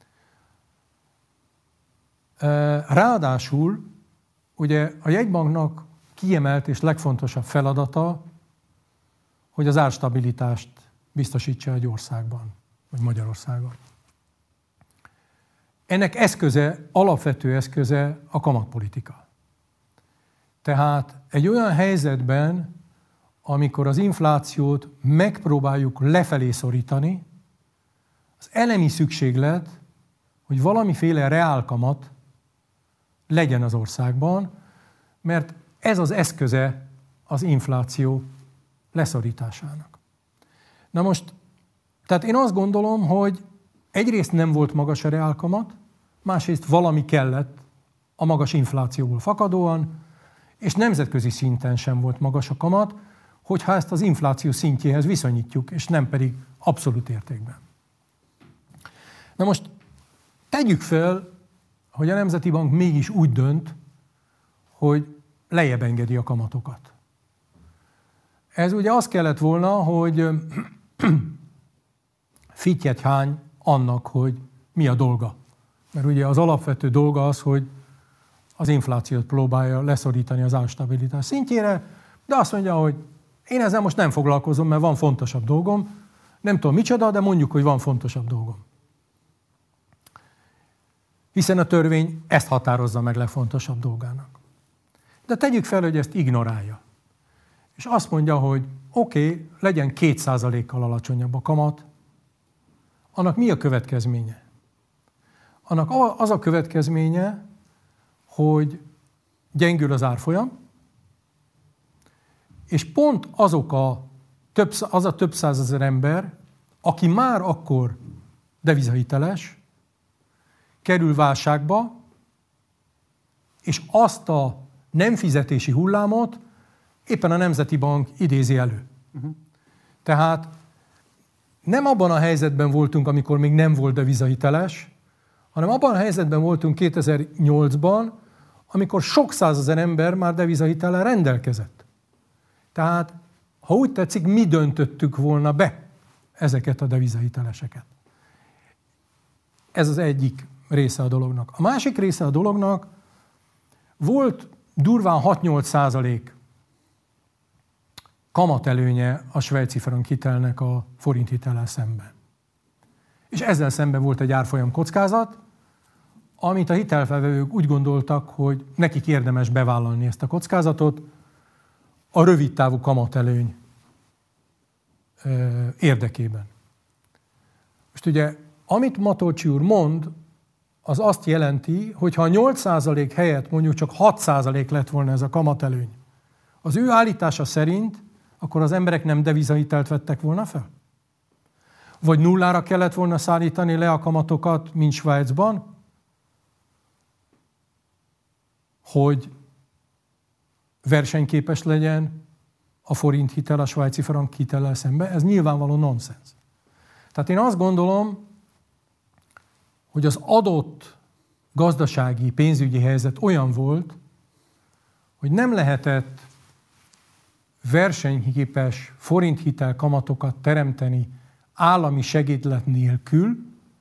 Ráadásul ugye a jegybanknak kiemelt és legfontosabb feladata, hogy az árstabilitást biztosítsa egy országban, vagy Magyarországon. Ennek eszköze, alapvető eszköze a kamatpolitika. Tehát egy olyan helyzetben, amikor az inflációt megpróbáljuk lefelé szorítani, az elemi szükséglet, hogy valamiféle reálkamat legyen az országban, mert ez az eszköze az infláció leszorításának. Na most, tehát én azt gondolom, hogy egyrészt nem volt magas a reálkamat, másrészt valami kellett a magas inflációból fakadóan, és nemzetközi szinten sem volt magas a kamat, hogyha ezt az infláció szintjéhez viszonyítjuk, és nem pedig abszolút értékben. Na most tegyük fel, hogy a Nemzeti Bank mégis úgy dönt, hogy lejjebb engedi a kamatokat. Ez ugye az kellett volna, hogy fittyet hány annak, hogy mi a dolga. Mert ugye az alapvető dolga az, hogy az inflációt próbálja leszorítani az árstabilitás szintjére, de azt mondja, hogy én ezzel most nem foglalkozom, mert van fontosabb dolgom. Nem tudom micsoda, de mondjuk, hogy van fontosabb dolgom. Hiszen a törvény ezt határozza meg legfontosabb dolgának. De tegyük fel, hogy ezt ignorálja. És azt mondja, hogy oké, legyen 2%-kal alacsonyabb a kamat. Annak mi a következménye? Annak az a következménye, hogy gyengül az árfolyam, és pont az a több százezer ember, aki már akkor devizahiteles, kerül válságba, és azt a nem fizetési hullámot éppen a Nemzeti Bank idézi elő. Tehát nem abban a helyzetben voltunk, amikor még nem volt devizahiteles, hanem abban a helyzetben voltunk 2008-ban, amikor sok százezer ember már devizahitellel rendelkezett. Tehát, ha úgy tetszik, mi döntöttük volna be ezeket a devizahiteleseket. Ez az egyik része a dolognak. A másik része a dolognak volt durván 6-8% kamatelőnye a svájci frank hitelnek a forint hitellel szemben. És ezzel szemben volt egy árfolyam kockázat, amit a hitelfelvevők úgy gondoltak, hogy nekik érdemes bevállalni ezt a kockázatot a rövidtávú kamatelőny érdekében. Most ugye, amit Matolcsy úr mond, az azt jelenti, hogy ha 8% helyett mondjuk csak 6% lett volna ez a kamatelőny, az ő állítása szerint akkor az emberek nem devizahitelt vettek volna fel? Vagy nullára kellett volna szállítani le a kamatokat, mint Svájcban, hogy versenyképes legyen a forint hitel a svájci frank hitellel szemben? Ez nyilvánvaló nonsens. Tehát én azt gondolom, hogy az adott gazdasági, pénzügyi helyzet olyan volt, hogy nem lehetett versenyképes forinthitel kamatokat teremteni állami segédlet nélkül,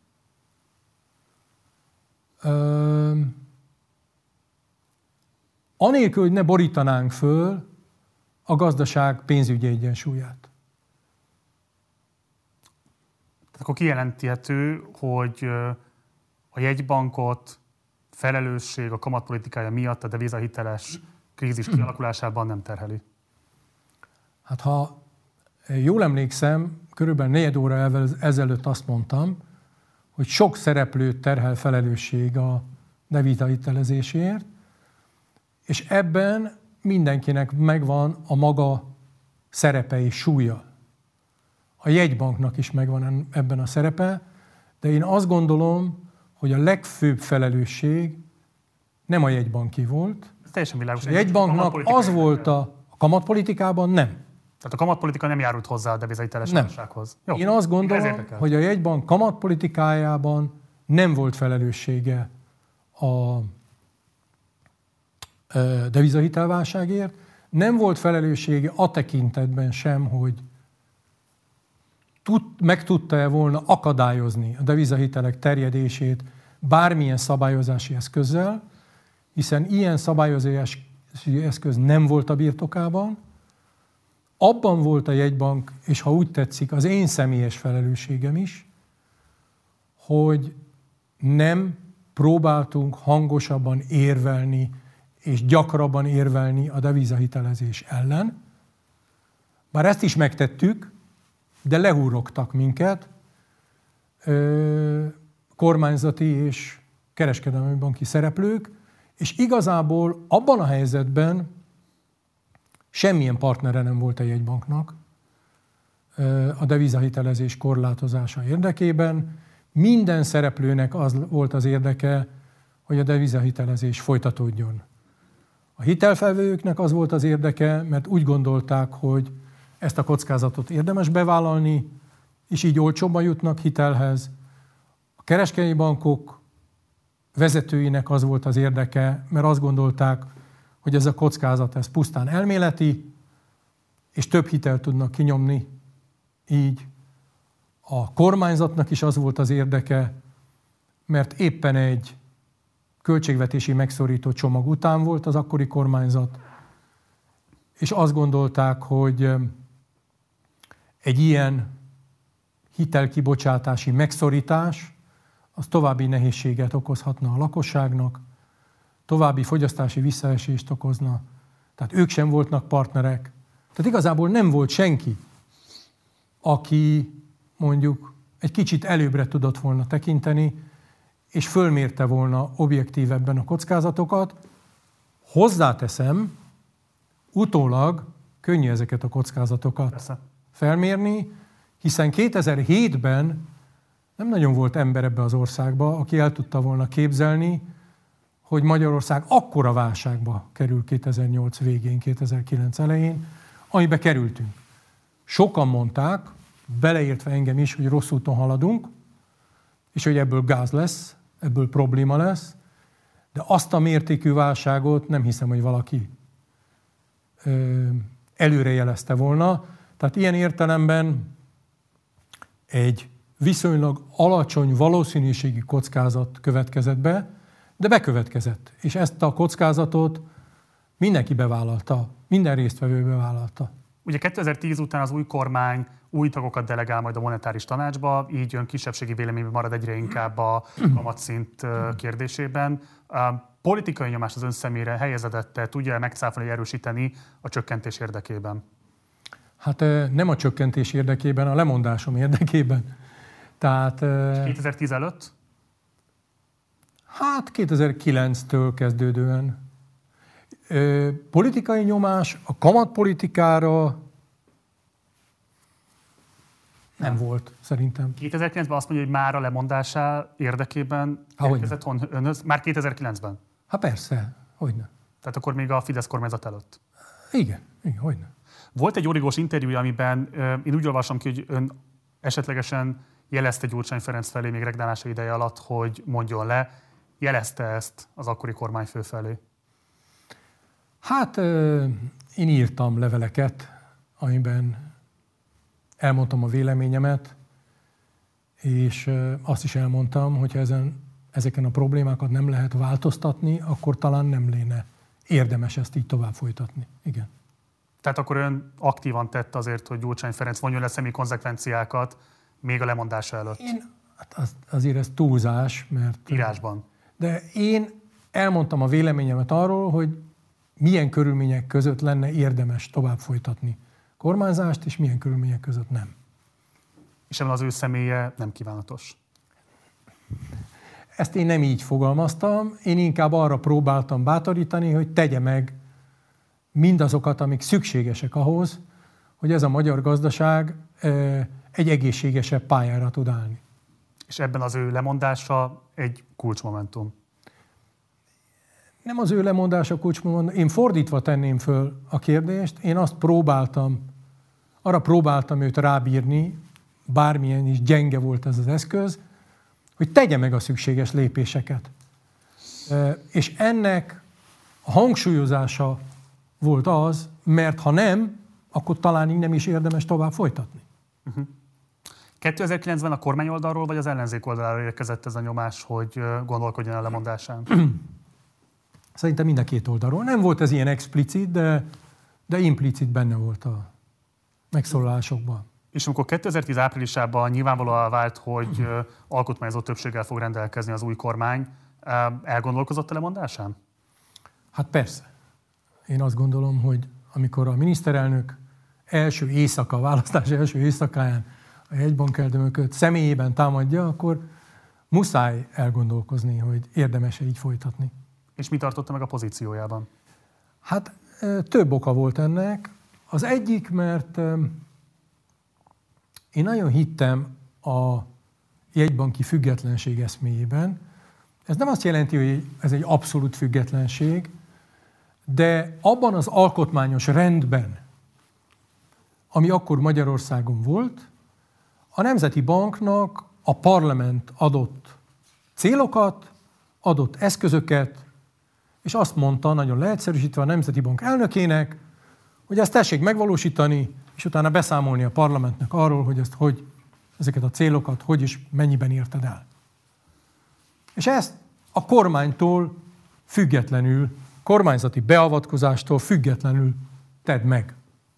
anélkül, hogy ne borítanánk föl a gazdaság pénzügyi egyensúlyát. Akkor kijelenthető, hogy a jegybankot felelősség a kamatpolitikája miatt a devizahiteles krízis kialakulásában nem terheli. Hát ha jól emlékszem, körülbelül 4 óra ezelőtt azt mondtam, hogy sok szereplőt terhel felelősség a devizahitelezésért, és ebben mindenkinek megvan a maga szerepe és súlya. A jegybanknak is megvan ebben a szerepe, de én azt gondolom, hogy a legfőbb felelősség nem a jegybanki volt. Ez teljesen világos. A jegybanknak az volt a kamatpolitikában nem. Tehát a kamatpolitika nem járult hozzá a devizahiteles válsághoz. Jó. Én azt gondolom, hogy a jegybank kamatpolitikájában nem volt felelőssége a devizahitelválságért, nem volt felelőssége a tekintetben sem, hogy meg tudta-e volna akadályozni a devizahitelek terjedését bármilyen szabályozási eszközzel, hiszen ilyen szabályozási eszköz nem volt a birtokában. Abban volt a jegybank, és ha úgy tetszik, az én személyes felelősségem is, hogy nem próbáltunk hangosabban érvelni, és gyakrabban érvelni a devizahitelezés ellen. Bár ezt is megtettük, de lehúrogtak minket kormányzati és kereskedelmi banki szereplők, és igazából abban a helyzetben semmilyen partnere nem volt a jegybanknak a devizahitelezés korlátozása érdekében. Minden szereplőnek az volt az érdeke, hogy a devizahitelezés folytatódjon. A hitelfelvevőknek az volt az érdeke, mert úgy gondolták, hogy ezt a kockázatot érdemes bevállalni, és így olcsóbban jutnak hitelhez. A kereskedelmi bankok vezetőinek az volt az érdeke, mert azt gondolták, hogy ez a kockázat ez pusztán elméleti, és több hitelt tudnak kinyomni. Így a kormányzatnak is az volt az érdeke, mert éppen egy költségvetési megszorító csomag után volt az akkori kormányzat, és azt gondolták, hogy egy ilyen hitelkibocsátási megszorítás az további nehézséget okozhatna a lakosságnak, további fogyasztási visszaesést okozna, tehát ők sem voltak partnerek. Tehát igazából nem volt senki, aki mondjuk egy kicsit előbbre tudott volna tekinteni, és fölmérte volna objektívebben a kockázatokat. Hozzáteszem, utólag könnyű ezeket a kockázatokat felmérni, hiszen 2007-ben nem nagyon volt ember ebbe az országba, aki el tudta volna képzelni, hogy Magyarország akkora válságba kerül 2008 végén, 2009 elején, amibe kerültünk. Sokan mondták, beleértve engem is, hogy rossz úton haladunk, és hogy ebből gáz lesz, ebből probléma lesz, de azt a mértékű válságot nem hiszem, hogy valaki előrejelezte volna. Tehát ilyen értelemben egy viszonylag alacsony valószínűségi kockázat következett be, de bekövetkezett. És ezt a kockázatot mindenki bevállalta, minden résztvevő bevállalta. Ugye 2010 után az új kormány új tagokat delegál majd a monetáris tanácsba, így jön kisebbségi véleményben marad egyre inkább a kamatszint kérdésében. A politikai nyomás az ön szemére helyezedette, tudja megcáfolni, erősíteni a csökkentés érdekében? Hát nem a csökkentés érdekében, a lemondásom érdekében. Tehát, 2010 előtt? Hát 2009-től kezdődően. Politikai nyomás a kamatpolitikára Nem volt, szerintem. 2009-ben azt mondja, hogy már a lemondásá érdekében érkezett önhöz? Már 2009-ben? Hát persze, hogyne. Tehát akkor még a Fidesz kormányzat előtt? Igen, hogyne. Volt egy origós interjú, amiben én úgy olvasom ki, hogy ön esetlegesen jelezte Gyurcsány Ferenc felé még regnálása ideje alatt, hogy mondjon le. Jelezte ezt az akkori kormányfő felé? Hát én írtam leveleket, amiben elmondtam a véleményemet, és azt is elmondtam, hogy ha ezeken a problémákat nem lehet változtatni, akkor talán nem lenne érdemes ezt így tovább folytatni. Igen. Tehát akkor ön aktívan tett azért, hogy Gyurcsány Ferenc vonjon le személyi konzekvenciákat még a lemondása előtt? Hát azért ez túlzás, mert... Írásban. De én elmondtam a véleményemet arról, hogy milyen körülmények között lenne érdemes tovább folytatni kormányzást, és milyen körülmények között nem. És ebben az ő személye nem kívánatos? Ezt én nem így fogalmaztam, én inkább arra próbáltam bátorítani, hogy tegye meg mindazokat, amik szükségesek ahhoz, hogy ez a magyar gazdaság egy egészségesebb pályára tud állni. És ebben az ő lemondása egy kulcsmomentum? Nem az ő lemondása kulcsmomentum. Én fordítva tenném föl a kérdést. Én arra próbáltam őt rábírni, bármilyen is gyenge volt ez az eszköz, hogy tegye meg a szükséges lépéseket. És ennek a hangsúlyozása volt az, mert ha nem, akkor talán így nem is érdemes tovább folytatni. 2009-ben a kormány oldalról vagy az ellenzék oldaláról érkezett ez a nyomás, hogy gondolkodjon a lemondásán? Szerintem mind a két oldalról. Nem volt ez ilyen explicit, de implicit benne volt a megszólalásokban. És amikor 2010 áprilisában nyilvánvalóan vált, hogy alkotmányozó többséggel fog rendelkezni az új kormány, elgondolkozott a lemondásán? Hát persze. Én azt gondolom, hogy amikor a miniszterelnök választás első éjszakáján a jegybankelnököt személyében támadja, akkor muszáj elgondolkozni, hogy érdemes-e így folytatni. És mi tartotta meg a pozíciójában? Hát több oka volt ennek. Az egyik, mert én nagyon hittem a jegybanki függetlenség eszméjében. Ez nem azt jelenti, hogy ez egy abszolút függetlenség, de abban az alkotmányos rendben, ami akkor Magyarországon volt, a Nemzeti Banknak a parlament adott célokat, adott eszközöket, és azt mondta, nagyon leegyszerűsítve a Nemzeti Bank elnökének, hogy ezt tessék megvalósítani, és utána beszámolni a parlamentnek arról, hogy ezeket a célokat hogy is mennyiben érted el. És ezt a kormánytól függetlenül, kormányzati beavatkozástól függetlenül tedd meg.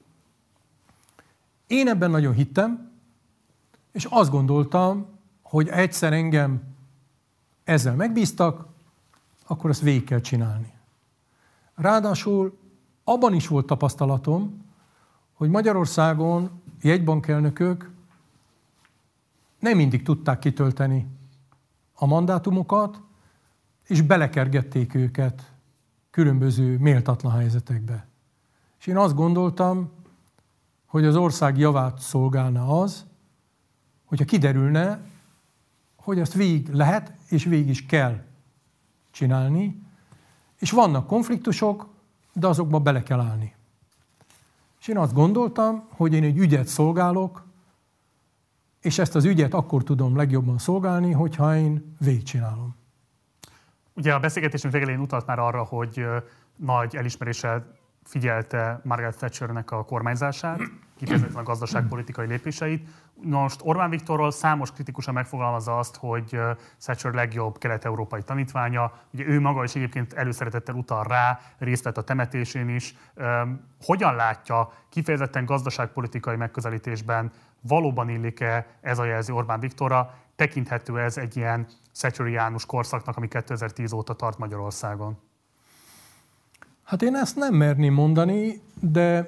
Én ebben nagyon hittem, és azt gondoltam, hogy egyszer engem ezzel megbíztak, akkor ezt végig kell csinálni. Ráadásul abban is volt tapasztalatom, hogy Magyarországon jegybankelnökök nem mindig tudták kitölteni a mandátumokat, és belekergették őket különböző méltatlan helyzetekbe. És én azt gondoltam, hogy az ország javát szolgálna az, hogyha kiderülne, hogy ezt végig lehet, és végig is kell csinálni, és vannak konfliktusok, de azokba bele kell állni. És én azt gondoltam, hogy én egy ügyet szolgálok, és ezt az ügyet akkor tudom legjobban szolgálni, hogyha én végigcsinálom. Ugye a beszélgetésünk legelején utalt már arra, hogy nagy elismeréssel figyelte Margaret Thatchernek a kormányzását, kifejezetten a gazdaságpolitikai lépéseit. Most Orbán Viktorról számos kritikusan megfogalmazza azt, hogy Thatcher legjobb kelet-európai tanítványa. Ugye ő maga is egyébként előszeretettel utal rá, részt vett a temetésén is. Hogyan látja kifejezetten gazdaságpolitikai megközelítésben, valóban illik-e ez a jelző Orbán Viktorra? Tekinthető ez egy ilyen thatcheriánus korszaknak, ami 2010 óta tart Magyarországon? Hát én ezt nem merném mondani, de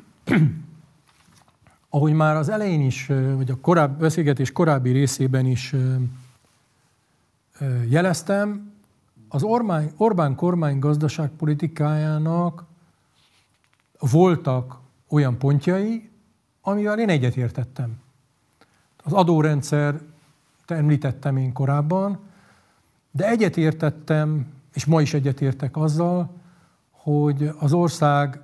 ahogy már az elején is, vagy a beszélgetés korábbi részében is jeleztem, az Orbán kormány gazdaságpolitikájának voltak olyan pontjai, amivel én egyetértettem. Az adórendszer, említettem én korábban, de egyetértettem, és ma is egyetértek azzal, hogy az ország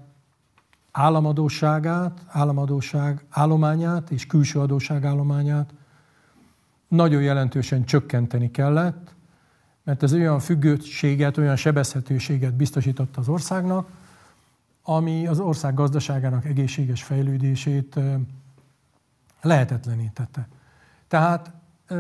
államadósság állományát és külső adósság állományát nagyon jelentősen csökkenteni kellett, mert ez olyan függőséget, olyan sebezhetőséget biztosított az országnak, ami az ország gazdaságának egészséges fejlődését lehetetlenítette. Tehát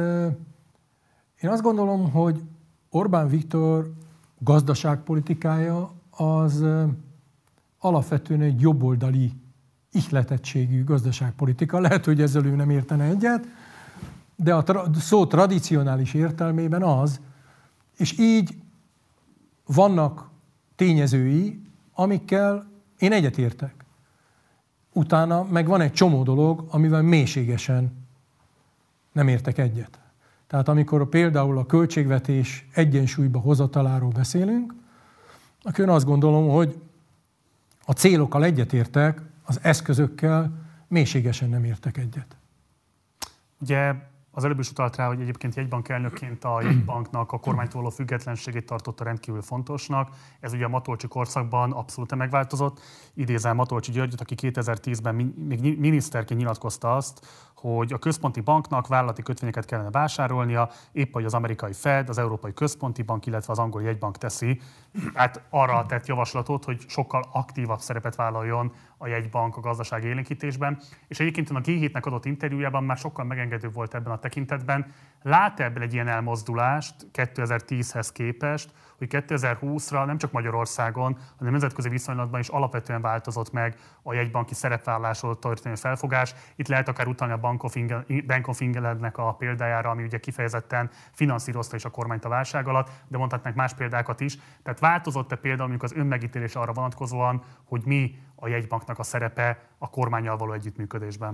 én azt gondolom, hogy Orbán Viktor gazdaságpolitikája az alapvetően egy jobboldali ihletettségű gazdaságpolitika. Lehet, hogy ezzel ő nem értene egyet, de a szó tradicionális értelmében az, és így vannak tényezői, amikkel én egyetértek. Utána meg van egy csomó dolog, amivel mélységesen nem értek egyet. Tehát amikor például a költségvetés egyensúlyba hozataláról beszélünk, akkor én azt gondolom, hogy a célokkal egyetértek, az eszközökkel mélységesen nem értek egyet. Ugye az előbb is utalt rá, hogy egyébként jegybank elnökként a jegybanknak a kormánytól való függetlenségét tartotta rendkívül fontosnak. Ez ugye a Matolcsy korszakban abszolút megváltozott. Idézem Matolcsy Györgyöt, aki 2010-ben még miniszterként nyilatkozta azt, hogy a központi banknak vállalati kötvényeket kellene vásárolnia, épp hogy az amerikai Fed, az Európai Központi Bank, illetve az angol jegybank teszi. Hát arra tett javaslatot, hogy sokkal aktívabb szerepet vállaljon a jegybank a gazdasági élénkítésben. És egyébként a G7-nek adott interjújában már sokkal megengedőbb volt ebben a tekintetben. Lát ebből egy ilyen elmozdulást 2010-hez képest, hogy 2020-ra nem csak Magyarországon, hanem nemzetközi viszonylatban is alapvetően változott meg a jegybanki szerepvállalásról történő felfogás. Itt lehet akár utalni a Bank of Englandnek a példájára, ami ugye kifejezetten finanszírozta is a kormányt a válság alatt, de mondhatnánk más példákat is. Tehát változott-e például mondjuk az önmegítélés arra vonatkozóan, hogy mi a jegybanknak a szerepe a kormánnyal való együttműködésben?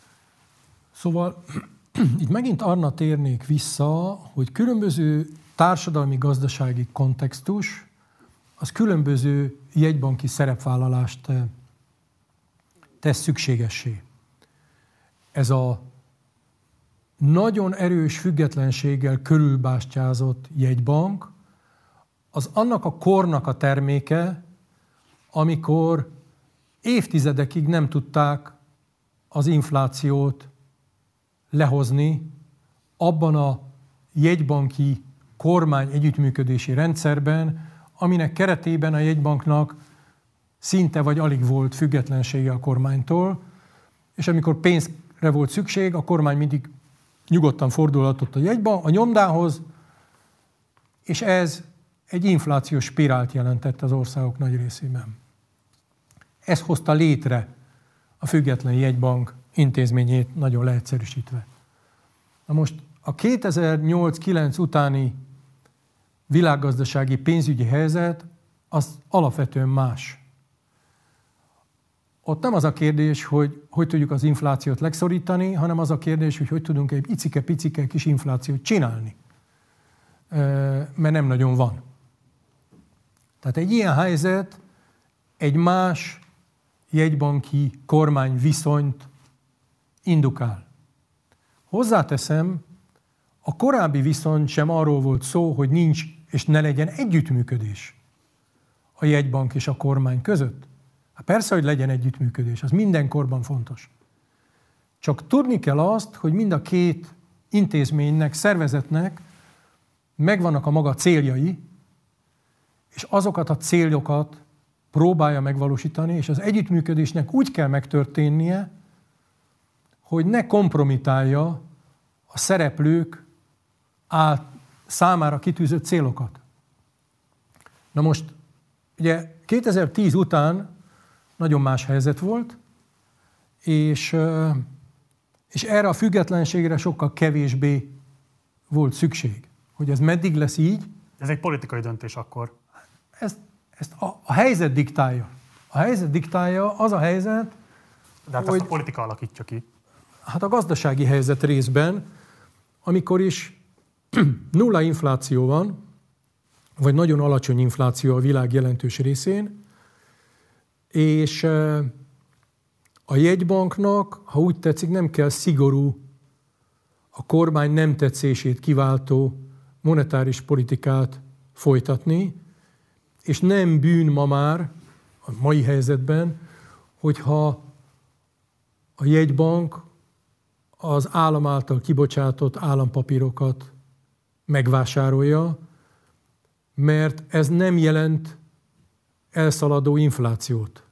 Szóval itt megint arra térnék vissza, hogy különböző társadalmi-gazdasági kontextus az különböző jegybanki szerepvállalást tesz szükségessé. Ez a nagyon erős függetlenséggel körülbástyázott jegybank az annak a kornak a terméke, amikor évtizedekig nem tudták az inflációt lehozni abban a jegybanki kormány együttműködési rendszerben, aminek keretében a jegybanknak szinte vagy alig volt függetlensége a kormánytól, és amikor pénzre volt szükség, a kormány mindig nyugodtan fordulhatott a jegybank, a nyomdához, és ez egy inflációs spirált jelentett az országok nagy részében. Ez hozta létre a független jegybank intézményét nagyon leegyszerűsítve. Na most a 2008-9 utáni világgazdasági pénzügyi helyzet az alapvetően más. Ott nem az a kérdés, hogy tudjuk az inflációt legszorítani, hanem az a kérdés, hogy tudunk egy icike-picike kis inflációt csinálni. Mert nem nagyon van. Tehát egy ilyen helyzet egy más jegybanki kormány viszonyt indukál. Hozzáteszem, a korábbi viszony sem arról volt szó, hogy nincs és ne legyen együttműködés a jegybank és a kormány között. Hát persze, hogy legyen együttműködés, az minden korban fontos. Csak tudni kell azt, hogy mind a két intézménynek, szervezetnek megvannak a maga céljai, és azokat a célokat próbálja megvalósítani, és az együttműködésnek úgy kell megtörténnie, hogy ne kompromitálja a szereplők számára kitűzött célokat. Na most, ugye 2010 után nagyon más helyzet volt, és erre a függetlenségre sokkal kevésbé volt szükség. Hogy ez meddig lesz így? Ez egy politikai döntés akkor. Ezt a helyzet diktálja. A helyzet diktálja, az a helyzet, de hát hogy ezt a politika alakítja ki. Hát a gazdasági helyzet részben, amikor is nulla infláció van, vagy nagyon alacsony infláció a világ jelentős részén, és a jegybanknak, ha úgy tetszik, nem kell szigorú a kormány nem tetszését kiváltó monetáris politikát folytatni, és nem bűn ma már, a mai helyzetben, hogyha a jegybank az állam által kibocsátott állampapírokat megvásárolja, mert ez nem jelent elszaladó inflációt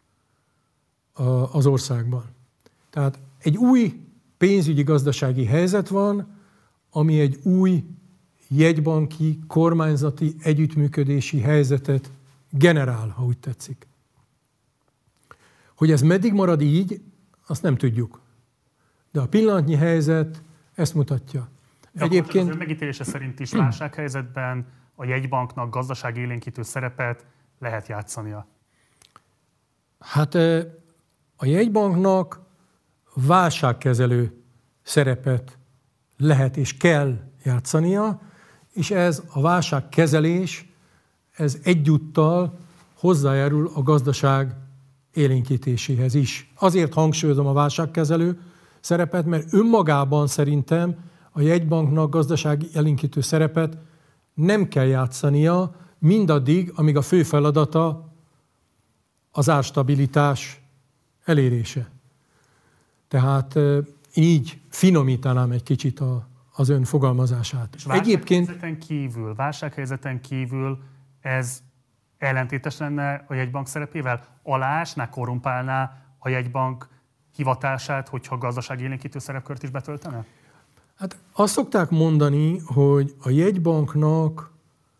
az országban. Tehát egy új pénzügyi gazdasági helyzet van, ami egy új jegybanki, kormányzati együttműködési helyzetet generál, ha úgy tetszik. Hogy ez meddig marad így, azt nem tudjuk. De a pillanatnyi helyzet ezt mutatja. De egyébként az ön megítélése szerint is válsághelyzetben a jegybanknak gazdaságélénkítő szerepet lehet játszania? Hát a jegybanknak válságkezelő szerepet lehet és kell játszania, és ez a válságkezelés, ez egyúttal hozzájárul a gazdaság élénkítéséhez is. Azért hangsúlyozom a válságkezelő szerepet, mert önmagában szerintem a jegybanknak gazdasági élénkítő szerepet nem kell játszania mindaddig, amíg a fő feladata az árstabilitás elérése. Tehát így finomítanám egy kicsit az ön fogalmazását. És válsághelyzeten kívül ez ellentétes lenne a jegybank szerepével? Alásná, korrumpálná a jegybank hivatását, hogyha gazdaságélénkítő szerepkört is betöltene? Hát azt szokták mondani, hogy a jegybanknak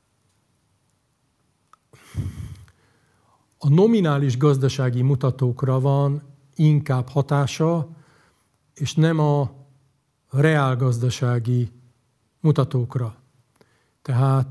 a nominális gazdasági mutatókra van inkább hatása, és nem a reálgazdasági mutatókra. Tehát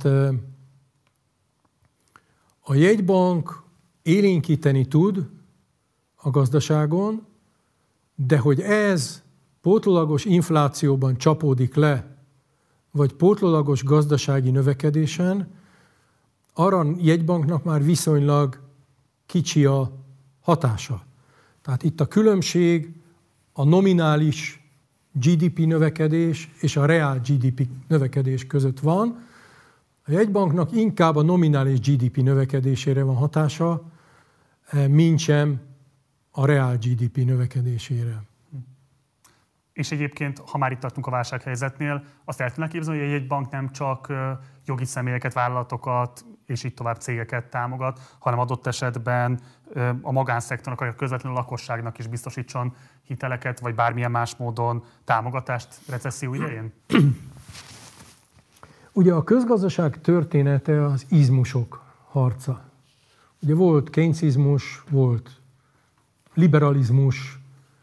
a jegybank élénkíteni tud a gazdaságon, de hogy ez pótlólagos inflációban csapódik le, vagy pótlólagos gazdasági növekedésen, arra a jegybanknak már viszonylag kicsi a hatása. Tehát itt a különbség a nominális GDP növekedés és a reál GDP növekedés között van. A jegybanknak inkább a nominális GDP növekedésére van hatása, mintsem a reál GDP növekedésére. És egyébként, ha már itt tartunk a válsághelyzetnél, azt el tudnak képzelni, hogy a jegybank nem csak jogi személyeket, vállalatokat és így tovább cégeket támogat, hanem adott esetben a magánszektornak, vagy a közvetlenül a lakosságnak is biztosítson hiteleket, vagy bármilyen más módon támogatást recesszió idején? Ugye a közgazdaság története az izmusok harca. Ugye volt keynesianizmus, volt liberalizmus,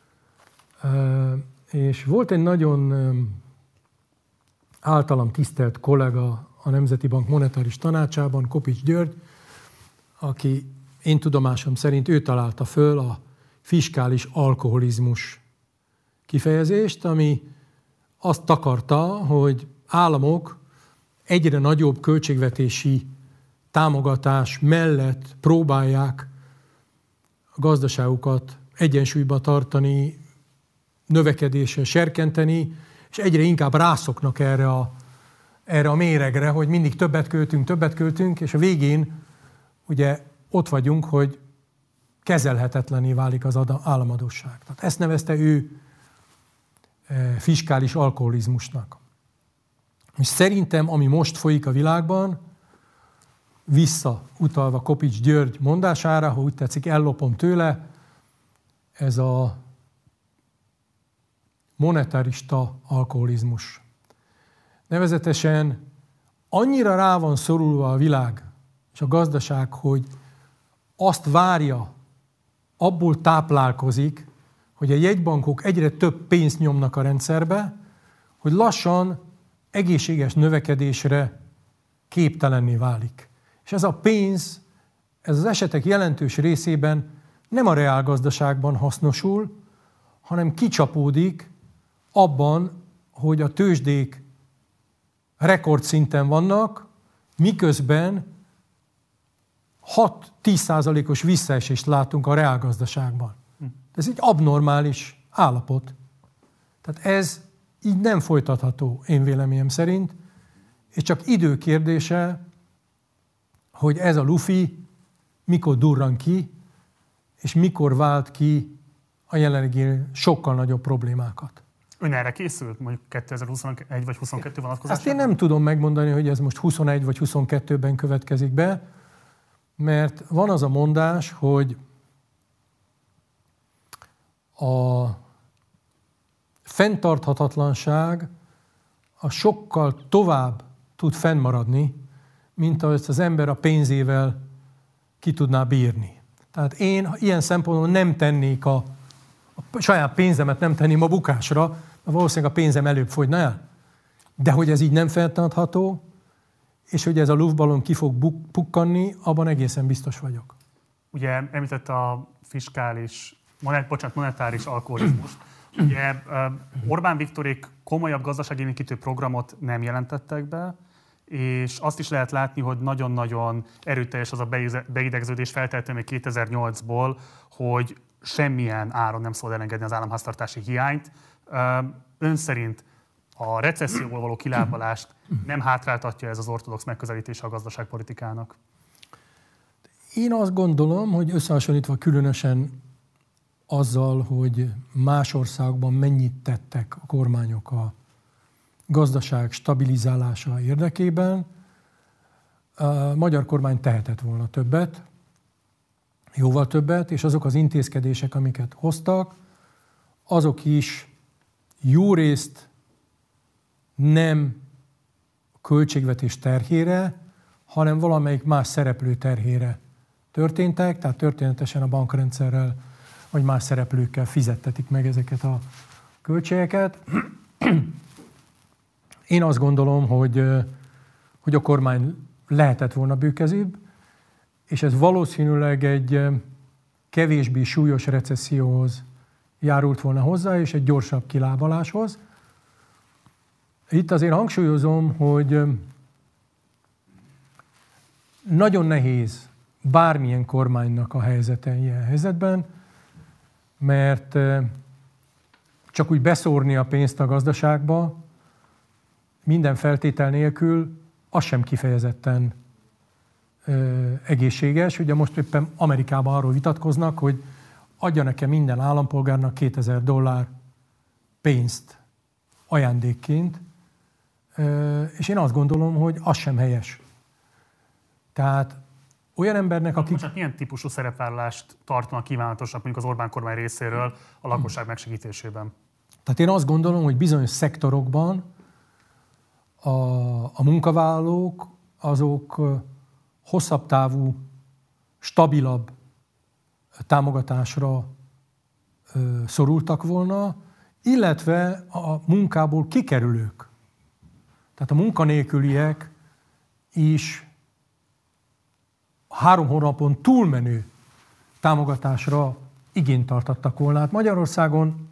és volt egy nagyon általam tisztelt kollega a Nemzeti Bank monetáris tanácsában, Kopics György, aki én tudomásom szerint ő találta föl a fiskális alkoholizmus kifejezést, ami azt takarta, hogy államok egyre nagyobb költségvetési támogatás mellett próbálják a gazdaságukat egyensúlyba tartani, növekedésre serkenteni, és egyre inkább rászoknak erre a méregre, hogy mindig többet költünk, és a végén ugye ott vagyunk, hogy kezelhetetlenné válik az államadósság. Tehát ezt nevezte ő fiskális alkoholizmusnak. És szerintem, ami most folyik a világban, visszautalva Kopics György mondására, ha úgy tetszik, ellopom tőle, ez a monetarista alkoholizmus. Nevezetesen annyira rá van szorulva a világ és a gazdaság, hogy azt várja, abból táplálkozik, hogy a jegybankok egyre több pénzt nyomnak a rendszerbe, hogy lassan egészséges növekedésre képtelenné válik. És ez a pénz, ez az esetek jelentős részében nem a reálgazdaságban hasznosul, hanem kicsapódik abban, hogy a tőzsdék rekordszinten vannak, miközben 6-10%-os visszaesést látunk a reálgazdaságban. Ez egy abnormális állapot. Tehát ez így nem folytatható, én véleményem szerint, és csak idő kérdése, hogy ez a lufi mikor durran ki, és mikor vált ki a jelenlegi sokkal nagyobb problémákat. Ön erre készült, mondjuk 2021 vagy 2022 vonatkozásában? Azt én nem tudom megmondani, hogy ez most 21 vagy 22-ben következik be, mert van az a mondás, hogy a fenntarthatatlanság a sokkal tovább tud fennmaradni, mint ahogy az ember a pénzével ki tudná bírni. Tehát én ilyen szempontból nem tennék a saját pénzemet nem tenném a bukásra, mert valószínűleg a pénzem előbb fogyna el. De hogy ez így nem fenntartható, és hogy ez a luftballon ki fog pukkanni, abban egészen biztos vagyok. Ugye említett a monetáris alkoholizmust. Ugye Orbán Viktorék komolyabb gazdaságélénkítő programot nem jelentettek be, és azt is lehet látni, hogy nagyon-nagyon erőteljes az a beidegződés feltétlenül még 2008-ból, hogy semmilyen áron nem szabad elengedni az államháztartási hiányt. Ön szerint a recesszióból való kilábalást nem hátráltatja ez az ortodox megközelítése a gazdaságpolitikának? Én azt gondolom, hogy összehasonlítva különösen azzal, hogy más országokban mennyit tettek a kormányok a gazdaság stabilizálása érdekében, a magyar kormány tehetett volna többet, jóval többet, és azok az intézkedések, amiket hoztak, azok is jó részt nem költségvetés terhére, hanem valamelyik más szereplő terhére történtek, tehát történetesen a bankrendszerrel vagy más szereplőkkel fizettetik meg ezeket a költségeket. Én azt gondolom, hogy a kormány lehetett volna bőkezőbb, és ez valószínűleg egy kevésbé súlyos recesszióhoz járult volna hozzá, és egy gyorsabb kilábaláshoz. Itt azért hangsúlyozom, hogy nagyon nehéz bármilyen kormánynak a helyzete ilyen helyzetben, mert csak úgy beszórni a pénzt a gazdaságba, minden feltétel nélkül, az sem kifejezetten egészséges. Ugye most éppen Amerikában arról vitatkoznak, hogy adja nekem minden állampolgárnak $2000 pénzt ajándékként, és én azt gondolom, hogy az sem helyes. Tehát olyan embernek, akik... Most milyen típusú szerepvállalást tartanak kívánatosnak mondjuk az Orbán kormány részéről a lakosság megsegítésében? Tehát én azt gondolom, hogy bizonyos szektorokban a munkavállalók azok hosszabb távú, stabilabb támogatásra szorultak volna, illetve a munkából kikerülők, tehát a munkanélküliek is 3 hónapon túlmenő támogatásra igényt tartattak volna. Hát Magyarországon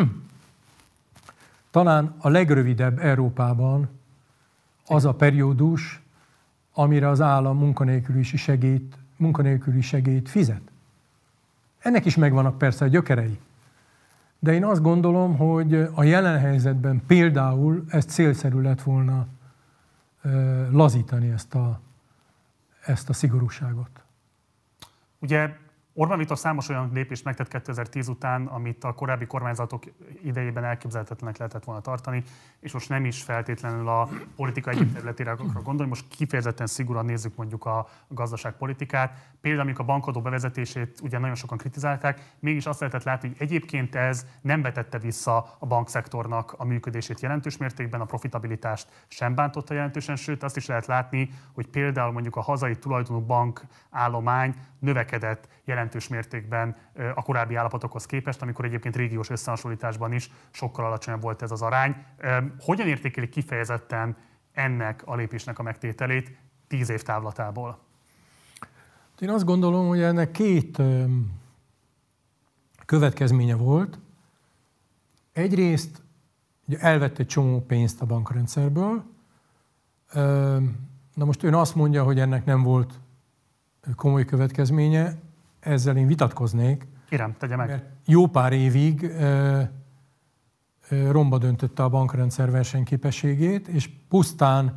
talán a legrövidebb Európában az a periódus, amire az állam munkanélküli segélyt fizet. Ennek is megvannak persze a gyökerei. De én azt gondolom, hogy a jelen helyzetben például ez célszerű lett volna lazítani ezt a szigorúságot. Ugye Orbán Viktor számos olyan lépést megtett 2010 után, amit a korábbi kormányzatok idejében elképzelhetetlenek lehetett volna tartani, és most nem is feltétlenül a politika egyik területére akarok gondolni, most kifejezetten szigorúan nézzük mondjuk a gazdaságpolitikát. Például, amikor a bankadó bevezetését ugye nagyon sokan kritizálták, mégis azt lehetett látni, hogy egyébként ez nem vetette vissza a bankszektornak a működését jelentős mértékben, a profitabilitást sem bántotta jelentősen, sőt azt is lehet látni, hogy például mondjuk a hazai tulajdonú bankállomány növekedett jelentős mértékben a korábbi állapotokhoz képest, amikor egyébként régiós összehasonlításban is sokkal alacsonyabb volt ez az arány. Hogyan értékelik kifejezetten ennek a lépésnek a megtételét 10 év távlatából? Én azt gondolom, hogy ennek 2 következménye volt. Egyrészt ugye elvett egy csomó pénzt a bankrendszerből. Na most ön azt mondja, hogy ennek nem volt komoly következménye, ezzel én vitatkoznék. Kérem, tegye meg. Mert jó pár évig romba döntötte a bankrendszer versenyképességét, és pusztán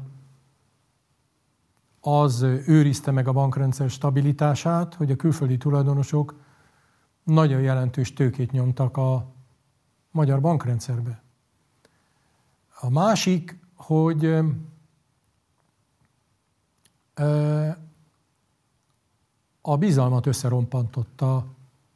az őrizte meg a bankrendszer stabilitását, hogy a külföldi tulajdonosok nagyon jelentős tőkét nyomtak a magyar bankrendszerbe. A másik, hogy a bizalmat összerompantotta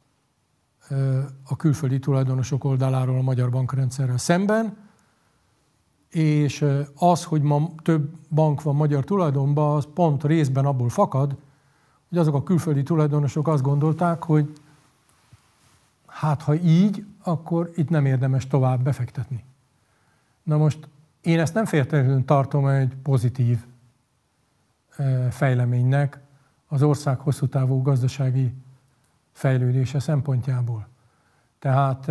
a külföldi tulajdonosok oldaláról a magyar bankrendszerrel szemben, és az, hogy ma több bank van magyar tulajdonban, az pont részben abból fakad, hogy azok a külföldi tulajdonosok azt gondolták, hogy hát ha így, akkor itt nem érdemes tovább befektetni. Na most én ezt nem feltétlenül tartom egy pozitív fejleménynek az ország hosszú távú gazdasági fejlődése szempontjából. Tehát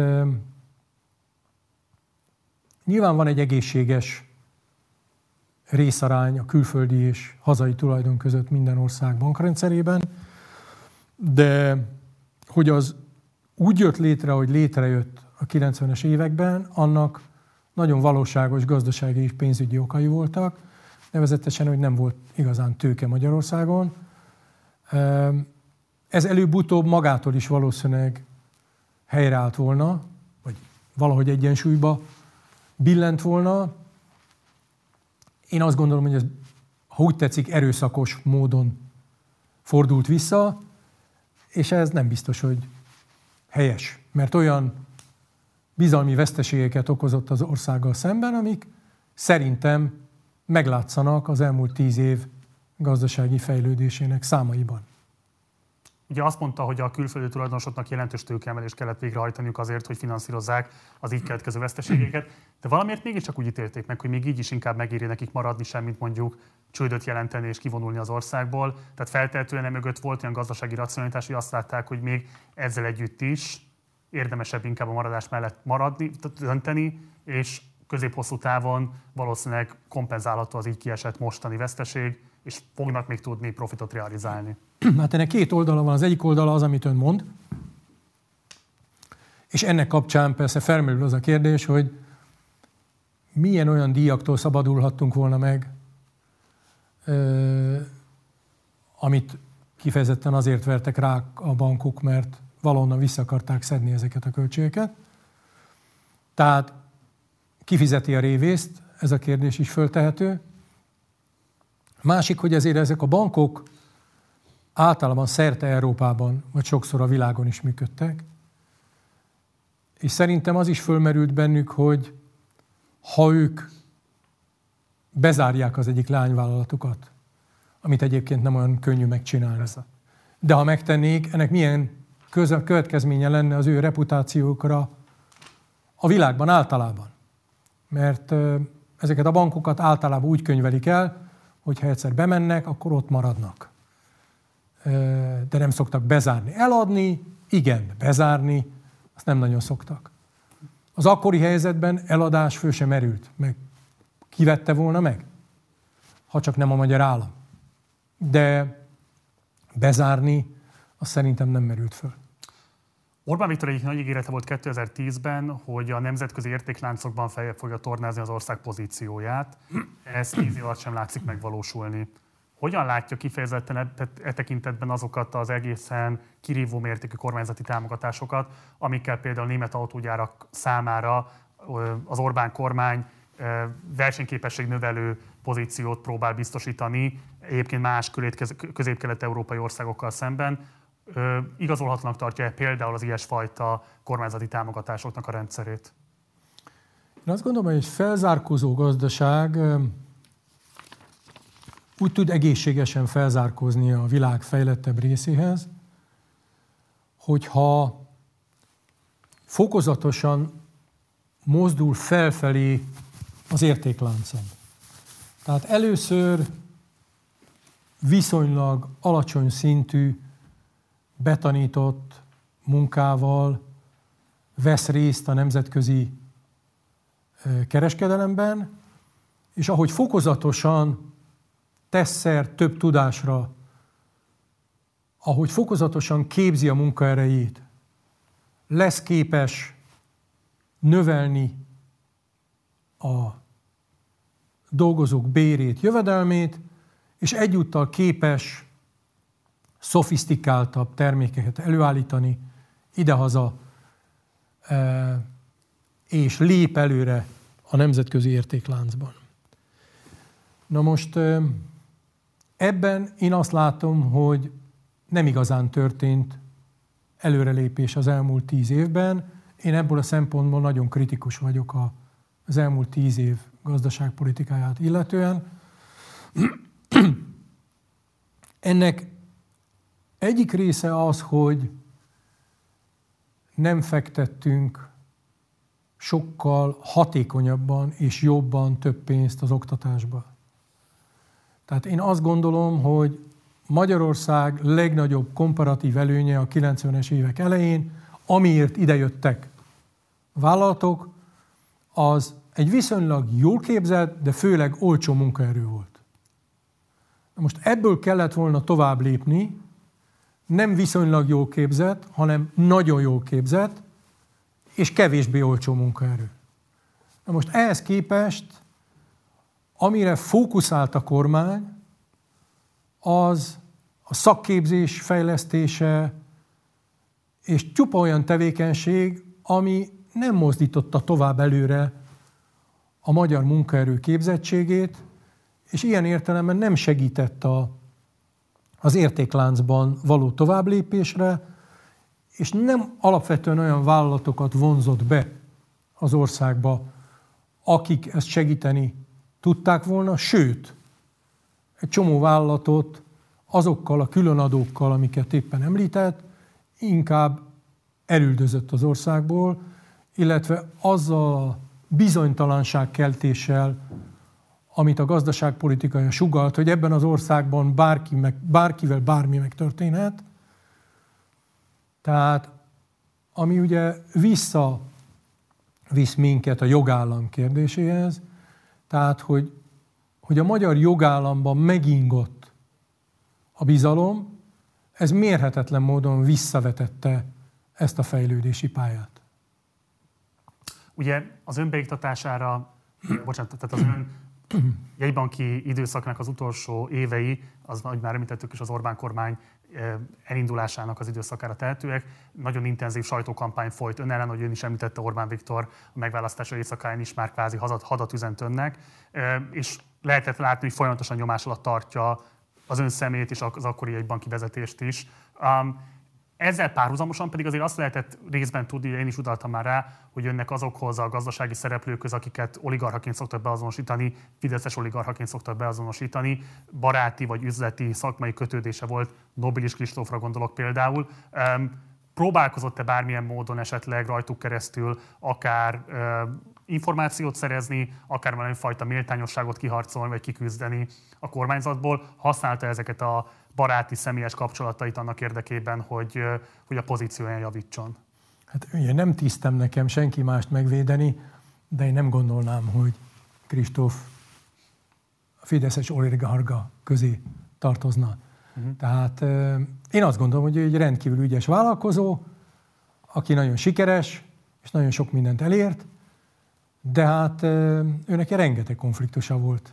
nyilván van egy egészséges részarány a külföldi és hazai tulajdon között minden ország bankrendszerében, de hogy az úgy jött létre, hogy létrejött a 90-es években, annak nagyon valóságos gazdasági és pénzügyi okai voltak, nevezetesen, hogy nem volt igazán tőke Magyarországon. Ez előbb-utóbb magától is valószínűleg helyreállt volna, vagy valahogy egyensúlyba billent volna. Én azt gondolom, hogy ez, ha úgy tetszik, erőszakos módon fordult vissza, és ez nem biztos, hogy helyes, mert olyan bizalmi veszteségeket okozott az országgal szemben, amik szerintem meglátszanak az elmúlt 10 év gazdasági fejlődésének számaiban. Ugye azt mondta, hogy a külföldi tulajdonosoknak jelentős tőkeemelést kellett végrehajtaniuk azért, hogy finanszírozzák az így keletkező veszteségeket, de valamiért mégiscsak úgy ítélték meg, hogy még így is inkább megéri nekik maradni sem, mint mondjuk csődöt jelenteni és kivonulni az országból. Tehát feltehetően emögött volt olyan gazdasági racionalitás, hogy azt látták, hogy még ezzel együtt is érdemesebb inkább a maradás mellett maradni, dönteni, és közép-hosszú távon valószínűleg kompenzálható az így kiesett mostani veszteség, és fognak még tudni profitot realizálni. Hát ennek két oldala van. Az egyik oldala az, amit ön mond, és ennek kapcsán persze felmerül az a kérdés, hogy milyen olyan díjaktól szabadulhattunk volna meg, amit kifejezetten azért vertek rá a bankok, mert valahonnan vissza akarták szedni ezeket a költségeket. Tehát kifizeti a révészt, ez a kérdés is föltehető. Másik, hogy ezért ezek a bankok általában szerte Európában, vagy sokszor a világon is működtek. És szerintem az is fölmerült bennük, hogy ha ők bezárják az egyik leányvállalatukat, amit egyébként nem olyan könnyű megcsinálni. De ha megtennék, ennek milyen következménye lenne az ő reputációkra a világban általában. Mert ezeket a bankokat általában úgy könyvelik el, hogy ha egyszer bemennek, akkor ott maradnak. De nem szoktak bezárni. Eladni, igen, bezárni, azt nem nagyon szoktak. Az akkori helyzetben eladás föl sem merült. Meg ki vette volna meg? Ha csak nem a magyar állam. De bezárni, azt szerintem nem merült föl. Orbán Viktor egyik nagy ígérete volt 2010-ben, hogy a nemzetközi értékláncokban feljebb fogja tornázni az ország pozícióját. Ez 10 év alatt sem látszik megvalósulni. Hogyan látja kifejezetten e tekintetben azokat az egészen kirívó mértékű kormányzati támogatásokat, amikkel például a német autógyárak számára az Orbán kormány versenyképesség növelő pozíciót próbál biztosítani, egyébként más közép-kelet-európai országokkal szemben. Igazolhatlanak tartja például az ilyesfajta kormányzati támogatásoknak a rendszerét? Én azt gondolom, hogy egy felzárkózó gazdaság úgy tud egészségesen felzárkózni a világ fejlettebb részéhez, hogyha fokozatosan mozdul felfelé az értékláncon. Tehát először viszonylag alacsony szintű, betanított munkával vesz részt a nemzetközi kereskedelemben, és ahogy fokozatosan tesz szert több tudásra, ahogy fokozatosan képzi a munkaerejét, lesz képes növelni a dolgozók bérét, jövedelmét, és egyúttal képes szofisztikáltabb termékeket előállítani idehaza, és lép előre a nemzetközi értékláncban. Na most ebben én azt látom, hogy nem igazán történt előrelépés az elmúlt 10 évben. Én ebből a szempontból nagyon kritikus vagyok az elmúlt 10 év gazdaságpolitikáját illetően. Ennek egyik része az, hogy nem fektettünk sokkal hatékonyabban és jobban több pénzt az oktatásba. Tehát én azt gondolom, hogy Magyarország legnagyobb komparatív előnye a 90-es évek elején, amiért idejöttek vállalatok, az egy viszonylag jól képzett, de főleg olcsó munkaerő volt. Na most ebből kellett volna tovább lépni, nem viszonylag jól képzett, hanem nagyon jól képzett, és kevésbé olcsó munkaerő. Na most ehhez képest, amire fókuszált a kormány, az a szakképzés fejlesztése, és csupa olyan tevékenység, ami nem mozdította tovább előre a magyar munkaerő képzettségét, és ilyen értelemben nem segített az értékláncban való továbblépésre, és nem alapvetően olyan vállalatokat vonzott be az országba, akik ezt segíteni tudták volna, sőt, egy csomó vállalatot azokkal a különadókkal, amiket éppen említett, inkább elüldözött az országból, illetve azzal a bizonytalanságkeltéssel, amit a gazdaságpolitikája sugalt, hogy ebben az országban bárkivel bármi megtörténhet. Tehát, ami ugye visszavisz minket a jogállam kérdéséhez, tehát, hogy a magyar jogállamban megingott a bizalom, ez mérhetetlen módon visszavetette ezt a fejlődési pályát. Ugye az önbeiktatására, tehát az ön jegybanki időszaknak az utolsó évei, az, ahogy már említettük is, az Orbán kormány elindulásának az időszakára tehetőek. Nagyon intenzív sajtókampány folyt ön ellen, hogy ön is említette, Orbán Viktor a megválasztása éjszakáján is már kvázi hadat üzent önnek, és lehetett látni, hogy folyamatosan nyomás alatt tartja az ön szemét és az akkori jegybanki vezetést is. Ezzel párhuzamosan pedig azért azt lehetett részben tudni, én is utaltam már rá, hogy önnek azokhoz a gazdasági szereplőkhöz, akiket oligarchaként szoktak beazonosítani, fideszes oligarchaként szoktak beazonosítani, baráti vagy üzleti, szakmai kötődése volt, Nobilis Kristófra gondolok például. Próbálkozott-e bármilyen módon esetleg rajtuk keresztül akár információt szerezni, akár valamifajta méltányosságot kiharcolni vagy kiküzdeni a kormányzatból? Használta ezeket a baráti, személyes kapcsolatait annak érdekében, hogy a pozícióján javítson? Hát ugye nem tisztem nekem senki mást megvédeni, de én nem gondolnám, hogy Kristóf a fideszes oligarcha közé tartozna. Tehát én azt gondolom, hogy ő egy rendkívül ügyes vállalkozó, aki nagyon sikeres, és nagyon sok mindent elért, de hát őnek rengeteg konfliktusa volt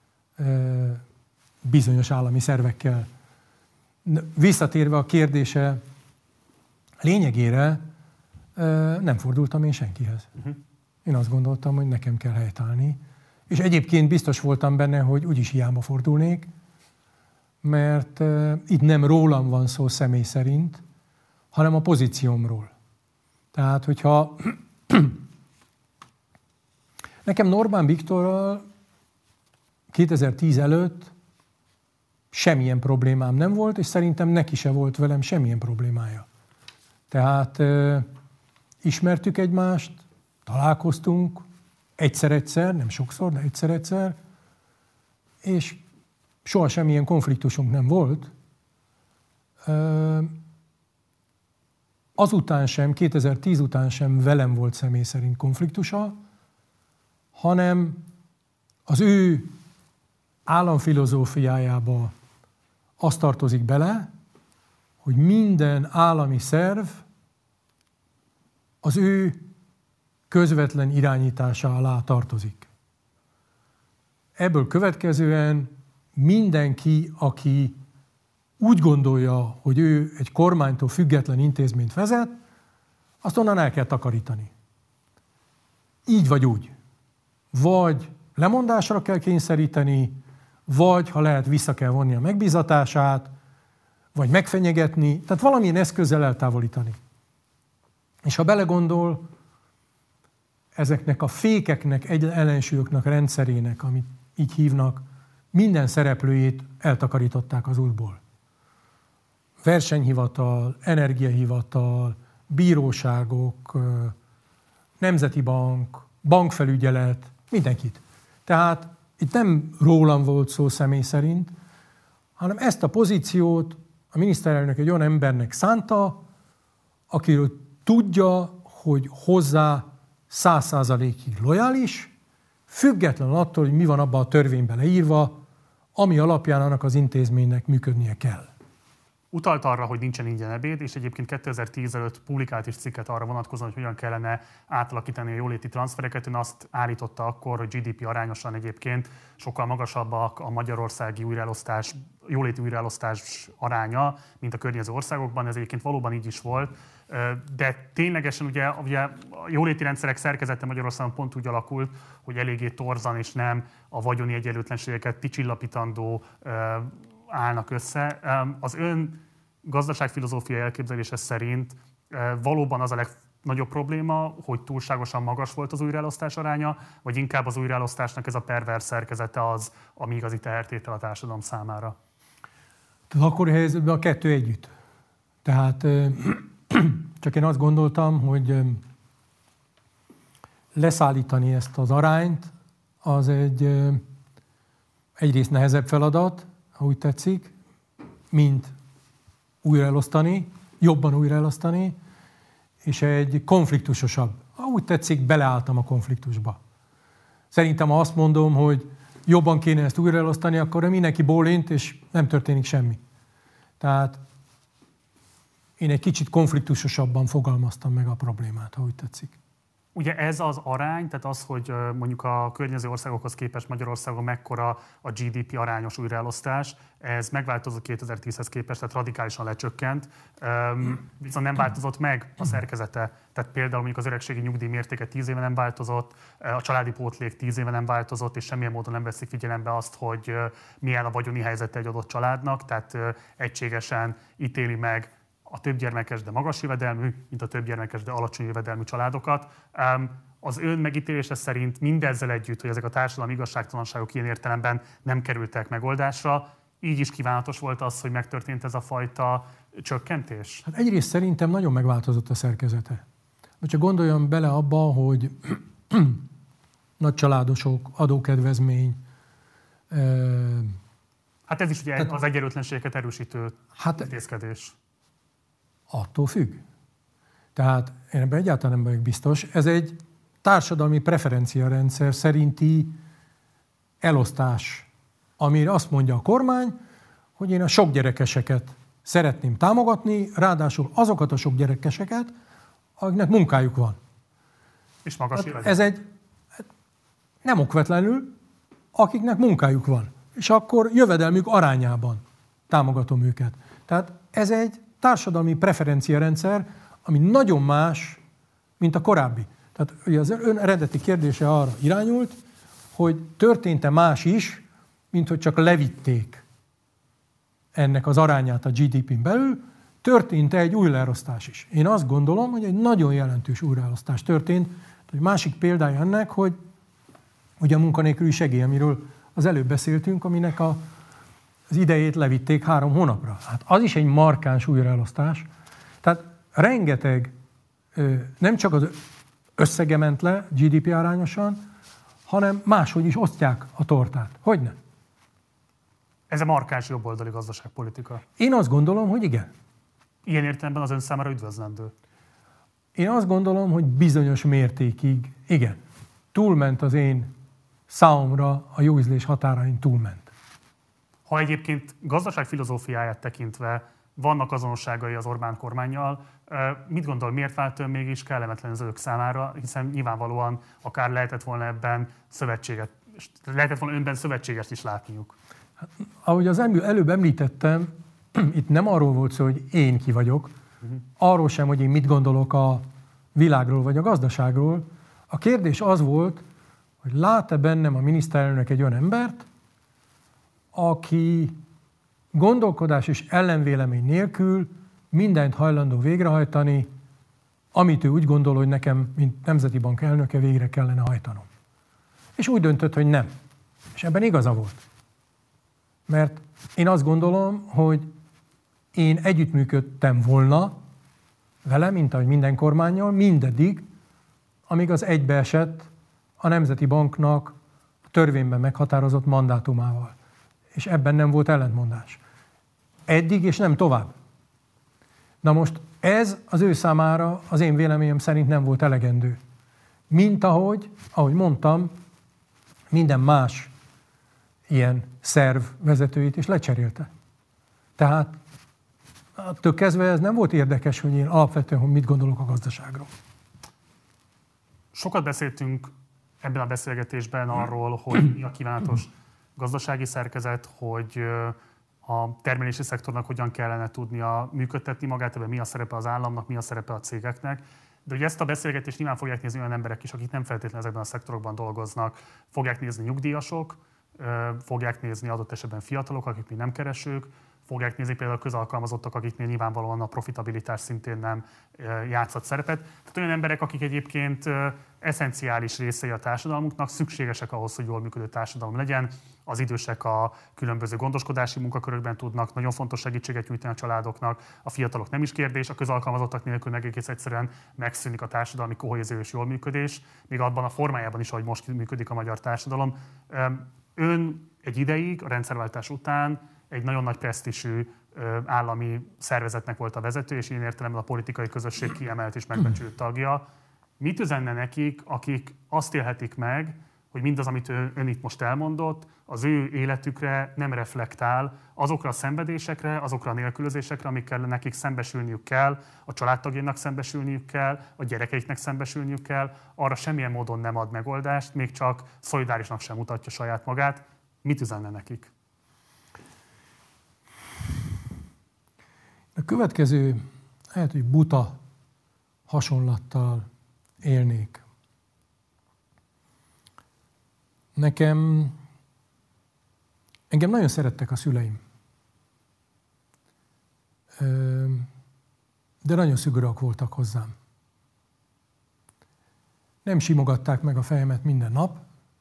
bizonyos állami szervekkel. Visszatérve a kérdése lényegére, nem fordultam én senkihez. Én azt gondoltam, hogy nekem kell helytállni. És egyébként biztos voltam benne, hogy úgyis hiába fordulnék, mert itt nem rólam van szó személy szerint, hanem a pozíciómról. Tehát, hogyha nekem Orbán Viktorral 2010 előtt semmilyen problémám nem volt, és szerintem neki se volt velem semmilyen problémája. Tehát ismertük egymást, találkoztunk egyszer-egyszer, nem sokszor, de egyszer-egyszer, és soha semmilyen konfliktusunk nem volt. Azután sem, 2010 után sem velem volt személy szerint konfliktusa, hanem az ő államfilozófiájába az tartozik bele, hogy minden állami szerv az ő közvetlen irányítása alá tartozik. ebből következően mindenki, aki úgy gondolja, hogy ő egy kormánytól független intézményt vezet, azt onnan el kell takarítani. Így vagy úgy. Vagy lemondásra kell kényszeríteni, vagy, ha lehet, vissza kell vonni a megbízatását, vagy megfenyegetni, tehát valamilyen eszközzel eltávolítani. És ha belegondol, ezeknek a fékeknek, ellensúlyoknak, rendszerének, amit így hívnak, minden szereplőjét eltakarították az útból. Versenyhivatal, energiahivatal, bíróságok, Nemzeti Bank, bankfelügyelet, mindenkit. Tehát itt nem rólam volt szó személy szerint, hanem ezt a pozíciót a miniszterelnök egy olyan embernek szánta, akiről tudja, hogy hozzá 100%-ig lojális, függetlenül attól, hogy mi van abban a törvényben leírva, ami alapján annak az intézménynek működnie kell. Utalt arra, hogy nincsen ingyen ebéd, és egyébként 2010 előtt publikált is cikket arra vonatkozóan, hogy hogyan kellene átalakítani a jóléti transzfereket. Ön azt állította akkor, hogy GDP arányosan egyébként sokkal magasabbak a magyarországi jóléti újraelosztás aránya, mint a környező országokban. Ez egyébként valóban így is volt. De ténylegesen ugye a jóléti rendszerek szerkezete Magyarországon pont úgy alakult, hogy eléggé torzan és nem a vagyoni egyenlőtlenségeket kicsillapítandó állnak össze. Az ön gazdaságfilozófiai elképzelése szerint valóban az a legnagyobb probléma, hogy túlságosan magas volt az újraelosztás aránya, vagy inkább az újraelosztásnak ez a pervers szerkezete az, ami igazi tehertétel a társadalom számára? Tehát akkori helyzetben a kettő együtt. Tehát csak én azt gondoltam, hogy leszállítani ezt az arányt, az egyrészt nehezebb feladat, ha úgy tetszik, mint újraelosztani, jobban újraelosztani, és egy konfliktusosabb. Ha úgy tetszik, beleálltam a konfliktusba. Szerintem, ha azt mondom, hogy jobban kéne ezt újraelosztani, akkor mindenki bólint, és nem történik semmi. Tehát én egy kicsit konfliktusosabban fogalmaztam meg a problémát, ha úgy tetszik. Ugye ez az arány, tehát az, hogy mondjuk a környező országokhoz képest Magyarországon mekkora a GDP arányos újraelosztás, ez megváltozott 2010-hez képest, tehát radikálisan lecsökkent, viszont nem változott meg a szerkezete. Tehát például mondjuk az öregségi nyugdíj mértéke 10 éve nem változott, a családi pótlék 10 éve nem változott, és semmilyen módon nem veszik figyelembe azt, hogy milyen a vagyoni helyzete egy adott családnak, tehát egységesen ítéli meg a többgyermekes, de magas jövedelmű, mint a többgyermekes, de alacsony jövedelmű családokat. Az ön megítélése szerint mindezzel együtt, hogy ezek a társadalmi igazságtalanságok ilyen értelemben nem kerültek megoldásra, így is kívánatos volt az, hogy megtörtént ez a fajta csökkentés? Hát egyrészt szerintem nagyon megváltozott a szerkezete. Csak gondoljon bele abba, hogy nagy családosok, adókedvezmény. Hát ez is ugye az egyenlőtlenségeket erősítő intézkedés. Attól függ. Tehát én ebben egyáltalán nem vagyok biztos. Ez egy társadalmi preferenciarendszer szerinti elosztás, amire azt mondja a kormány, hogy én a sokgyerekeseket szeretném támogatni, ráadásul azokat a sokgyerekeseket, akiknek munkájuk van. És magas jövedelmű. Ez egy nem okvetlenül, akiknek munkájuk van. És akkor jövedelmük arányában támogatom őket. Tehát ez egy társadalmi preferenciarendszer, ami nagyon más, mint a korábbi. Tehát ugye az ön eredeti kérdése arra irányult, hogy történt-e más is, mint hogy csak levitték ennek az arányát a GDP-n belül, történt-e egy újraelosztás is. Én azt gondolom, hogy egy nagyon jelentős újraelosztás történt. Egy másik példája ennek, hogy ugye a munkanélküli segély, amiről az előbb beszéltünk, aminek az idejét levitték 3 hónapra. Hát az is egy markáns újraelosztás. Tehát rengeteg, nem csak az összege ment le GDP arányosan, hanem máshogy is osztják a tortát. Hogyne? Ez a markáns jobboldali gazdaságpolitika. Én azt gondolom, hogy igen. Ilyen értelemben az ön számára üdvözlendő. Én azt gondolom, hogy bizonyos mértékig igen. Túlment az én számomra a jó ízlés határain túlment. Ha egyébként gazdaságfilozófiáját tekintve vannak azonosságai az Orbán kormánnyal, mit gondol, miért vált ön mégis kellemetlen az önök számára, hiszen nyilvánvalóan akár lehetett volna ebben szövetséget és lehetett volna önben szövetségest is látniuk. Ahogy az előbb említettem, itt nem arról volt szó, hogy én ki vagyok, arról sem, hogy én mit gondolok a világról vagy a gazdaságról. A kérdés az volt, hogy lát-e bennem a miniszterelnök egy olyan embert, aki gondolkodás és ellenvélemény nélkül mindent hajlandó végrehajtani, amit ő úgy gondol, hogy nekem, mint Nemzeti Bank elnöke, végre kellene hajtanom. És úgy döntött, hogy nem. És ebben igaza volt. Mert én azt gondolom, hogy én együttműködtem volna vele, mint ahogy minden kormánnyal, mindeddig, amíg az egybeesett a Nemzeti Banknak a törvényben meghatározott mandátumával. És ebben nem volt ellentmondás. Eddig és nem tovább. Na most ez az ő számára az én véleményem szerint nem volt elegendő. Mint ahogy mondtam, minden más ilyen szerv vezetőit is lecserélte. Tehát attól kezdve ez nem volt érdekes, hogy én alapvetően mit gondolok a gazdaságról. Sokat beszéltünk ebben a beszélgetésben arról, hogy mi a kívánatos gazdasági szerkezet, hogy a termelési szektornak hogyan kellene tudnia működtetni magát, ebben mi a szerepe az államnak, mi a szerepe a cégeknek. De ugye ezt a beszélgetést nyilván fogják nézni olyan emberek is, akik nem feltétlenül ezekben a szektorokban dolgoznak. Fogják nézni nyugdíjasok, fogják nézni adott esetben fiatalok, akik még nem keresők, fogják nézni például a közalkalmazottak, akiknél nyilvánvalóan a profitabilitás szintén nem játszott szerepet. Tehát olyan emberek, akik egyébként eszenciális részei a társadalmunknak, szükségesek ahhoz, hogy jól működő társadalom legyen. Az idősek a különböző gondoskodási munkakörökben tudnak nagyon fontos segítséget nyújtani a családoknak, a fiatalok nem is kérdés, a közalkalmazottak nélkül meg egész egyszerűen megszűnik a társadalmi kohézió és jól működés, még abban a formájában is, ahogy most működik a magyar társadalom. Ön egy ideig, a rendszerváltás után egy nagyon nagy presztízsű állami szervezetnek volt a vezető, és ilyen értelemben a politikai közösség kiemelt és megbecsült tagja. Mit üzenne nekik, akik azt élhetik meg, hogy mindaz, amit ön itt most elmondott, az ő életükre nem reflektál azokra a szenvedésekre, azokra a nélkülözésekre, amikkel nekik szembesülniük kell, a családtagjainak szembesülniük kell, a gyerekeiknek szembesülniük kell, arra semmilyen módon nem ad megoldást, még csak szolidárisnak sem mutatja saját magát. Mit üzenne nekik? A következő, lehet, hogy buta hasonlattal élnék. Engem nagyon szerettek a szüleim. De nagyon szigorúak voltak hozzám. Nem simogatták meg a fejemet minden nap,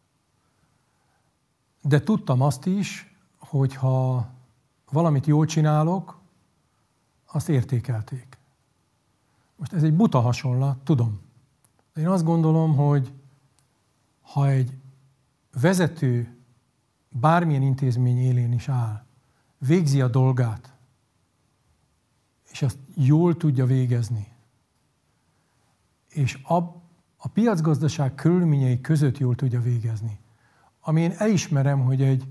de tudtam azt is, hogy ha valamit jól csinálok, azt értékelték. Most ez egy buta hasonlat, tudom. De én azt gondolom, hogy ha egy vezető bármilyen intézmény élén is áll, végzi a dolgát, és azt jól tudja végezni, és a piacgazdaság körülményei között jól tudja végezni, ami én elismerem, hogy egy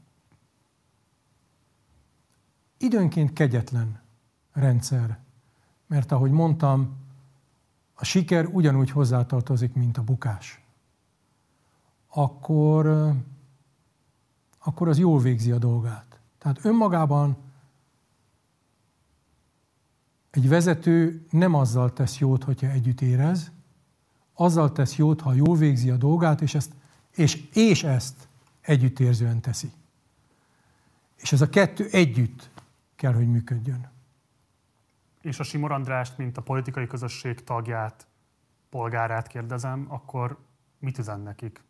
időnként kegyetlen rendszer, mert ahogy mondtam, a siker ugyanúgy hozzátartozik, mint a bukás. Akkor az jól végzi a dolgát. Tehát önmagában egy vezető nem azzal tesz jót, hogyha együtt érez, azzal tesz jót, ha jól végzi a dolgát, és ezt együttérzően teszi. És ez a kettő együtt kell, hogy működjön. És a Simor Andrást, mint a politikai közösség tagját, polgárát kérdezem, akkor mit üzen nekik?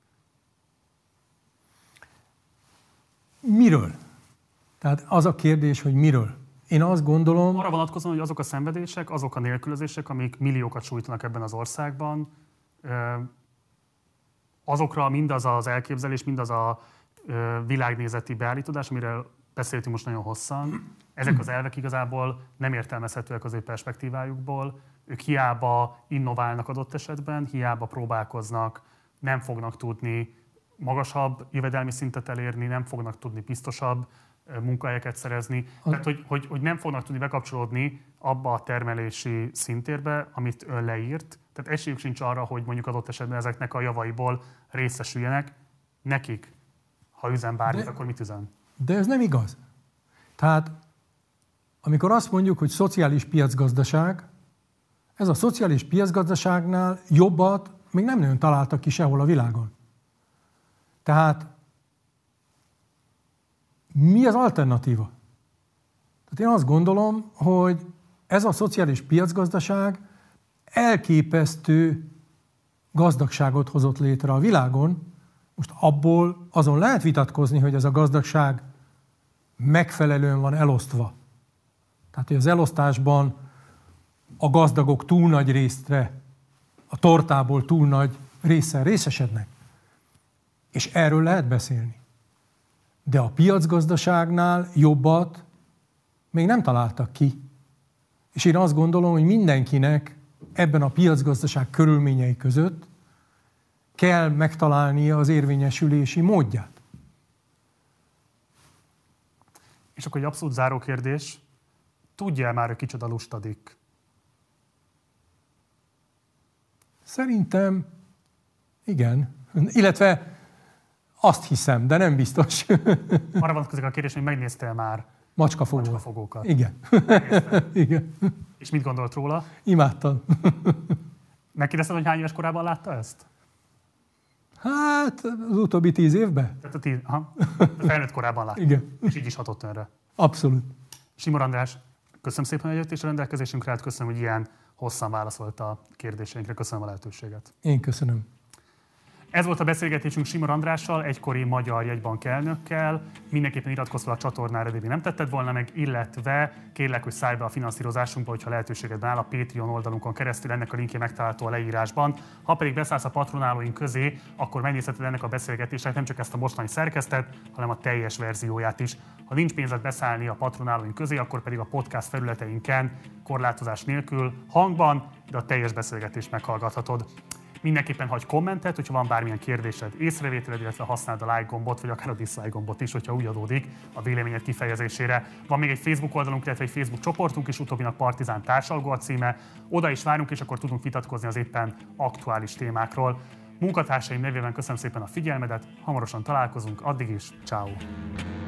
Miről? Tehát az a kérdés, hogy miről. Én azt gondolom... Arra vonatkozóan, hogy azok a szenvedések, azok a nélkülözések, amik milliókat sújtanak ebben az országban, azokra mindaz az elképzelés, mindaz a világnézeti beállítás, amiről beszéltünk most nagyon hosszan, ezek az elvek igazából nem értelmezhetőek az ő perspektívájukból. Ők hiába innoválnak adott esetben, hiába próbálkoznak, nem fognak tudni magasabb jövedelmi szintet elérni, nem fognak tudni biztosabb munkahelyeket szerezni. Tehát, hogy nem fognak tudni bekapcsolódni abba a termelési szintérbe, amit ön leírt. Tehát esélyük sincs arra, hogy mondjuk adott esetben ezeknek a javaiból részesüljenek. nekik, ha üzen bármit, akkor mit üzen? De ez nem igaz. Tehát, amikor azt mondjuk, hogy szociális piacgazdaság, ez a szociális piacgazdaságnál jobbat még nem nagyon találtak ki sehol a világon. Tehát mi az alternatíva? Tehát én azt gondolom, hogy ez a szociális piacgazdaság elképesztő gazdagságot hozott létre a világon. Most abból azon lehet vitatkozni, hogy ez a gazdagság megfelelően van elosztva. Tehát, hogy az elosztásban a gazdagok túl nagy részre, a tortából túl nagy résszel részesednek. És erről lehet beszélni. De a piacgazdaságnál jobbat még nem találtak ki. És én azt gondolom, hogy mindenkinek ebben a piacgazdaság körülményei között kell megtalálnia az érvényesülési módját. És akkor egy abszolút záró kérdés. Tudja-e már, hogy kicsoda lustadik? Szerintem igen. Illetve azt hiszem, de nem biztos. Arra vonatkozik a kérdés, hogy megnéztél már macskafogókat. Igen. Igen. És mit gondolt róla? Imádtam. Megkérdezted, hogy hány éves korában látta ezt? Hát az utóbbi 10 évben. Tehát a felnőtt korában látta. Igen. És így is hatott önre. Abszolút. Simor András, köszönöm szépen, hogy jött és a rendelkezésünkre állt. Köszönöm, hogy ilyen hosszan válaszolt a kérdéseinkre. Köszönöm a lehetőséget. Én köszönöm. Ez volt a beszélgetésünk Simor Andrással, egykori magyar jegybank elnökkel. Mindenképpen iratkozz fel a csatornára, de nem tetted volna meg, illetve kérlek, hogy szállj be a finanszírozásunkba, hogyha lehetőséged áll a Patreon oldalunkon keresztül, ennek a linkje megtalálható a leírásban. Ha pedig beszállsz a patronálóink közé, akkor megnézheted ennek a beszélgetésnek nem csak ezt a mostani szerkesztet, hanem a teljes verzióját is. Ha nincs pénzed beszállni a patronálóink közé, akkor pedig a podcast felületeinken korlátozás nélkül hangban, de a teljes beszélgetést meghallgathatod. Mindenképpen hagyj kommentet, hogyha van bármilyen kérdésed, észrevételed, illetve használd a like gombot, vagy akár a dislike gombot is, hogyha úgy adódik a véleményed kifejezésére. Van még egy Facebook oldalunk, illetve egy Facebook csoportunk is, utóbbinak Partizán társalgó a címe. Oda is várunk, és akkor tudunk vitatkozni az éppen aktuális témákról. Munkatársaim nevében köszönöm szépen a figyelmedet, hamarosan találkozunk, addig is, ciao.